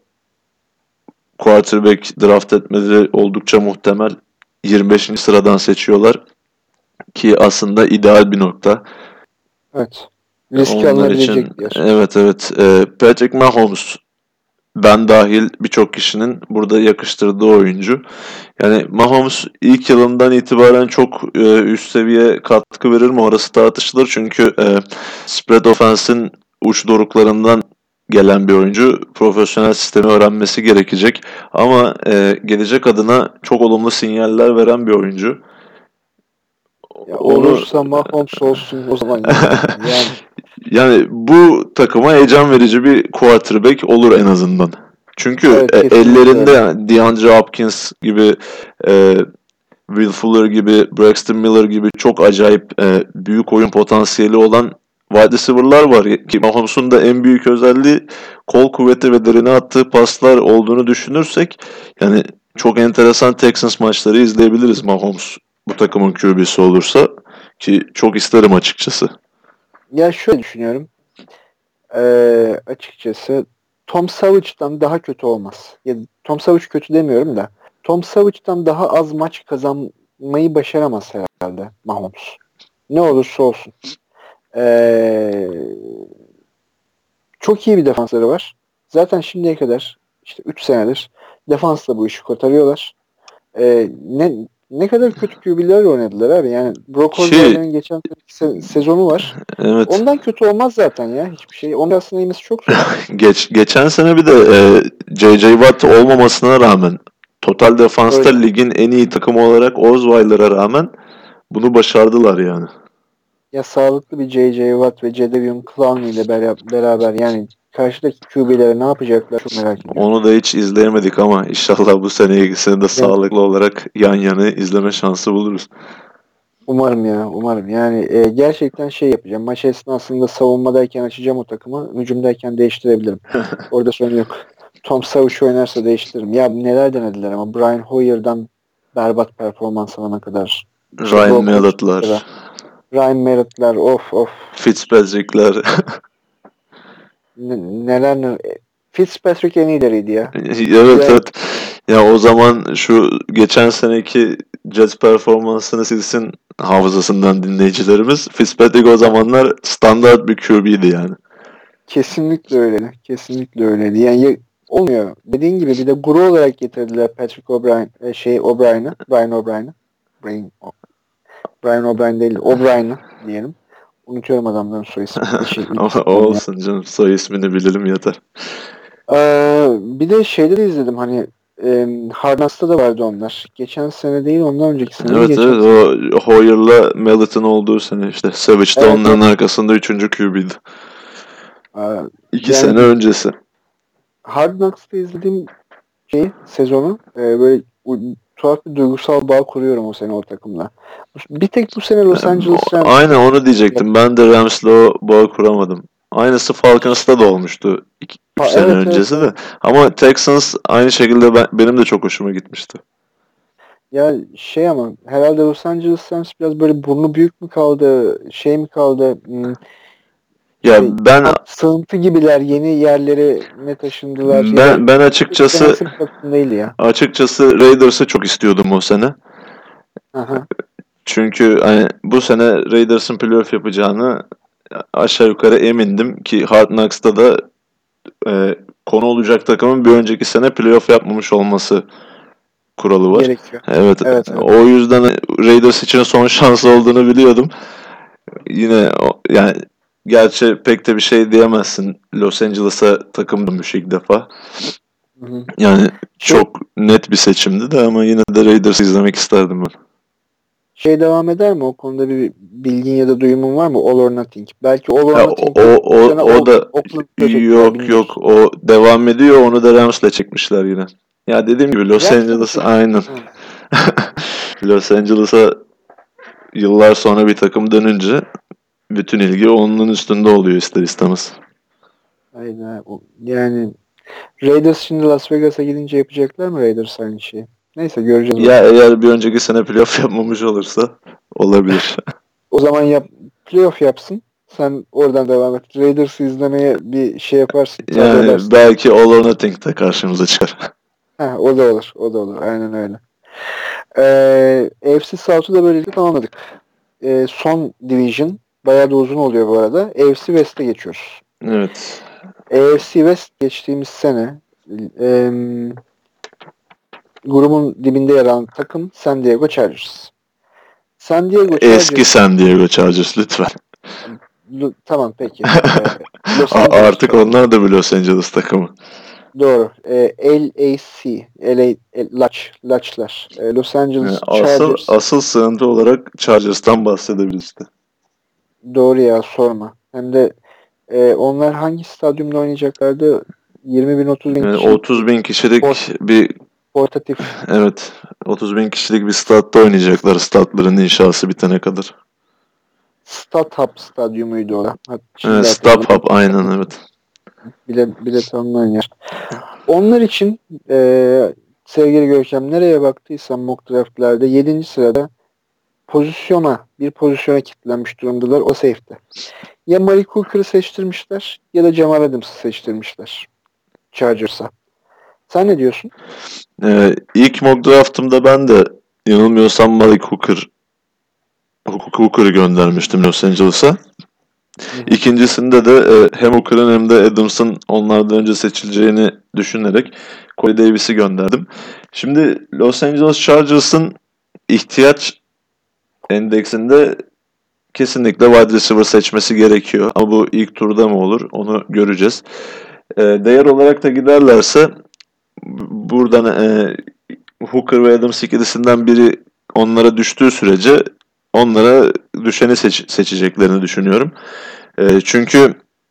quarterback draft etmeleri oldukça muhtemel. yirmi beşinci sıradan seçiyorlar ki aslında ideal bir nokta. Evet. Riske Onlar için alınabilecek bir yer. evet evet e, Patrick Mahomes, ben dahil birçok kişinin burada yakıştırdığı oyuncu. Yani Mahomes ilk yılından itibaren çok e, üst seviye katkı verir mi? Orası tartışılır çünkü e, spread offense'in uç doruklarından gelen bir oyuncu. Profesyonel sistemi öğrenmesi gerekecek. Ama e, gelecek adına çok olumlu sinyaller veren bir oyuncu. Ya Onu olursa Mahomes olsun o zaman ya. Yani yani bu takıma heyecan verici bir quarterback olur en azından. Çünkü evet e, kesinlikle ellerinde öyle. yani DeAndre Hopkins gibi, e, Will Fuller gibi, Braxton Miller gibi çok acayip e, büyük oyun potansiyeli olan wide receiver'lar var. Ki Mahomes'un da en büyük özelliği kol kuvveti ve derine attığı paslar olduğunu düşünürsek yani çok enteresan Texans maçları izleyebiliriz Mahomes bu takımın Q B'si olursa ki çok isterim açıkçası. Ya şöyle düşünüyorum. Ee, açıkçası Tom Savage'dan daha kötü olmaz. Ya, Tom Savage kötü demiyorum da Tom Savage'dan daha az maç kazanmayı başaramaz herhalde Mahomes. Ne olursa olsun. Ee, çok iyi bir defansları var. Zaten şimdiye kadar işte üç senedir defansla bu işi kotarıyorlar. Ee, ne ne kadar kötü Q B'ler oynadılar abi. Yani Brock Ki Osweiler'in geçen se- sezonu var. evet. Ondan kötü olmaz zaten ya hiçbir şey. Onun aslında inmesi çok zor. Geç, geçen sene bir de e, J J Watt olmamasına rağmen total defansta Öyle. ligin en iyi takımı olarak Osweiler'a rağmen bunu başardılar yani. Ya sağlıklı bir J J Watt ve Jadeveon Clowney ile bera- beraber yani karşıdaki Q B'leri ne yapacaklar çok merak ediyorum. Onu da hiç izleyemedik ama inşallah bu sene ikisini de Ya, sağlıklı olarak yan yana izleme şansı buluruz. umarım ya umarım. Yani e, gerçekten şey yapacağım. Maç esnasında savunmadayken açacağım o takımı. Hücumdayken değiştirebilirim. Orada sorun yok. Tom Savage oynarsa değiştiririm. Ya neler denediler ama Brian Hoyer'dan berbat performans alana kadar. İşte Ryan Brock Mallett'lar, Osweiler'a, Ryan Merritt'ler of of Fitzpatrick'ler. N- neler neler. Fitzpatrick en iyileriydi ya. Evet Yani evet. Ya o zaman şu geçen seneki Jets performansını silsin hafızasından dinleyicilerimiz. Fitzpatrick o ha, zamanlar standart bir Q B'ydi yani. kesinlikle öyleydi. Kesinlikle öyleydi. Yani ya- olmuyor. Dediğin gibi bir de guru olarak getirdiler Patrick O'Brien e, şey O'Brien'ı. Brian O'Brien'ı. Brian, O- Brian O'Brien değil. O'Brien'ı diyelim. Unutuyorum adamların soy ismini. Eşi, Ama ikisi o de olmayan. olsun canım. Soy ismini bilelim yeter. Ee, bir de şeyleri izledim hani e, Hard Knocks'ta da vardı onlar. Geçen sene değil, ondan önceki sene. Evet Geçen evet, sene. o Hoyer'la Mellett'in olduğu sene işte. Savage de Evet, onların evet. arkasında üçüncü Q B'ydi. Aa, İki sene yani öncesi. Hard Knocks'ta izlediğim şeyi, sezonu e, böyle u- tuhaf bir duygusal bağ kuruyorum o sene o takımla. Bir tek bu sene Los Angeles Rams. Aynen onu Yap- diyecektim. Ben de Rams'le o bağı kuramadım. Aynısı Falcons'ta da olmuştu üç Ha, sene evet, evet, öncesi evet. de. Ama Texans aynı şekilde ben, benim de çok hoşuma gitmişti. Ya şey, ama herhalde Los Angeles Rams biraz böyle burnu büyük mü kaldı, şey mi kaldı, hmm, Ya işte ben tam sığıntı gibiler, yeni yerlere ne taşındılar ya da ben ben hiç açıkçası münasip bir takım değil ya. açıkçası Raiders'ı çok istiyordum o sene. Aha, Çünkü hani bu sene Raiders'ın playoff yapacağını aşağı yukarı emindim ki Hard Knocks'ta da e, konu olacak takımın bir önceki sene playoff yapmamış olması kuralı var. gerekiyor. Evet, Evet, evet. o yüzden Raiders için son şans olduğunu biliyordum. Yine o- yani gerçi pek de bir şey diyemezsin. Los Angeles'a takım dönmüş ilk defa. Hı hı. Yani Şey çok net bir seçimdi de ama yine de Raiders'ı izlemek isterdim ben. şey devam eder mi? O konuda bir bilgin ya da duyumun var mı? All or Nothing. Belki All Ha, or o, Nothing'de o, bu o, sene o Oak- da Oakland'da çektiler, yok yok, bilmiyoruz. o devam ediyor, onu da Rams'le çekmişler yine. Ya dediğim gibi Los Rams'le mi Angeles çektiler? aynen. Ha. Los Angeles'a yıllar sonra bir takım dönünce bütün ilgi onun üstünde oluyor ister istemez. Aynen. O- Yani Raiders şimdi Las Vegas'a gidince yapacaklar mı Raiders aynı şeyi? Neyse, göreceğiz Ya bakalım. eğer bir önceki sene playoff yapmamış olursa olabilir. O zaman yap, playoff yapsın. Sen oradan devam et. Raiders'ı izlemeye bir şey yaparsın. Yani Sabredersin. belki All or Nothing de karşımıza çıkar. Ha, o da olur. O da olur. Aynen öyle. Ee, A F C South'u da böylelikle tamamladık. Ee, son division bayağı da uzun oluyor bu arada. A F C West'e geçiyoruz. Evet. A F C West geçtiğimiz sene e, grubun dibinde yer alan takım San Diego Chargers. San Diego Eski Chargers, San Diego Chargers lütfen. Lu- tamam, peki. Ee, Los A- Angeles Artık Chargers. onlar da bir Los Angeles takımı. Doğru. Ee, L A C. L A, L- Laç. Laçlar. Ee, Los Yani Angeles asıl Chargers. asıl sığıntı olarak Chargers'tan bahsedebiliriz işte. Doğru ya, sorma. Hem de e, onlar hangi stadyumda oynayacaklardı? yirmi bin otuz bin Yani kişilik bir otuz bin port, kişilik bir portatif. evet otuz bin kişilik bir statta oynayacaklar statların inşası bitene kadar. StubHub stadyumuydu o da. Ha, Evet, şimdi Stop hatırladım. Hub aynen evet. Bile, bilet alınan yer. Onlar için e, sevgili Görkem, nereye baktıysam mock draftlarda yedinci sırada pozisyona, bir pozisyona kilitlenmiş durumdalar. O safety. Ya Mari Cooper'ı seçtirmişler ya da Jamal Adams'ı seçtirmişler Chargers'a. Sen ne diyorsun? Ee, ilk mock draftımda ben de yanılmıyorsam Malik Hooker Hooker'ı göndermiştim Los Angeles'a. Hı hı. İkincisinde de e, hem Hooker'ın hem de Adams'ın onlardan önce seçileceğini düşünerek Corey Davis'i gönderdim. Şimdi Los Angeles Chargers'ın ihtiyaç endeksinde kesinlikle wide receiver seçmesi gerekiyor. Ama bu ilk turda mı olur onu göreceğiz. E, değer olarak da giderlerse buradan e, Hooker ve Adams ikilisinden biri onlara düştüğü sürece onlara düşeni seç- seçeceklerini düşünüyorum. E, çünkü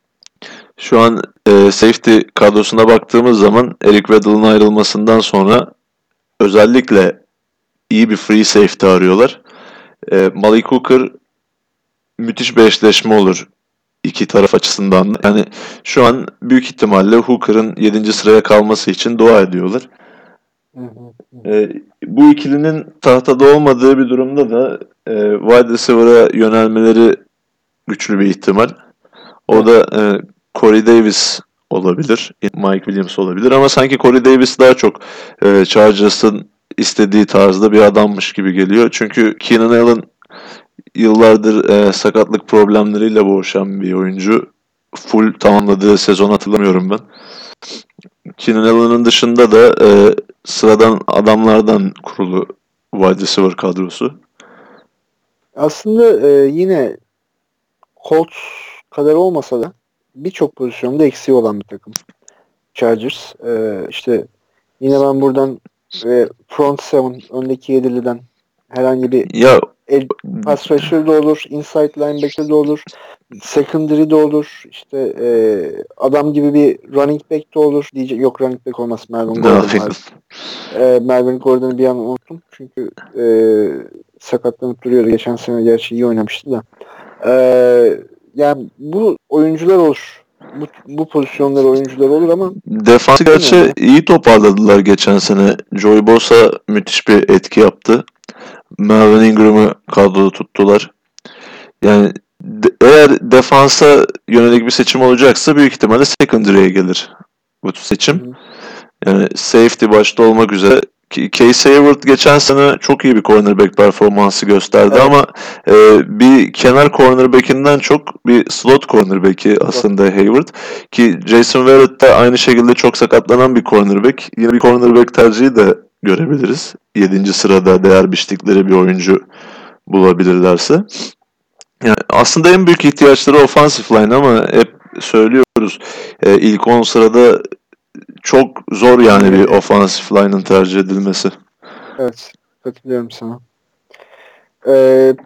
şu an e, safety kadrosuna baktığımız zaman Eric Weddle'ın ayrılmasından sonra özellikle iyi bir free safety arıyorlar. E, Malik Hooker müthiş bir eşleşme olur iki taraf açısından. Yani şu an büyük ihtimalle Hooker'ın yedinci sıraya kalması için dua ediyorlar. Hı hı, hı hı. E, bu ikilinin tahtada olmadığı bir durumda da e, wide receiver'a yönelmeleri güçlü bir ihtimal. O Evet. da e, Corey Davis olabilir, Mike Williams olabilir ama sanki Corey Davis daha çok e, Chargers'ın istediği tarzda bir adammış gibi geliyor. Çünkü Keenan Allen yıllardır e, sakatlık problemleriyle boğuşan bir oyuncu. Full tamamladığı sezon hatırlamıyorum ben. Keenan Allen'ın dışında da e, sıradan adamlardan kurulu wide receiver kadrosu. Aslında e, yine Colts kadar olmasa da birçok pozisyonda eksiği olan bir takım Chargers. E, işte Yine ben buradan e, front seven, öndeki yediliden herhangi bir Ya el, pass rusher da olur, inside linebacker de olur, secondary de olur, işte e, adam gibi bir running back de olur diyecek. Yok, running back olmaz. Melvin Gordon var. E, Melvin Gordon'u bir an unuttum. Çünkü e, sakatlanıp duruyordu. Geçen sene gerçi iyi oynamıştı da. E, yani bu oyuncular olur. Bu, bu pozisyonlar oyuncular olur ama defansı bilmiyorum gerçi ya. iyi toparladılar geçen sene. Joey Bosa müthiş bir etki yaptı. Melvin Ingram'ı kadroda tuttular. Yani de- eğer defansa yönelik bir seçim olacaksa büyük ihtimalle secondary'e gelir bu seçim. Hı hı. Yani safety başta olmak üzere. Ki Casey Hayward geçen sene çok iyi bir cornerback performansı gösterdi Evet. ama e, bir kenar cornerback'inden çok bir slot cornerback'i aslında Hayward. Ki Jason Verrett de aynı şekilde çok sakatlanan bir cornerback. Yine bir cornerback tercihi de görebiliriz. Yedinci sırada değer biçtikleri bir oyuncu bulabilirlerse. Yani aslında en büyük ihtiyaçları offensive line ama hep söylüyoruz e, ilk on sırada çok zor yani bir Evet. offensive line'ın tercih edilmesi. Evet. Katılıyorum sana. Ee,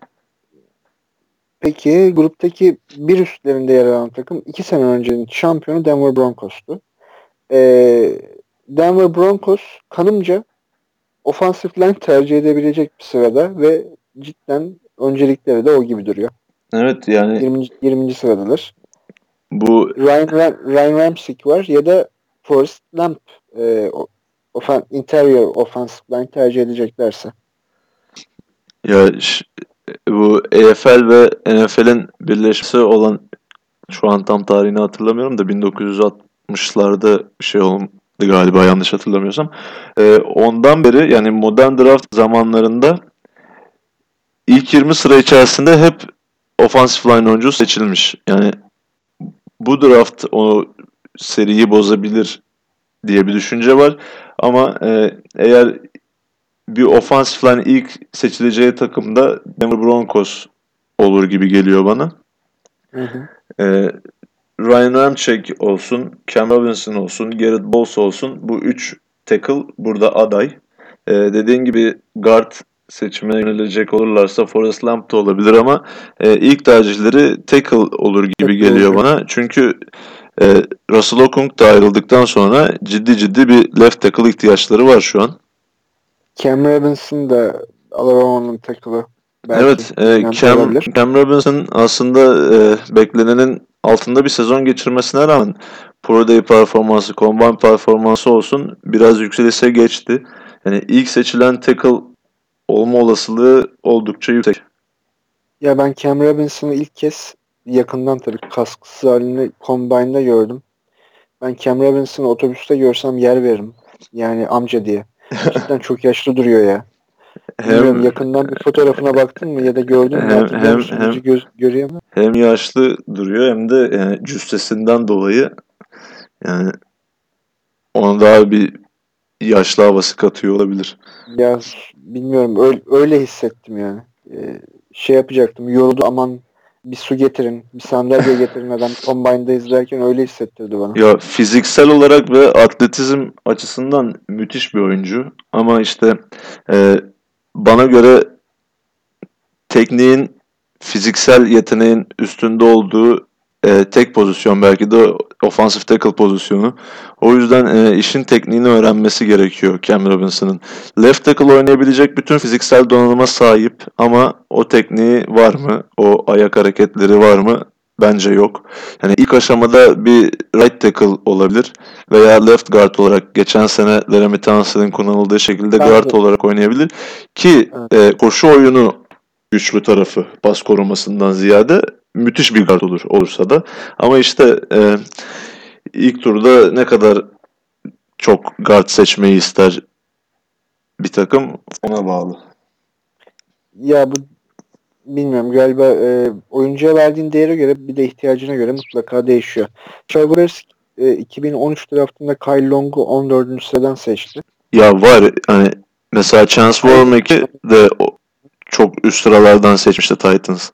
peki gruptaki bir üstlerinde yer alan takım iki sene öncenin şampiyonu Denver Broncos'tu. Ee, Denver Broncos kanımca offensive line tercih edebilecek bir sırada ve cidden öncelikleri de o gibi duruyor. Evet yani yirminci. yirminci sıradalar. bu Ryan, Ram- Ryan Ramczyk var ya da Forrest Lamp e, o- ofen, interior offensive line tercih edeceklerse. ya ş- bu N F L ve N F L'in birleşmesi olan şu an tam tarihini hatırlamıyorum da bin dokuz yüz altmışlarda bir şey oldu galiba yanlış hatırlamıyorsam. Ee, ondan beri yani modern draft zamanlarında ilk yirmi sıra içerisinde hep offensive line oyuncu seçilmiş. Yani bu draft o seriyi bozabilir diye bir düşünce var. Ama e, eğer bir offensive line ilk seçileceği takımda Denver Broncos olur gibi geliyor bana. Hı hı. E, Ryan Ramczyk olsun, Cam Robinson olsun, Garrett Bowles olsun. Bu üç tackle burada aday. E, dediğin gibi guard seçimine yönelecek olurlarsa Forrest Lamp da olabilir ama e, ilk tercihleri tackle olur gibi Tackle geliyor olacak. bana. Çünkü e, Russell Okung da ayrıldıktan sonra ciddi ciddi bir left tackle ihtiyaçları var şu an. Cam Robinson da Alabama'nın tackle'ı belki Evet, e, dinlenti Cam, olabilir. Cam Robinson aslında e, beklenenin altında bir sezon geçirmesine rağmen Pro Day performansı, Combine performansı olsun biraz yükselişe geçti. Yani ilk seçilen tackle olma olasılığı oldukça yüksek. Ya ben Cam Robinson'ı ilk kez yakından tabii kasksız halini Combine'da gördüm. Ben Cam Robinson'ı otobüste görsem yer veririm. Yani amca diye. Cidden çok yaşlı duruyor ya. Bilmiyorum, Hem yakından bir fotoğrafına baktın mı ya da gördün mü, hem hatırlıyor hem musun? hem İyice göz görüyor mu? hem yaşlı duruyor hem de yani cüssesinden dolayı yani ona daha bir yaşlı havası katıyor olabilir. Ya bilmiyorum, öyle, öyle hissettim yani. Ee, şey yapacaktım. Yoruldu, aman bir su getirin, bir sandalye getirin, adam Combine'da izlerken öyle hissettirdi bana. Ya fiziksel olarak ve atletizm açısından müthiş bir oyuncu. Ama işte e, bana göre tekniğin fiziksel yeteneğin üstünde olduğu e, tek pozisyon belki de offensive tackle pozisyonu. O yüzden e, işin tekniğini öğrenmesi gerekiyor Cam Robinson'ın. Left tackle oynayabilecek bütün fiziksel donanıma sahip ama o tekniği var mı? O ayak hareketleri var mı? Bence yok. Yani ilk aşamada bir right tackle olabilir veya left guard olarak geçen sene Laramie Tunsil'in kullanıldığı şekilde Ben guard de olarak oynayabilir ki evet. e, koşu oyunu güçlü tarafı pas korumasından ziyade müthiş bir guard olur olursa da ama işte e, ilk turda ne kadar çok guard seçmeyi ister bir takım ona bağlı. Ya bu, bilmiyorum, galiba e, oyuncuya verdiğin değere göre bir de ihtiyacına göre mutlaka değişiyor. Jaguars e, iki bin on üç draftında Kyle Long'u on dördüncü sıradan seçti. Ya var hani mesela Chance Ayrıca Warmack'i de o- çok üst sıralardan seçmişti Titans.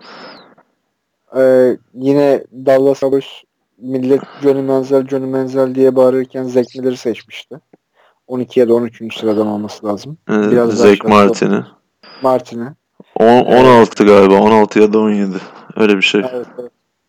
e, yine Dallas Cowboys millet Johnny Manziel, Johnny Manziel diye bağırırken Zach Miller'ı seçmişti. on iki ya da on üçüncü sıradan olması lazım. Ee, Biraz daha Zach Martin'i. Martin'i. on altı ee, galiba. on altı ya da on yedi. Öyle bir şey. Evet, evet.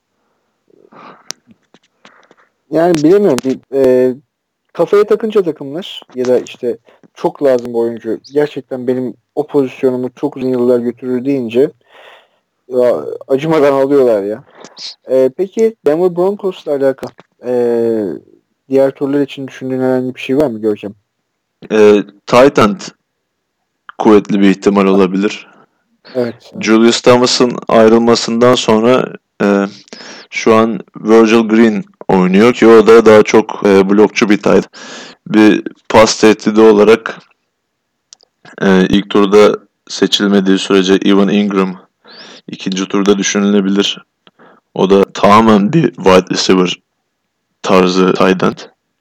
Yani bilemiyorum. Bir, e, kafaya takınca takımlar ya da işte çok lazım bu oyuncu. Gerçekten benim o pozisyonumu çok uzun yıllar götürür deyince ya, acımadan alıyorlar ya. E, peki Denver Broncos'la alakalı e, diğer turlar için düşündüğün herhangi bir şey var mı Görkem? E, tight end kuvvetli bir ihtimal olabilir. Evet. evet. Julius Thomas'ın ayrılmasından sonra e, şu an Virgil Green oynuyor ki o da daha çok e, blokçu bir tight. Bir pas tehdidi olarak e, ilk turda seçilmediği sürece Evan Ingram ikinci turda düşünülebilir. O da tamamen bir wide receiver tarzı tight end.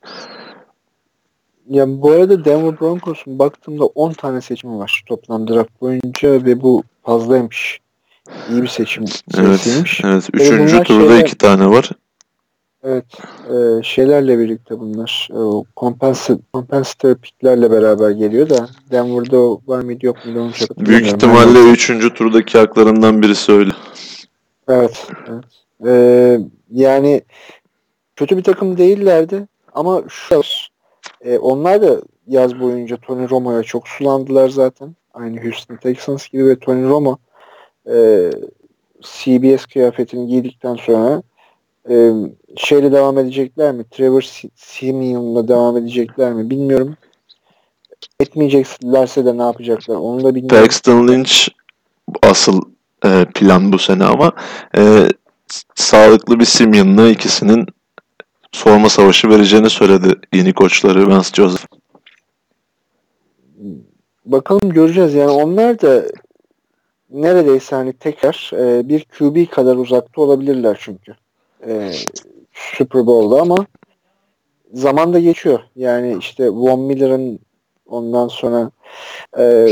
Ya bu arada Denver Broncos'un baktığımda on tane seçimi var toplam draft boyunca ve bu fazlaymış. İyi bir seçim sayısıymış. Evet, evet. Üçüncü turda şeyler, iki tane var. Evet. E, şeylerle birlikte bunlar. E, o compensatory picklerle beraber geliyor da Denver'da o var mıydı yok muydu onu çok hatırlamıyorum. Büyük ihtimalle üçüncü turdaki haklarından birisi öyle. Evet. evet. E, yani kötü bir takım değillerdi ama şu e, onlar da yaz boyunca Tony Romo'ya çok sulandılar zaten. Aynı Houston Texans gibi ve Tony Romo e, C B S kıyafetini giydikten sonra e, şeyle devam edecekler mi? Trevor Simeon'la devam edecekler mi? Bilmiyorum. Etmeyeceklerse de ne yapacaklar? Onu da bilmiyorum. Paxton Lynch asıl e, plan bu sene ama e, sağlıklı bir Simeon'la ikisinin sorma savaşı vereceğini söyledi yeni koçları Vance Joseph. Bakalım göreceğiz. Yani onlar da neredeyse hani tekrar e, bir Q B kadar uzakta olabilirler çünkü. E, Super Bowl'da ama zaman da geçiyor. Yani işte Von Miller'ın ondan sonra e,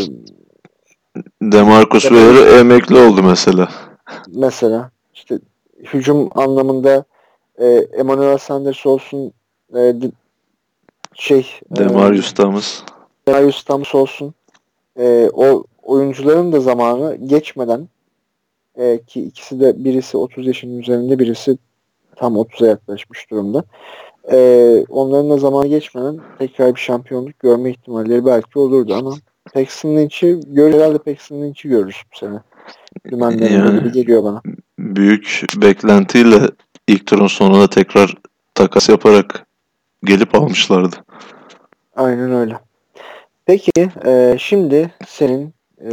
DeMarcus Ware emekli oldu mesela. Mesela işte hücum anlamında e, Emmanuel Sanders olsun e, şey Demarius Thomas Demarius Thomas olsun e, o oyuncuların da zamanı geçmeden e, ki ikisi de birisi otuz yaşın üzerinde birisi tam otuza yaklaşmış durumda. E, onların da zamanı geçmeden tekrar bir şampiyonluk görme ihtimalleri belki olurdu ama Paxton Lynch'i gör, herhalde Paxton Lynch'i görürüz bu sene. Dümenlerinde yani, gibi geliyor bana. Büyük beklentiyle ilk turun sonunda tekrar takas yaparak gelip almışlardı. Aynen öyle. Peki e, şimdi senin e,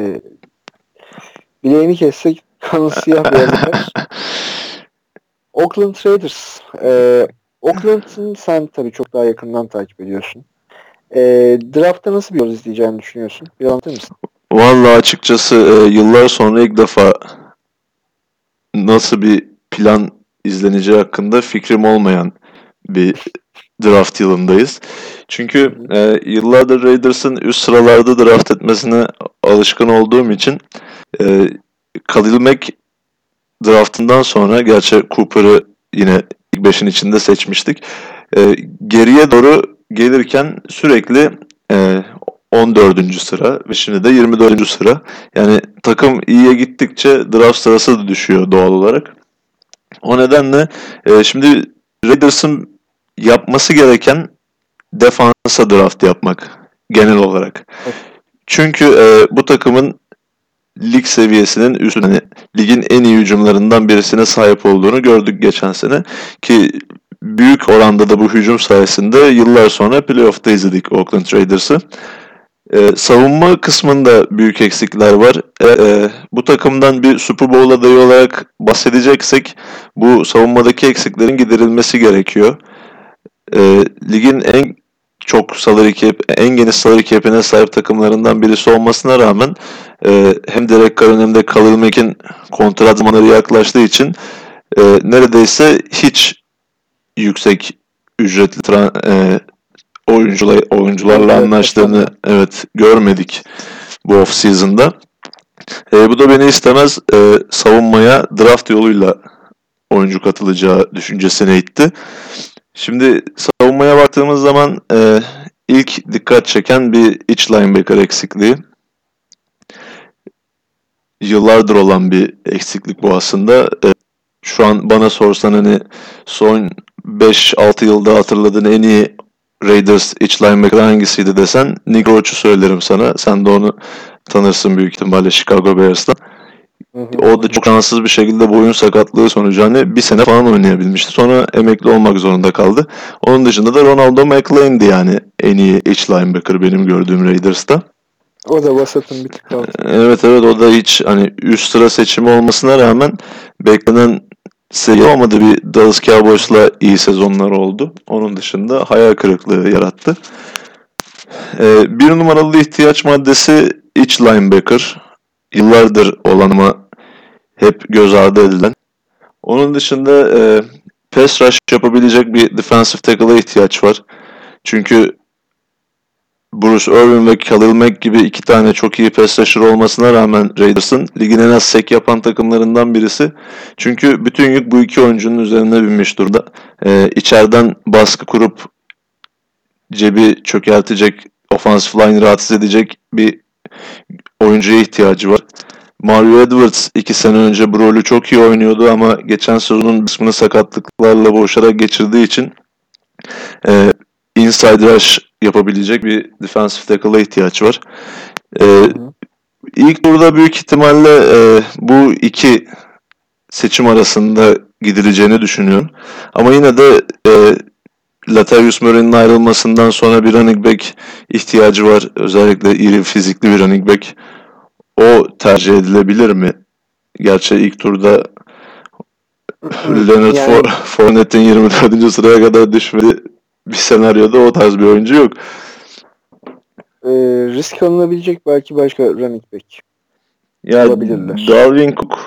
bileğini kessek kanı siyah beyaz eder. Oakland Raiders. E, Oakland'ın sen tabii çok daha yakından takip ediyorsun. E, draft'ta nasıl bir yol izleyeceğini düşünüyorsun? Bir anlatır mısın? Vallahi açıkçası e, yıllar sonra ilk defa nasıl bir plan izleneceği hakkında fikrim olmayan bir draft yılındayız. Çünkü e, yıllardır Raiders'ın üst sıralarda draft etmesine alışkın olduğum için e, Khalil Mack draftından sonra, gerçi Cooper'ı yine ilk beşin içinde seçmiştik. E, geriye doğru gelirken sürekli e, on dördüncü sıra ve şimdi de yirmi dördüncü sıra. Yani takım iyiye gittikçe draft sırası da düşüyor doğal olarak. O nedenle e, şimdi Raiders'ın yapması gereken defansa draft yapmak genel olarak. Çünkü e, bu takımın lig seviyesinin üstüne, hani, ligin en iyi hücumlarından birisine sahip olduğunu gördük geçen sene ki büyük oranda da bu hücum sayesinde yıllar sonra playoff'ta izledik Oakland Raiders'ı. Ee, savunma kısmında büyük eksikler var. E, e, bu takımdan bir Super Bowl adayı olarak bahsedeceksek bu savunmadaki eksiklerin giderilmesi gerekiyor. E, ligin en çok salary cap, en geniş salary cap'ine sahip takımlarından birisi olmasına rağmen e, hem Derek Carr'ın hem de Khalil Mack'in kontrat zamanları yaklaştığı için e, neredeyse hiç yüksek ücretli tra- e, oyuncular oyuncularla evet, anlaştığını evet, evet görmedik bu off season'da. E, bu da beni istemez e, savunmaya draft yoluyla oyuncu katılacağı düşüncesine itti. Şimdi savunmaya baktığımız zaman e, ilk dikkat çeken bir iç linebacker eksikliği. Yıllardır olan bir eksiklik bu aslında. E, şu an bana sorsan hani son beş altı yılda hatırladığın en iyi Raiders iç linebacker hangisiydi desen Nick Roach'u söylerim sana. Sen de onu tanırsın büyük ihtimalle Chicago Bears'tan. O da çok şanssız bir şekilde boyun sakatlığı sonucu hani bir sene falan oynayabilmişti. Sonra emekli olmak zorunda kaldı. Onun dışında da Ronaldo McClain'di yani en iyi iç linebacker benim gördüğüm Raiders'ta. O da vasatın bir tık altı. Evet evet o da hiç hani üst sıra seçimi olmasına rağmen beklenen seviye olmadı. Bir Dallas Cowboys'la iyi sezonlar oldu. Onun dışında hayal kırıklığı yarattı. Ee, bir numaralı ihtiyaç maddesi iç linebacker. Yıllardır olan ama hep göz ardı edilen. Onun dışında e, pass rush yapabilecek bir defensive tackle'a ihtiyaç var. Çünkü Bruce Irvin ve Khalil Mack gibi iki tane çok iyi pass rusher olmasına rağmen Raiders'ın ligin en az sack yapan takımlarından birisi. Çünkü bütün yük bu iki oyuncunun üzerine binmiş durumda. Ee, içeriden baskı kurup cebi çökertecek, offensive line rahatsız edecek bir oyuncuya ihtiyacı var. Mario Edwards iki sene önce bu rolü çok iyi oynuyordu ama geçen sezonun kısmını sakatlıklarla boğuşarak geçirdiği için e, inside rush yapabilecek bir defensive tackle'a ihtiyaç var. E, ilk turda büyük ihtimalle e, bu iki seçim arasında gidileceğini düşünüyorum. Ama yine de e, Latavius Murray'nin ayrılmasından sonra bir running back ihtiyacı var. Özellikle iri fizikli bir running back. O tercih edilebilir mi? Gerçi ilk turda Leonard yani, Fournette'in yirmi dördüncü sıraya kadar düşmedi bir senaryoda o tarz bir oyuncu yok. E, risk alınabilecek belki başka running back. Yani olabilirler. Dalvin Cook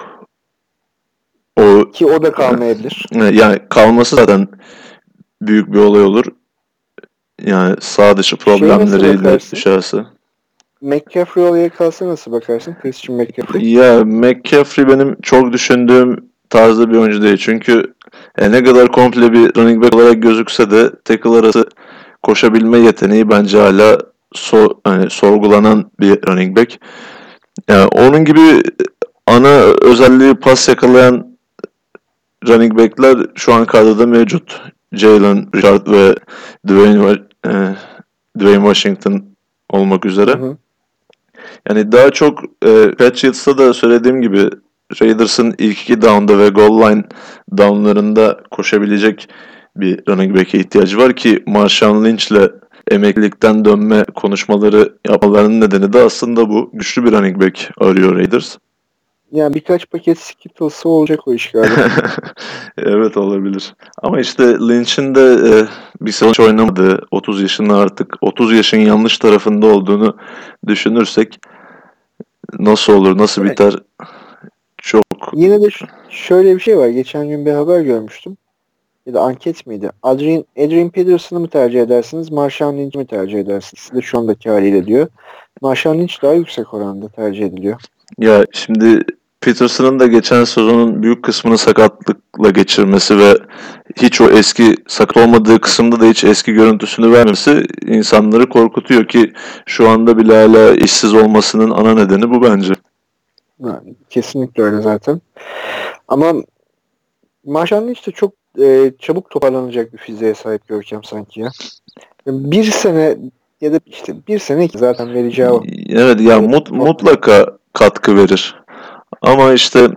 o ki o da kalmayabilir. Yani kalması zaten büyük bir olay olur. Yani sağ dışı problemleriyle şey düşerse. McCaffrey olaya kalsa nasıl bakarsın? Christian McCaffrey. Ya McCaffrey benim çok düşündüğüm tarzda bir oyuncu değil. Çünkü e, ne kadar komple bir running back olarak gözükse de tackle arası koşabilme yeteneği bence hala so, hani, sorgulanan bir running back. Yani onun gibi ana özelliği pas yakalayan running back'ler şu an kadroda mevcut. Jalen Richard ve Dwayne, e, Dwayne Washington olmak üzere. Hı hı. Yani daha çok e, Patriots'ta da söylediğim gibi Raiders'ın ilk iki down'da ve goal line down'larında koşabilecek bir running back'e ihtiyacı var ki Marshawn Lynch'le emeklilikten dönme konuşmaları yapmalarının nedeni de aslında bu. Güçlü bir running back arıyor Raiders. Yani birkaç paket Skittles'ı olacak o iş galiba. Evet olabilir. Ama işte Lynch'in de e, bir sezon oynamadığı, otuz yaşında artık otuz yaşın yanlış tarafında olduğunu düşünürsek nasıl olur, nasıl evet. biter çok. Yine de ş- şöyle bir şey var. Geçen gün bir haber görmüştüm. Ya da anket miydi? Adrian, Adrian Peterson'ı mı tercih edersiniz? Marshawn Lynch'i mi tercih edersiniz? İkisi de şu andaki haliyle diyor. Marshawn Lynch daha yüksek oranda tercih ediliyor. Ya şimdi Peterson'ın da geçen sezonun büyük kısmını sakatlıkla geçirmesi ve hiç o eski sakat olmadığı kısımda da hiç eski görüntüsünü vermesi insanları korkutuyor ki şu anda bile hala işsiz olmasının ana nedeni bu bence. Yani, kesinlikle öyle zaten. Ama Marshawn Lynch de çok e, çabuk toparlanacak bir fiziğe sahip Görkem sanki ya. Bir sene ya da işte bir sene iki zaten vereceği o. Evet ya evet, mut, mutlaka katkı verir. Ama işte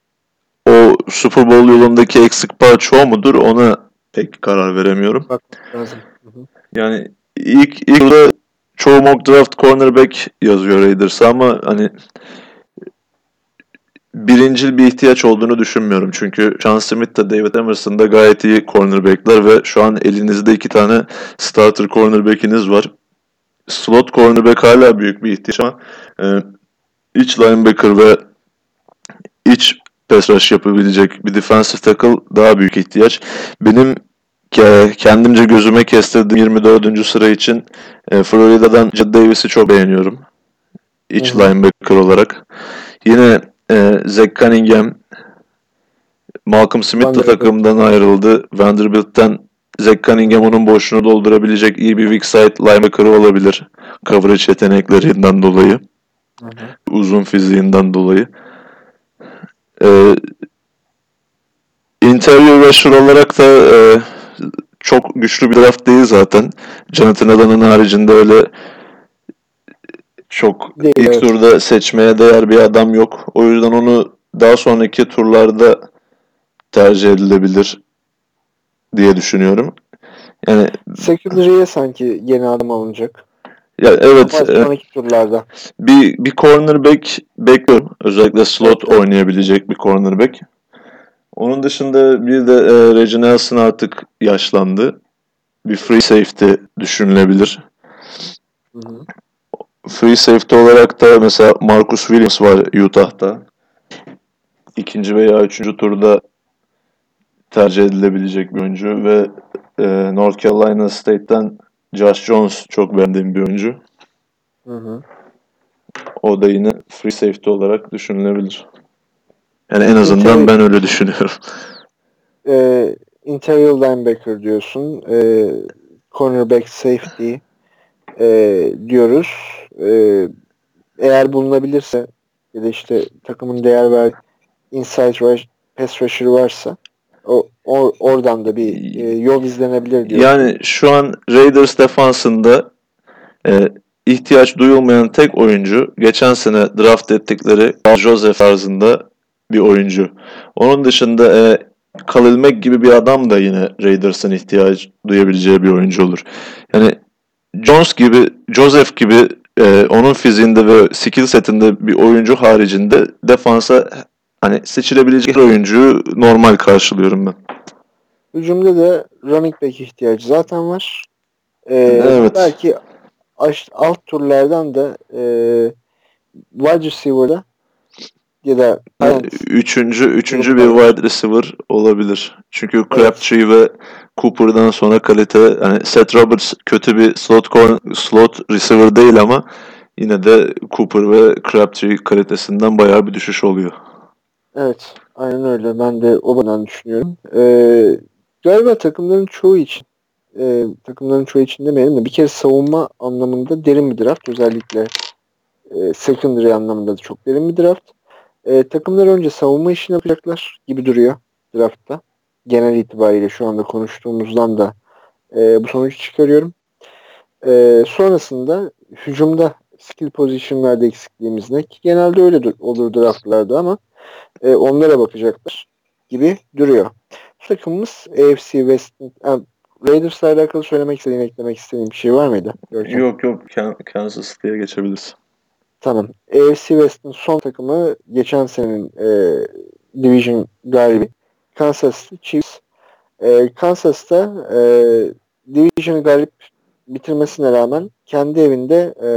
o Super Bowl yolundaki eksik parça o mudur ona pek karar veremiyorum. Bak lazım. Hı hı. Yani ilk ilk yılda çoğu mock draft cornerback yazıyor Raiders'a ama hani birincil bir ihtiyaç olduğunu düşünmüyorum. Çünkü Sean Smith de David Emerson da gayet iyi cornerback'ler ve şu an elinizde iki tane starter cornerback'iniz var. Slot cornerback hala büyük bir ihtiyaç ama e, iç linebacker ve iç pass rush yapabilecek bir defensive tackle daha büyük ihtiyaç. Benim kendimce gözüme kestirdiğim yirmi dördüncü sıra için e, Florida'dan Jed Davis'i çok beğeniyorum. İç Hı-hı. linebacker olarak. Yine e, Zach Cunningham, Malcolm Smith de takımdan ayrıldı. Vanderbilt'ten Zach Cunningham onun boşluğunu doldurabilecek iyi bir weak side linebacker'ı olabilir. Coverage yeteneklerinden dolayı. Hı hı. Uzun fiziğinden dolayı. Ee, interior rusher olarak da e, çok güçlü bir draft değil zaten. Jonathan Allen'ın haricinde öyle çok Değil, ilk evet. turda seçmeye değer bir adam yok. O yüzden onu daha sonraki turlarda tercih edilebilir diye düşünüyorum. Yani Secondary'e sanki yeni adım alınacak. ya evet, Ama e, sonraki turlarda. bir bir cornerback bekliyorum. Özellikle slot Evet, evet. oynayabilecek bir cornerback. Onun dışında bir de e, Reggie Nelson artık yaşlandı. Bir free safety düşünülebilir. Hı hı. Free safety olarak da mesela Marcus Williams var Utah'ta. İkinci veya üçüncü turda tercih edilebilecek bir oyuncu ve e, North Carolina State'ten Josh Jones çok beğendiğim bir oyuncu. Hı hı. O da yine free safety olarak düşünülebilir. Yani en azından Inter ben öyle düşünüyorum. e, interior linebacker diyorsun. E, cornerback safety e, diyoruz. E, eğer bulunabilirse ya da işte takımın değer ver inside rush, pass rusher varsa o, o oradan da bir e, yol izlenebilir diyorsun. Yani şu an Raiders defansında e, ihtiyaç duyulmayan tek oyuncu geçen sene draft ettikleri Joseph tarzında bir oyuncu. Onun dışında e, Khalil Mack gibi bir adam da yine Raiders'ın ihtiyaç duyabileceği bir oyuncu olur. Yani Jones gibi, Joseph gibi e, onun fiziğinde ve skill setinde bir oyuncu haricinde defansa hani seçilebilecek her oyuncuyu normal karşılıyorum ben. Hücumda da running back ihtiyacı zaten var. E, Evet. belki aş- alt turlardan da e, wide receiver'da ya da tight end Üçüncü, üçüncü bir durumları. wide receiver olabilir. Çünkü Evet. Crabtree ve Cooper'dan sonra kalite, yani Seth Roberts kötü bir slot corner, slot receiver değil ama yine de Cooper ve Crabtree kalitesinden bayağı bir düşüş oluyor. Evet. Aynen öyle. Ben de o bana düşünüyorum. E, galiba takımların çoğu için e, takımların çoğu için demeyelim de bir kere savunma anlamında derin bir draft. Özellikle e, secondary anlamında da çok derin bir draft. E, takımlar önce savunma işini yapacaklar gibi duruyor draftta. Genel itibariyle şu anda konuştuğumuzdan da e, bu sonucu çıkarıyorum. E, sonrasında hücumda skill position'larda eksikliğimiz ne? Ki genelde öyle dur- olur draftlarda ama e, onlara bakacaklar gibi duruyor. Bu takımımız A F C West'in yani Raiders'la alakalı söylemek istediğin, eklemek istediğin bir şey var mıydı Görkem? Yok yok, Kansas City'ye geçebiliriz. Tamam. A F C West'in son takımı geçen senenin e, Division galibi Kansas City Chiefs. E, Kansas'ta e, Division galip bitirmesine rağmen kendi evinde e,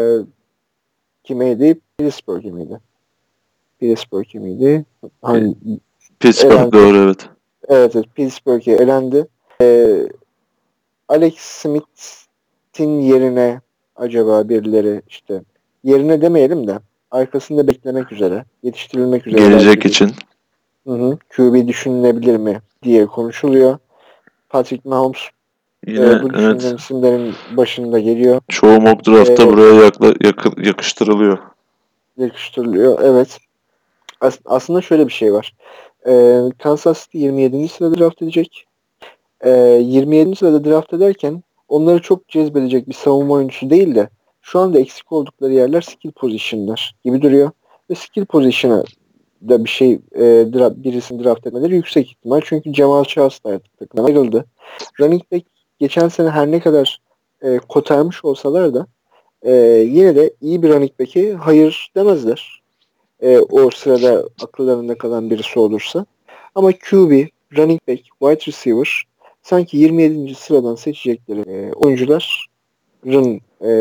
kimeydi? Pittsburgh miydi? Pittsburgh miydi? Hangi Pittsburgh, elendi? doğru, evet. Evet, evet Pittsburgh'e elendi. E, Alex Smith'in yerine acaba birileri işte yerine demeyelim de arkasında beklemek üzere, yetiştirilmek üzere belki Gelecek bir için. hı hı, Q B düşünülebilir mi diye konuşuluyor. Patrick Mahomes e, Yine bu düşünülen evet, isimlerin başında geliyor. çoğu mock draft'ta E, buraya yakla, yakı- yakıştırılıyor. yakıştırılıyor. Evet. As- aslında şöyle bir şey var. E, Kansas City yirmi yedinci sırada draft edecek. E, yirmi yedinci sırada draft ederken onları çok cezbedecek bir savunma oyuncusu değil de şu anda eksik oldukları yerler skill position'lar gibi duruyor. Ve skill position'a da bir şey e, draft, birisini draft etmeleri yüksek ihtimal. Çünkü Cemal Charles da artık takımdan ayrıldı. Running back geçen sene her ne kadar e, kotarmış olsalar da e, yine de iyi bir running back'e hayır demezler. E, o sırada akıllarında kalan birisi olursa. Ama Q B, running back, wide receiver sanki yirmi yedinci sıradan seçecekleri e, oyuncuların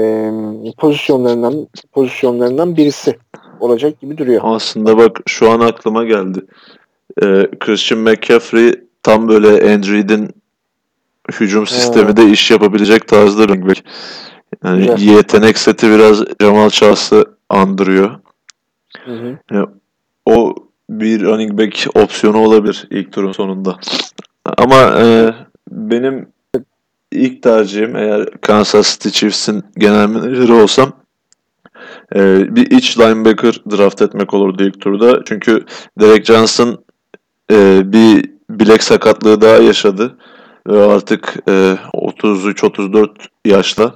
e, pozisyonlarından pozisyonlarından birisi olacak gibi duruyor. Aslında bak, şu an aklıma geldi. Ee, Christian McCaffrey tam böyle Andy Reid'in hücum Ha, sisteminde iş yapabilecek tarzda running back. Yani güzel. yetenek seti biraz Jamal Charles'ı andırıyor. Hı hı. Yani o bir running back opsiyonu olabilir ilk turun sonunda. Ama e, benim ilk tercihim eğer Kansas City Chiefs'in genel menajeri olsam e, bir iç linebacker draft etmek olurdu ilk turda. Çünkü Derek Johnson e, bir bilek sakatlığı daha yaşadı. Ve artık e, otuz üç otuz dört yaşta.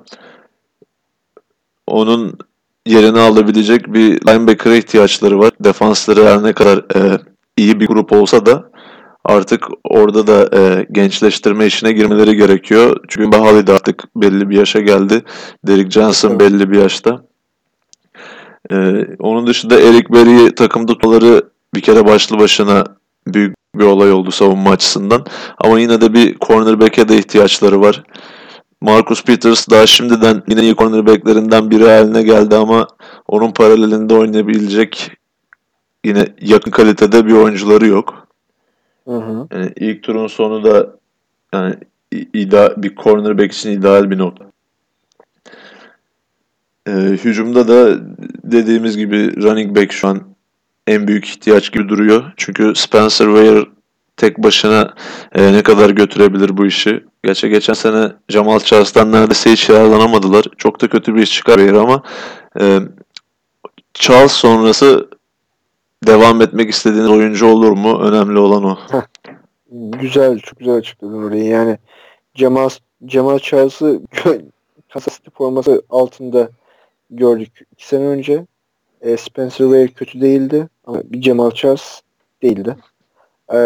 Onun yerini alabilecek bir linebacker'a ihtiyaçları var. Defansları her ne kadar e, iyi bir grup olsa da artık orada da e, gençleştirme işine girmeleri gerekiyor. Çünkü Bahali de artık belli bir yaşa geldi. Derrick Johnson Evet. belli bir yaşta. E, onun dışında Eric Berry'i takımda tutmaları bir kere başlı başına büyük bir olay oldu savunma açısından. Ama yine de bir cornerback'e de ihtiyaçları var. Marcus Peters daha şimdiden yine iyi cornerbacklerinden biri haline geldi ama onun paralelinde oynayabilecek yine yakın kalitede bir oyuncuları yok. Hı hı. Yani ilk turun sonu da yani ida, bir cornerback için ideal bir nokta. Ee, hücumda da dediğimiz gibi running back şu an en büyük ihtiyaç gibi duruyor. Çünkü Spencer Ware tek başına e, ne kadar götürebilir bu işi? Gerçi geçen sene Jamal Charles'tan neredeyse hiç yararlanamadılar. Çok da kötü bir iş çıkar Ware ama e, Charles sonrası devam etmek istediğiniz oyuncu olur mu? Önemli olan o. Heh, güzel, çok güzel açıkladın orayı. Yani Cemal, Cemal Charles'ı Kansas City forması altında gördük iki sene önce. E, Spencer Ware kötü değildi ama bir Cemal Charles değildi. E,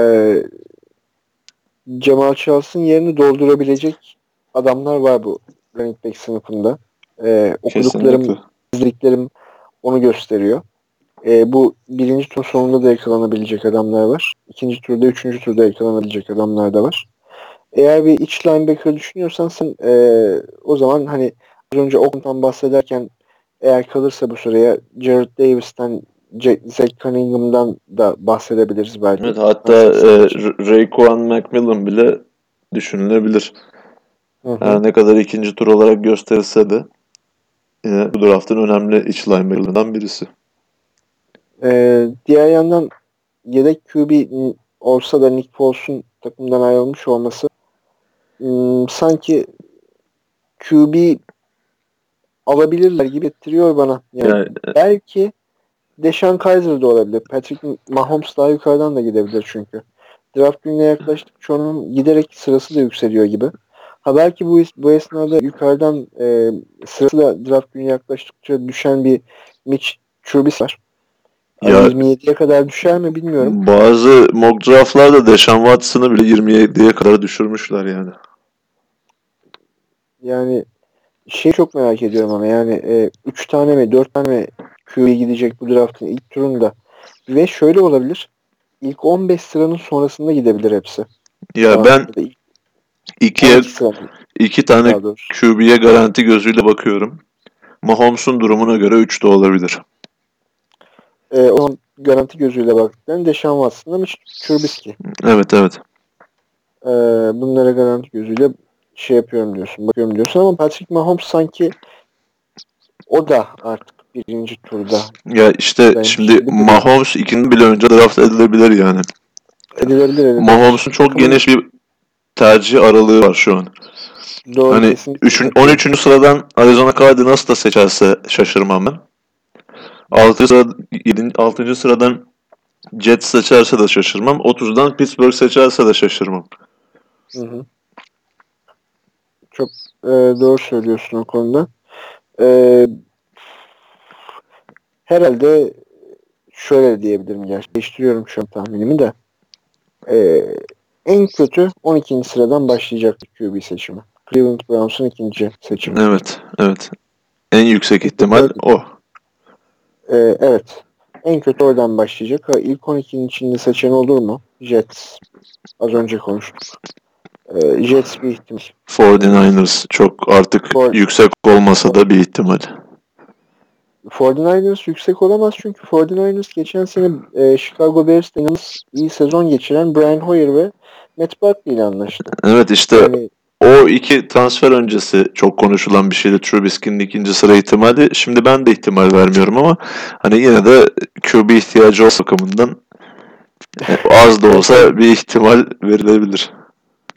Cemal Charles'ın yerini doldurabilecek adamlar var bu running back sınıfında. E, Kesinlikle. okuduklarım, izlediklerim onu gösteriyor. E, bu birinci tur sonunda da yakalanabilecek adamlar var. İkinci turda, üçüncü turda yakalanabilecek adamlar da var. Eğer bir iç linebacker düşünüyorsan sen e, o zaman hani az önce Oakland'dan bahsederken eğer kalırsa bu sıraya Jared Davis'ten, J- Zach Cunningham'dan da bahsedebiliriz belki. Evet, hatta Kansas e, City için. Raekwon McMillan bile düşünülebilir. Hı hı. Her ne kadar ikinci tur olarak gösterilse de yine bu draftın önemli iç linebacker'larından birisi. E, diğer yandan yedek Q B olsa da Nick Foles'un takımdan ayrılmış olması hmm, sanki Q B alabilirler gibi ettiriyor bana. Yani Yani belki Deshaun Kaiser de olabilir. Patrick Mahomes daha yukarıdan da gidebilir çünkü. Draft gününe yaklaştıkça onun giderek sırası da yükseliyor gibi. Ha belki bu bu esnada yukarıdan e, sırası da draft gününe yaklaştıkça düşen bir Mitch Trubisky var. Hani ya yirmi yediye kadar düşer mi bilmiyorum. bazı mock draftlarda Deshaun Watson'ı bile yirmi yediye kadar düşürmüşler yani. Yani şey çok merak ediyorum ama yani üç tane mi dört tane mi Q B gidecek bu draftın ilk turunda. Ve şöyle olabilir. İlk on beş sıranın sonrasında gidebilir hepsi. Ya Falan. ben Ya da ilk ikiye on iki sıranın iki tane daha doğrusu. Q B'ye garanti gözüyle bakıyorum. Mahomes'un durumuna göre üç de olabilir. E, o zaman garanti gözüyle baktıklarında Deshaun Watson'la Mitch Trubisky. Evet, evet. E, bunlara garanti gözüyle şey yapıyorum diyorsun, bakıyorum diyorsun ama Patrick Mahomes sanki o da artık birinci turda Ya işte daymış şimdi gibi duruyor. Mahomes ikinin bile önce draft edilebilir yani. Edilebilir edilebilir. Mahomes'un çok Takımın geniş bir tercih aralığı var şu an. doğru Hani kesinlikle üçün, katılıyorum. on üçüncü sıradan Arizona Cardinals da seçerse şaşırmam ben. altıncı sıra, yedinci altıncı sıradan Jets seçerse de şaşırmam. otuzdan Pittsburgh seçerse de şaşırmam. Hı hı. Çok e, doğru söylüyorsun o konuda. E, herhalde şöyle diyebilirim gerçi. Değiştiriyorum şu an tahminimi de. E, en kötü on ikinci sıradan başlayacak Q B seçimi. Cleveland Browns'un ikinci seçimi. Evet, evet. En yüksek En kötü ihtimal öyle. o. E, evet. En kötü oradan başlayacak. Ha, ilk on ikinin içinde seçen olur mu? Jets. Az önce konuştuk. E, Jets bir ihtimal. E, kırk dokuzlar çok artık for, yüksek olmasa da bir ihtimal. kırk dokuzlar yüksek olamaz çünkü kırk dokuzlar geçen sene e, Chicago Bears'te inanılmaz iyi sezon geçiren Brian Hoyer ve Matt Barkley ile anlaştı. Evet, işte Yani o iki transfer öncesi çok konuşulan bir şeydi. Trubisky'nin ikinci sıra ihtimali. Şimdi ben de ihtimal vermiyorum ama hani yine de Q B ihtiyacı o bakımından e, az da evet, hani olsa bir ihtimal verilebilir.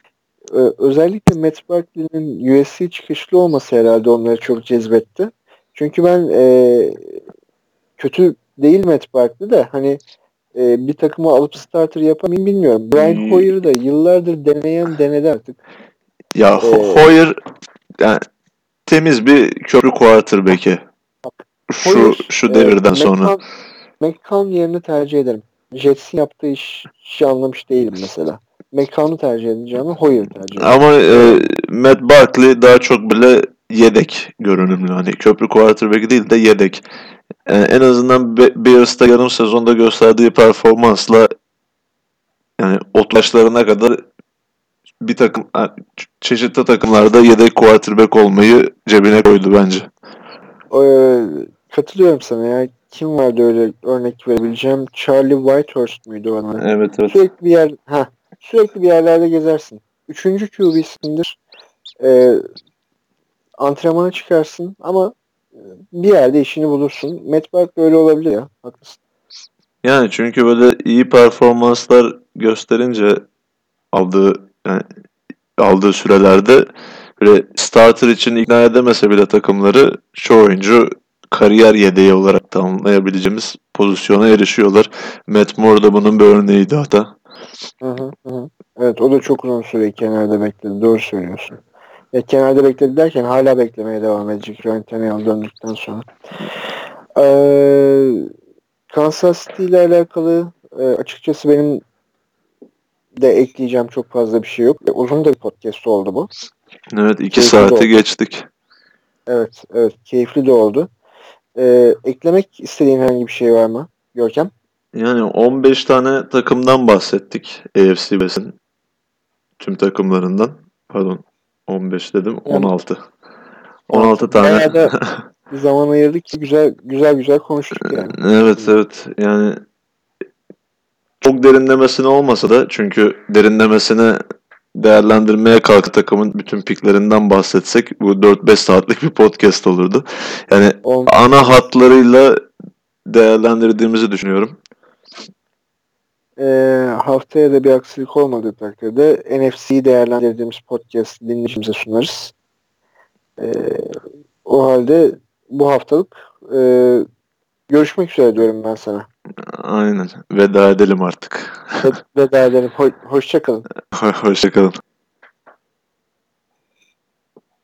Ee, özellikle Matt Barkley'nin U F C çıkışlı olması herhalde onları çok cezbetti. Çünkü ben e, kötü değil Matt Barkley de hani e, bir takımı alıp starter yapar mıyım bilmiyorum. Brian Hoyer'ı da yıllardır deneyen denedi artık. Ya Ee, Hoyer yani temiz bir köprü quarterback'i. Şu Hoyer şu e, devirden sonra. McCown, McCown yerini tercih ederim. Jets'in yaptığı iş, işi anlamış değilim mesela. McCown'u tercih edeceğimi Hoyer'ı tercih ederim. Ama Ee, e, Matt Barkley daha çok bile yedek görünümlü. Hani köprü quarterback'i değil de yedek. E, en azından Be- Bears'ta yarım sezonda gösterdiği performansla yani otuz yaşlarına kadar bir takım çeşitli takımlarda yedek quarterback olmayı cebine koydu bence. Ee, katılıyorum sana ya. Kim vardı öyle örnek verebileceğim? Charlie Whitehurst müydü ona? Evet evet. Sürekli bir yer, ha, sürekli bir yerlerde gezersin. Üçüncü Q B'sindir. Ee, antrenmana çıkarsın ama e, bir yerde işini bulursun. Matt Barkley öyle olabilir ya. Haklısın. Yani çünkü böyle iyi performanslar gösterince aldığı yani aldığı sürelerde böyle starter için ikna edemese bile takımları çoğu oyuncu kariyer yedeği olarak tamamlayabileceğimiz pozisyona erişiyorlar. Matt Moore da bunun bir örneğiydi hatta. Hı hı, hı. Evet, o da çok uzun süre kenarda bekledi. Doğru söylüyorsun. Ya kenarda bekledi derken hala beklemeye devam edecek Ryan Tannehill döndükten sonra. Ee, Kansas City ile alakalı e, açıkçası benim de ekleyeceğim çok fazla bir şey yok. E, uzun da bir podcast oldu bu. Evet iki Keyifli de saati oldu. geçtik. Evet, evet, keyifli de oldu. Ee, eklemek istediğin herhangi bir şey var mı Görkem? Yani on beş tane takımdan bahsettik A F C West'in tüm takımlarından. Pardon on beş dedim Yani on altı. on altı altı. tane. Bayağı da zaman ayırdık ki güzel güzel güzel konuştuk yani. Evet evet yani çok derinlemesine olmasa da çünkü derinlemesine değerlendirmeye kalk takımın bütün piklerinden bahsetsek bu dört beş saatlik bir podcast olurdu. Yani Olmaz, ana olmaz. hatlarıyla değerlendirdiğimizi düşünüyorum. Ee, haftaya da bir aksilik olmadığı takdirde N F C'yi değerlendirdiğimiz podcast dinleyicimize sunarız. Ee, o halde bu haftalık e, görüşmek üzere diyorum ben sana. Aynen. Veda edelim artık. Ve- Veda edelim. Ho- hoşça kalın. Hoşça kalın.